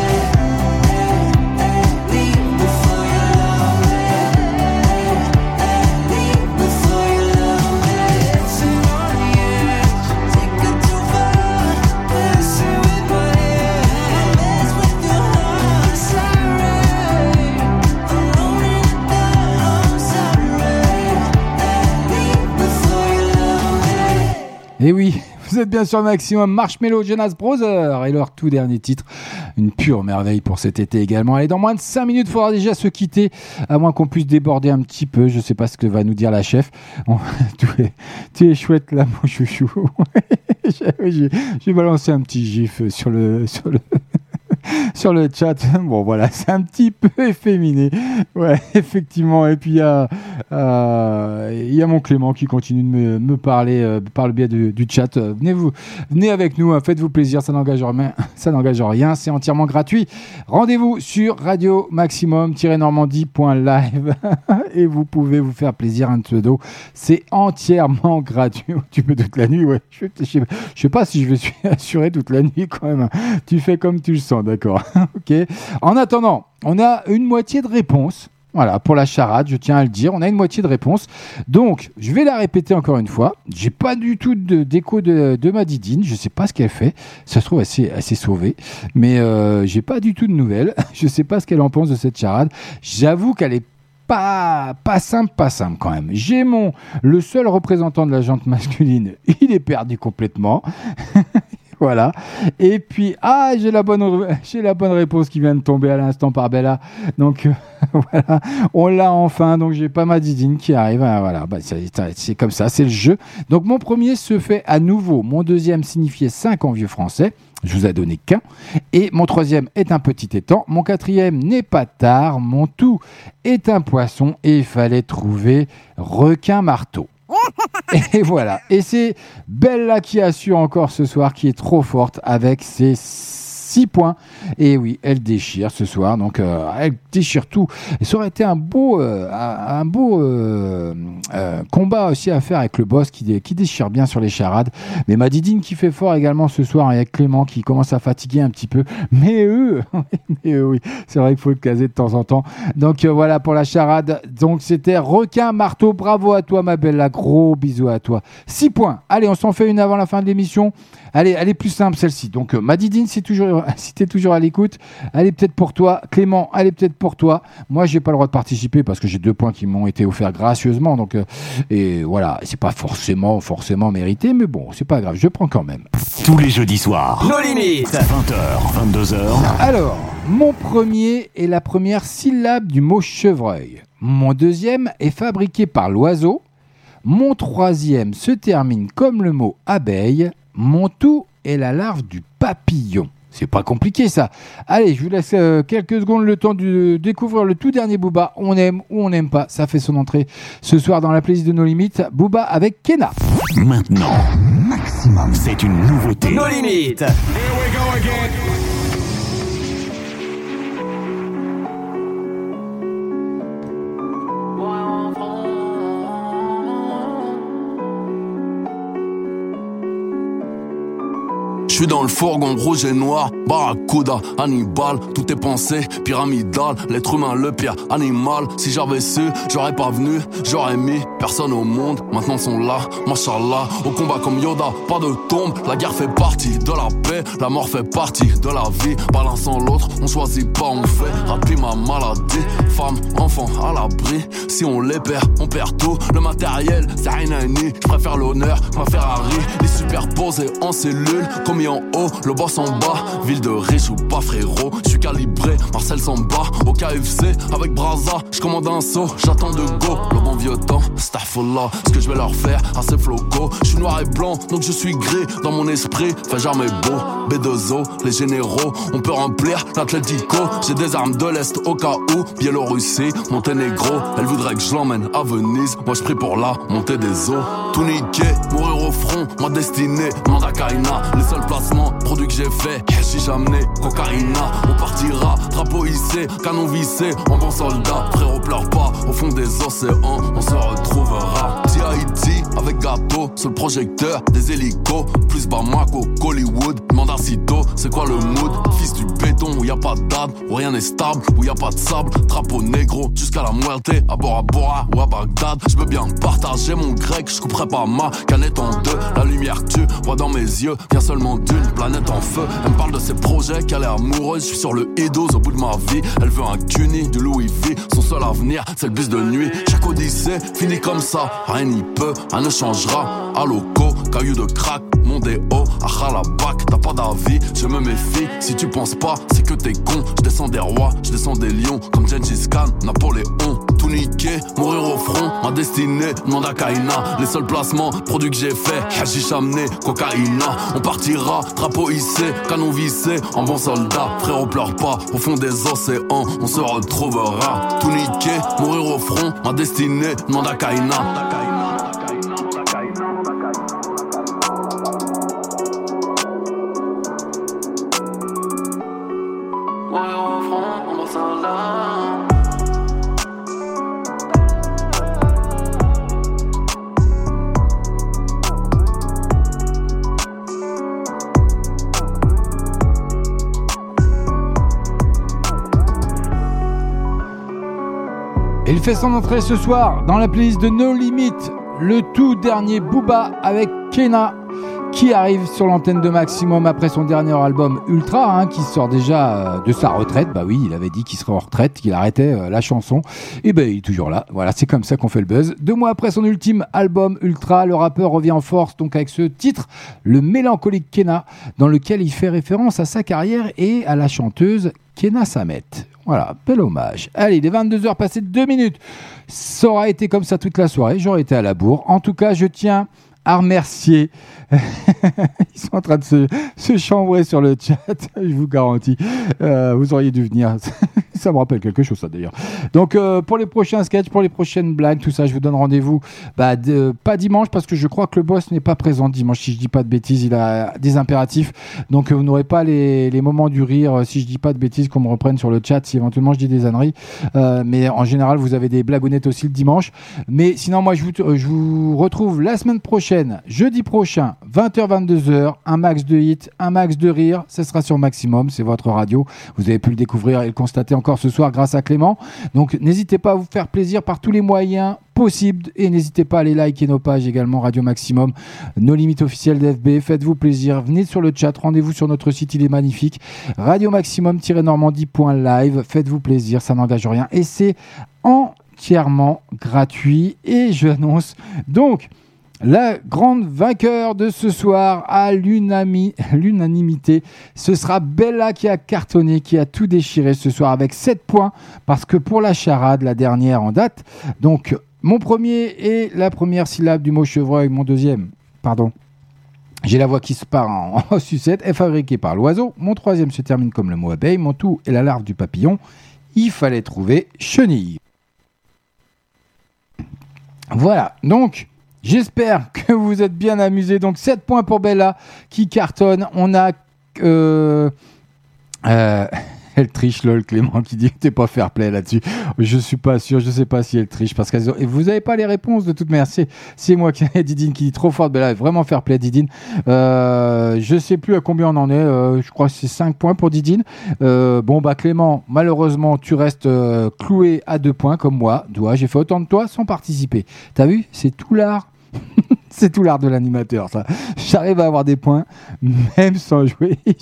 Leave before you love me. Leave before you love me. Dancing on the edge, take it too far. Messing with my head, mess with your heart. Sorry, alone in the dark, I'm sorry. Leave before you love me. Et oui, vous êtes bien sur Maximum, Marshmello, Jonas Brothers et leur tout dernier titre, une pure merveille pour cet été également. Allez, dans moins de 5 minutes, il faudra déjà se quitter, à moins qu'on puisse déborder un petit peu, je sais pas ce que va nous dire la chef. Tu es chouette là, mon chouchou. J'ai balancé un petit gif sur le sur le chat. Bon voilà, c'est un petit peu efféminé. Ouais, effectivement. Et puis il y a mon Clément qui continue de me parler par le biais du chat. Venez avec nous, hein, faites-vous plaisir, ça n'engage rien, c'est entièrement gratuit. Rendez-vous sur Radio Maximum-normandie.live et vous pouvez vous faire plaisir, un pseudo. C'est entièrement gratuit. Tu me doutes la nuit, ouais. Je sais pas si je me suis assuré toute la nuit quand même. Tu fais comme tu le sens, d'accord. Ok. En attendant, on a une moitié de réponse. Voilà, pour la charade, je tiens à le dire, on a une moitié de réponse. Donc, je vais la répéter encore une fois. J'ai pas du tout d'écho de ma Didine. Je sais pas ce qu'elle fait. Ça se trouve, elle s'est sauvée. Mais j'ai pas du tout de nouvelles. Je sais pas ce qu'elle en pense de cette charade. J'avoue qu'elle est pas simple quand même. J'ai le seul représentant de la jante masculine, il est perdu complètement. Voilà. Et puis, j'ai la bonne réponse qui vient de tomber à l'instant par Bella. Donc, voilà. On l'a enfin. Donc, j'ai pas ma Didine qui arrive. Voilà. C'est comme ça. C'est le jeu. Donc, mon premier se fait à nouveau. Mon deuxième signifiait 5 en vieux français. Je vous ai donné qu'un. Et mon troisième est un petit étang. Mon quatrième n'est pas tard. Mon tout est un poisson. Et il fallait trouver requin-marteau. Et voilà. Et c'est Bella qui assure encore ce soir, qui est trop forte avec ses 6 points. Et oui, elle déchire ce soir. Donc, elle déchire tout. Et ça aurait été un beau combat aussi à faire avec le boss qui déchire bien sur les charades. Mais ma Didine qui fait fort également ce soir, avec Clément qui commence à fatiguer un petit peu. Mais oui, c'est vrai qu'il faut le caser de temps en temps. Donc, voilà pour la charade. Donc, c'était requin, marteau. Bravo à toi, ma Bella. Gros bisous à toi. 6 points. Allez, on s'en fait une avant la fin de l'émission. Allez, elle est plus simple celle-ci. Donc, ma Didine, si tu es toujours à l'écoute, elle est peut-être pour toi. Clément, elle est peut-être pour toi. Moi, j'ai pas le droit de participer parce que j'ai 2 points qui m'ont été offerts gracieusement. Donc, et voilà, c'est pas forcément mérité, mais bon, c'est pas grave, je prends quand même. Tous les jeudis soirs. Nos limites. 20h, 22h. Alors, mon premier est la première syllabe du mot chevreuil. Mon deuxième est fabriqué par l'oiseau. Mon troisième se termine comme le mot abeille. Mon tout est la larve du papillon. C'est pas compliqué ça. Allez, je vous laisse quelques secondes le temps de découvrir le tout dernier Booba. On aime ou on n'aime pas. Ça fait son entrée ce soir dans la playlist de Nos Limites. Booba avec Kenna. Maintenant, Maximum, c'est une nouveauté. Nos Limites. Here we go again. Je suis dans le fourgon rouge et noir, Barracuda, Hannibal, tout est pensé, pyramidal, l'être humain le pire animal. Si j'avais su, j'aurais pas venu, j'aurais mis personne au monde. Maintenant sont là, machallah, au combat comme Yoda, pas de tombe. La guerre fait partie de la paix, la mort fait partie de la vie. Pas l'un sans l'autre, on choisit pas, on fait. Remplis ma maladie, femme, enfant à l'abri. Si on les perd, on perd tout. Le matériel, c'est rien à nier. Je préfère l'honneur que ma Ferrari. Les superposés en cellule, commis en haut, le boss en bas. Ville de riche ou pas frérot, je suis calibré, Marcel s'en bat. Au KFC, avec Braza, je commande un saut, j'attends de go. Le bon vieux temps, Starfallah, ce que je vais leur faire, assez floco. Je suis noir et blanc, donc je suis gris. Dans mon esprit, fais jamais beau. B2O, les généraux, on peut remplir l'Atlético. J'ai des armes de l'Est au cas où. Biélorussie, Monténégro, elle voudrait que je l'emmène à Venise. Moi je prie pour la montée des eaux. Tout niqué, mourir au front, ma destinée, Mandakaina. Les seuls placements, produits que j'ai fait, j'ai jamais cocaïna. On partira, drapeau hissé, canon vissé, en bon soldat. Frérot pleure pas, au fond des océans, on se retrouvera. T.I.T. avec gâteau, sur le projecteur, des hélicos, plus Bamako, Hollywood. Demande à Cito, c'est quoi le mood? Fils du béton, où y a pas d'âme, où rien n'est stable, où y a pas de sable. Drapeau négro, jusqu'à la muerte, à Bora Bora ou à Bagdad. Je veux bien partager mon grec, je couperai pas ma canette en deux. La lumière que tu vois dans mes yeux vient seulement d'une planète en feu. Elle me parle de ses projets, qu'elle est amoureuse. Je suis sur le Edos au bout de ma vie. Elle veut un Cuny, du Louis V. Son seul avenir, c'est le bus de nuit. Chaque odyssée finit comme ça. Rien n'y peut, rien ne changera. À loco, caillou de crack, mon déo, Achalabak. T'as pas d'avis, je me méfie. Si tu penses pas, c'est que t'es con. Je descends des rois, je descends des lions. Comme Gengis Khan, Napoléon. Tout niqué, mourir au front. Ma destinée, Mandakaina. Les seuls placements, produits que j'ai fait. Hashish amené, cocaïna. On partira, drapeau hissé, canon vissé. En bon soldat, frérot pleure pas. Au fond des océans, on se retrouvera. Tout niqué, mourir au front. Ma destinée, Mandakaina. Il fait son entrée ce soir dans la playlist de No Limit, le tout dernier Booba avec Kena qui arrive sur l'antenne de Maximum après son dernier album Ultra, qui sort déjà de sa retraite. Bah oui, il avait dit qu'il serait en retraite, qu'il arrêtait la chanson. Et ben il est toujours là. Voilà, c'est comme ça qu'on fait le buzz. 2 mois après son ultime album Ultra, le rappeur revient en force donc avec ce titre, le mélancolique Kena, dans lequel il fait référence à sa carrière et à la chanteuse Kena Samet. Voilà, bel hommage. Allez, il est 22h passé de 2 minutes. Ça aura été comme ça toute la soirée. J'aurais été à la bourre. En tout cas, je tiens à remercier. Ils sont en train de se chambrer sur le chat, je vous garantis. Vous auriez dû venir. Ça me rappelle quelque chose, ça d'ailleurs. Donc, pour les prochains sketchs, pour les prochaines blagues, tout ça, je vous donne rendez-vous. Pas dimanche, parce que je crois que le boss n'est pas présent dimanche. Si je dis pas de bêtises, il a des impératifs. Donc, vous n'aurez pas les moments du rire. Si je dis pas de bêtises, qu'on me reprenne sur le chat. Si éventuellement je dis des âneries. Mais en général, vous avez des blagounettes aussi le dimanche. Mais sinon, moi, je vous retrouve la semaine prochaine, jeudi prochain, 20h, 22h, un max de hits, un max de rire, ce sera sur Maximum, c'est votre radio, vous avez pu le découvrir et le constater encore ce soir grâce à Clément, donc n'hésitez pas à vous faire plaisir par tous les moyens possibles et n'hésitez pas à aller liker nos pages également, Radio Maximum, nos limites officielles d'FB, faites-vous plaisir, venez sur le chat, rendez-vous sur notre site, il est magnifique, Radio Maximum-normandie.live, faites-vous plaisir, ça n'engage rien et c'est entièrement gratuit et je annonce donc la grande vainqueur de ce soir à l'unanimité, ce sera Bella qui a cartonné, qui a tout déchiré ce soir avec 7 points, parce que pour la charade, la dernière en date, donc mon premier est la première syllabe du mot chevreuil, mon deuxième, j'ai la voix qui se part en sucette, est fabriquée par l'oiseau, mon troisième se termine comme le mot abeille, mon tout est la larve du papillon, il fallait trouver chenille. Voilà, donc j'espère que vous vous êtes bien amusés. Donc 7 points pour Bella qui cartonne. On a elle triche, lol, Clément qui dit que t'es pas fair play là-dessus. Je suis pas sûr, je sais pas si elle triche parce que vous avez pas les réponses de toute manière. C'est moi qui ai Didine qui dit trop forte. Bella, vraiment fair play Didine. Je sais plus à combien on en est. Je crois que c'est 5 points pour Didine. Clément, malheureusement tu restes cloué à 2 points comme moi. J'ai fait autant de toi sans participer. T'as vu, c'est tout l'art. C'est tout l'art de l'animateur, ça. J'arrive à avoir des points, même sans jouer. Il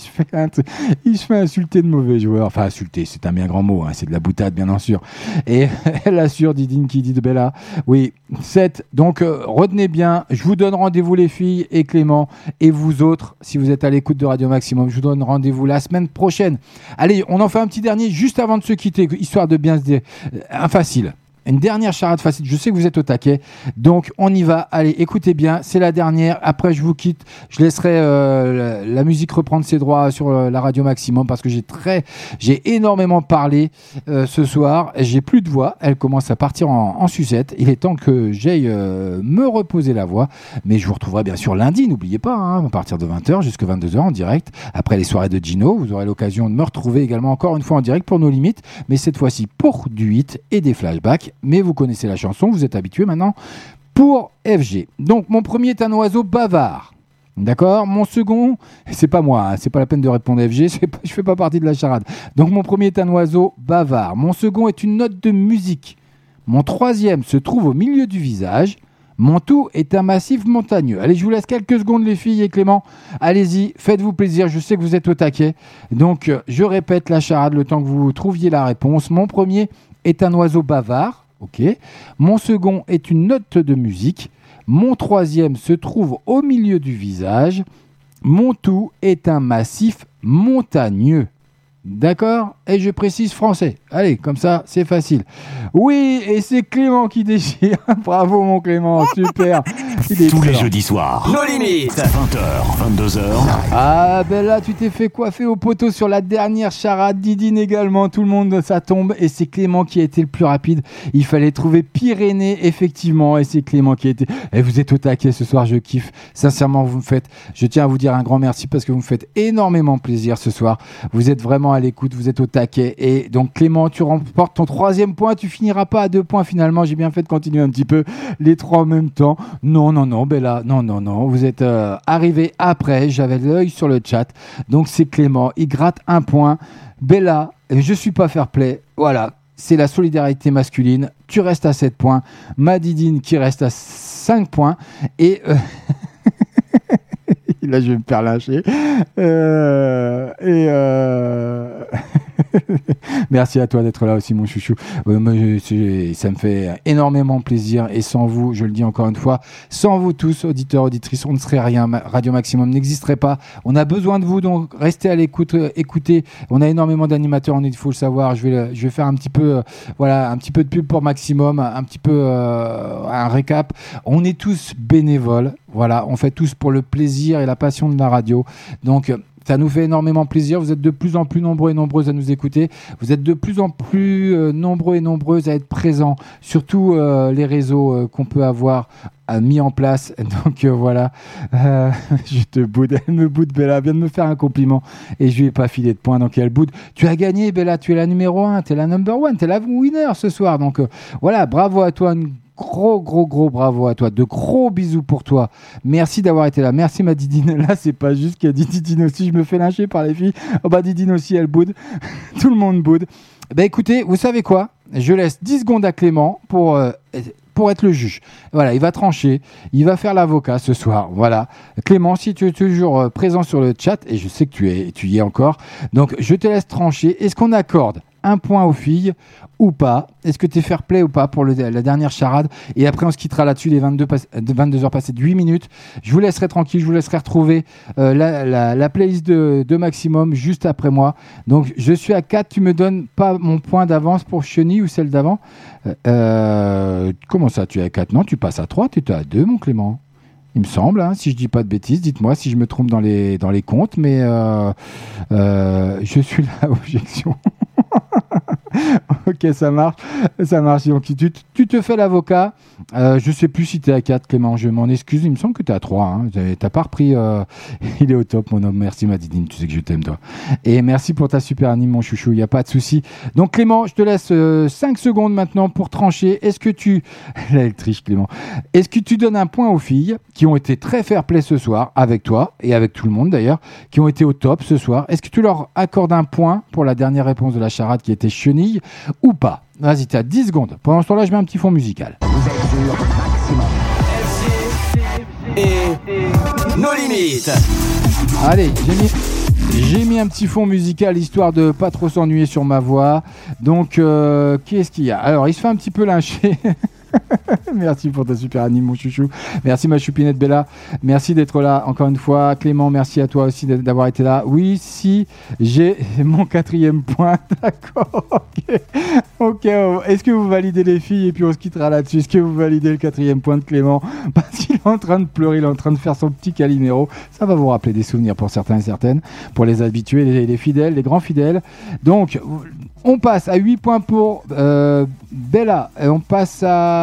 se fait insulter de mauvais joueurs. Enfin, insulter, c'est un bien grand mot. C'est de la boutade, bien sûr. Et elle assure, Didine qui dit de Bella. Oui, 7. Donc, retenez bien. Je vous donne rendez-vous, les filles et Clément. Et vous autres, si vous êtes à l'écoute de Radio Maximum, je vous donne rendez-vous la semaine prochaine. Allez, on en fait un petit dernier juste avant de se quitter, histoire de bien se dire. Un facile. Une dernière charade facile, je sais que vous êtes au taquet, donc on y va, allez, écoutez bien, c'est la dernière, après je vous quitte, je laisserai la musique reprendre ses droits sur la Radio Maximum, parce que j'ai énormément parlé ce soir, j'ai plus de voix, elle commence à partir en sucette, il est temps que j'aille me reposer la voix, mais je vous retrouverai bien sûr lundi, n'oubliez pas, à partir de 20h jusqu'à 22h en direct, après les soirées de Gino, vous aurez l'occasion de me retrouver également encore une fois en direct pour nos limites, mais cette fois-ci pour du hit et des flashbacks. Mais vous connaissez la chanson, vous êtes habitués maintenant pour FG. Donc mon premier est un oiseau bavard. D'accord ? Mon second, c'est pas moi, c'est pas la peine de répondre FG, je fais pas partie de la charade. Donc mon premier est un oiseau bavard. Mon second est une note de musique. Mon troisième se trouve au milieu du visage. Mon tout est un massif montagneux. Allez, je vous laisse quelques secondes les filles et Clément. Allez-y, faites-vous plaisir, je sais que vous êtes au taquet. Donc je répète la charade le temps que vous trouviez la réponse. Mon premier est un oiseau bavard. Ok. Mon second est une note de musique. Mon troisième se trouve au milieu du visage. Mon tout est un massif montagneux. D'accord ? Et je précise français. Allez, comme ça, c'est facile. Oui, et c'est Clément qui déchire. Bravo, mon Clément, super. Tous les jeudis soirs. Nos limites. 20h, 22h. Ah, ben là, tu t'es fait coiffer au poteau sur la dernière charade. Didine également. Tout le monde, ça tombe. Et c'est Clément qui a été le plus rapide. Il fallait trouver Pyrénées, effectivement. Et c'est Clément qui a été. Et vous êtes au taquet ce soir, je kiffe. Sincèrement, vous me faites. Je tiens à vous dire un grand merci parce que vous me faites énormément plaisir ce soir. Vous êtes vraiment à l'écoute, vous êtes au taquet. Et donc, Clément, tu remportes ton 3e point. Tu finiras pas à 2 points finalement. J'ai bien fait de continuer un petit peu les 3 en même temps. Non, Bella, non. Vous êtes arrivé après. J'avais l'œil sur le chat. Donc, c'est Clément. Il gratte 1 point. Bella, je suis pas fair play. Voilà. c'est la solidarité masculine. Tu restes à 7 points. Madidine qui reste à 5 points. Et... Là, je vais me faire lâcher. Merci à toi d'être là aussi, mon chouchou. Ça me fait énormément plaisir. Et sans vous, je le dis encore une fois, sans vous tous, auditeurs, auditrices, on ne serait rien. Radio Maximum n'existerait pas. On a besoin de vous, donc restez à l'écoute, écoutez. On a énormément d'animateurs, il faut le savoir. Je vais faire un petit peu, un petit peu de pub pour Maximum, un petit peu un récap. On est tous bénévoles. Voilà, on fait tous pour le plaisir et la passion de la radio. Donc, ça nous fait énormément plaisir. Vous êtes de plus en plus nombreux et nombreuses à nous écouter. Vous êtes de plus en plus nombreux et nombreuses à être présents sur tous les réseaux qu'on peut avoir mis en place. Donc voilà, je te boude. Elle me boude, Bella. Elle vient de me faire un compliment et je lui ai pas filé de points. Donc elle boude. Tu as gagné, Bella. Tu es la numéro 1. Tu es la number 1. Tu es la winner ce soir. Donc voilà, bravo à toi. Gros bravo à toi, de gros bisous pour toi, merci d'avoir été là, merci ma Didine. Là c'est pas juste qu'il y a Didine aussi, je me fais lyncher par les filles. Oh bah Didine aussi elle boude, tout le monde boude. Bah écoutez, vous savez quoi, je laisse 10 secondes à Clément pour être le juge. Voilà, il va trancher, il va faire l'avocat ce soir. Voilà, Clément, si tu es toujours présent sur le chat, et je sais que tu y es encore, donc je te laisse trancher. Est-ce qu'on accorde un point aux filles ou pas? Est-ce que tu es fair play ou pas pour la dernière charade? Et après on se quittera là-dessus, les 22 heures passées de 8 minutes. Je vous laisserai tranquille, je vous laisserai retrouver la playlist de Maximum juste après moi. Donc je suis à 4, tu me donnes pas mon point d'avance pour Chenille ou celle d'avant? Comment ça, tu es à 4? Non, tu passes à 3, tu es à 2 mon Clément. Il me semble, hein, si je dis pas de bêtises, dites-moi si je me trompe dans les comptes, mais je suis là, objection. Ok, ça marche. Donc, tu te fais l'avocat. Je sais plus si tu es à 4, Clément. Je m'en excuse. Il me semble que tu es à 3. Hein. T'as pas repris. Il est au top, mon homme. Merci, Madidine. Tu sais que je t'aime, toi. Et merci pour ta super anime, mon chouchou. Il n'y a pas de souci. Donc, Clément, je te laisse 5 secondes maintenant pour trancher. Est-ce que tu. Là, elle triche, Clément. Est-ce que tu donnes un point aux filles qui ont été très fair play ce soir, avec toi et avec tout le monde d'ailleurs, qui ont été au top ce soir? Est-ce que tu leur accordes un point pour la dernière réponse de la charade qui était Chenille ou pas? Vas-y, tu as 10 secondes. Pendant ce temps-là, je mets un petit fond musical. Vous êtes sur Maximum. Et nos limites. Allez, j'ai mis un petit fond musical histoire de pas trop s'ennuyer sur ma voix. Donc, qu'est-ce qu'il y a? Alors, il se fait un petit peu lyncher. Merci pour ta super anime, mon chouchou. Merci, ma choupinette Bella. Merci d'être là encore une fois. Clément, merci à toi aussi d'avoir été là. Oui, si, j'ai mon 4e point. D'accord. Ok. Est-ce que vous validez les filles? Et puis on se quittera là-dessus. Est-ce que vous validez le 4e point de Clément? Parce qu'il est en train de pleurer, il est en train de faire son petit Calimero. Ça va vous rappeler des souvenirs pour certains et certaines. Pour les habitués, les fidèles, les grands fidèles. Donc, on passe à 8 points pour Bella. Et on passe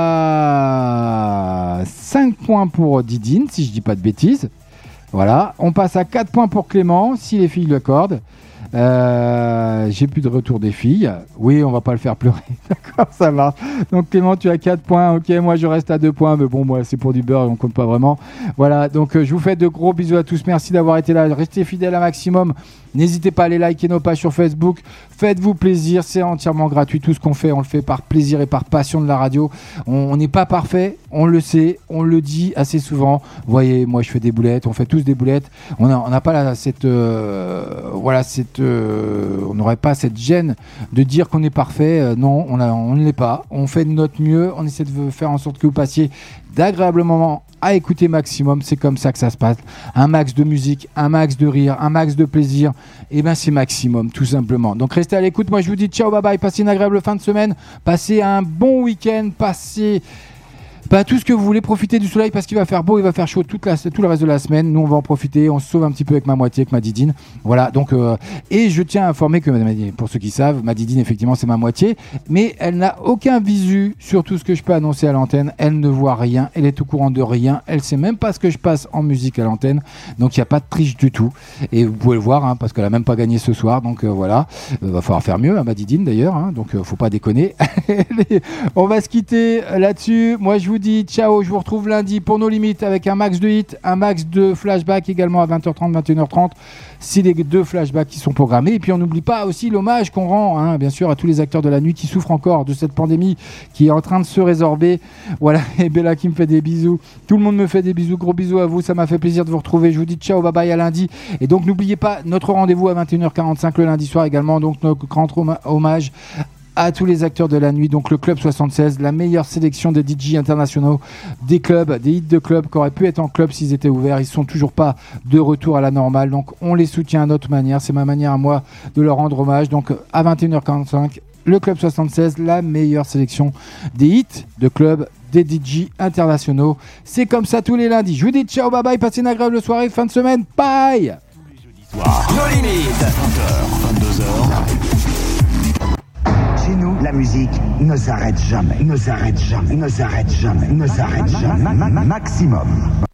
à 5 points pour Didine, si je dis pas de bêtises. Voilà. On passe à 4 points pour Clément, si les filles l'accordent. J'ai plus de retour des filles. Oui, on va pas le faire pleurer. D'accord, ça marche. Donc Clément, tu as 4 points. Ok, moi je reste à 2 points. Mais bon, moi c'est pour du beurre, on compte pas vraiment. Voilà, donc je vous fais de gros bisous à tous. Merci d'avoir été là. Restez fidèles à Maximum. N'hésitez pas à aller liker nos pages sur Facebook. Faites-vous plaisir, c'est entièrement gratuit. Tout ce qu'on fait, on le fait par plaisir et par passion de la radio. On n'est pas parfait, on le sait, on le dit assez souvent. Vous voyez, moi je fais des boulettes, on fait tous des boulettes. On n'a pas on n'aurait pas cette gêne de dire qu'on est parfait. Non, on ne l'est pas. On fait de notre mieux. On essaie de faire en sorte que vous passiez d'agréables moments à écouter Maximum. C'est comme ça que ça se passe. Un max de musique, un max de rire, un max de plaisir. Et ben c'est Maximum, tout simplement. Donc restez à l'écoute. Moi je vous dis ciao, bye bye. Passez une agréable fin de semaine. Passez un bon week-end. Passez tout ce que vous voulez, profitez du soleil parce qu'il va faire beau, il va faire chaud tout le reste de la semaine. Nous on va en profiter, on se sauve un petit peu avec ma moitié, avec ma Didine. Voilà, donc et je tiens à informer que pour ceux qui savent, ma Didine effectivement c'est ma moitié, mais elle n'a aucun visu sur tout ce que je peux annoncer à l'antenne. Elle ne voit rien, elle est au courant de rien, elle sait même pas ce que je passe en musique à l'antenne, donc il n'y a pas de triche du tout. Et vous pouvez le voir hein, parce qu'elle a même pas gagné ce soir, donc voilà, va falloir faire mieux, hein, ma Didine d'ailleurs, hein, donc faut pas déconner. On va se quitter là-dessus. Moi je vous vous dis ciao, je vous retrouve lundi pour nos limites avec un max de hits, un max de flashback également à 20h30, 21h30. C'est les 2 flashbacks qui sont programmés. Et puis on n'oublie pas aussi l'hommage qu'on rend, bien sûr, à tous les acteurs de la nuit qui souffrent encore de cette pandémie qui est en train de se résorber. Voilà, et Bella qui me fait des bisous. Tout le monde me fait des bisous. Gros bisous à vous, ça m'a fait plaisir de vous retrouver. Je vous dis ciao, bye bye, à lundi. Et donc n'oubliez pas notre rendez-vous à 21h45 le lundi soir également. Donc notre grand hommage à tous les acteurs de la nuit, donc le Club 76, la meilleure sélection des DJ internationaux, des clubs, des hits de clubs qui auraient pu être en club s'ils étaient ouverts. Ils sont toujours pas de retour à la normale, donc on les soutient à notre manière. C'est ma manière à moi de leur rendre hommage. Donc à 21h45, le Club 76, la meilleure sélection des hits de clubs, des DJ internationaux. C'est comme ça tous les lundis. Je vous dis ciao, bye bye, passez une agréable soirée, fin de semaine, bye. Nos limites. 20h, 22h. Chez nous, la musique ne s'arrête jamais, ne s'arrête jamais, ne s'arrête jamais, ne s'arrête jamais. Maximum.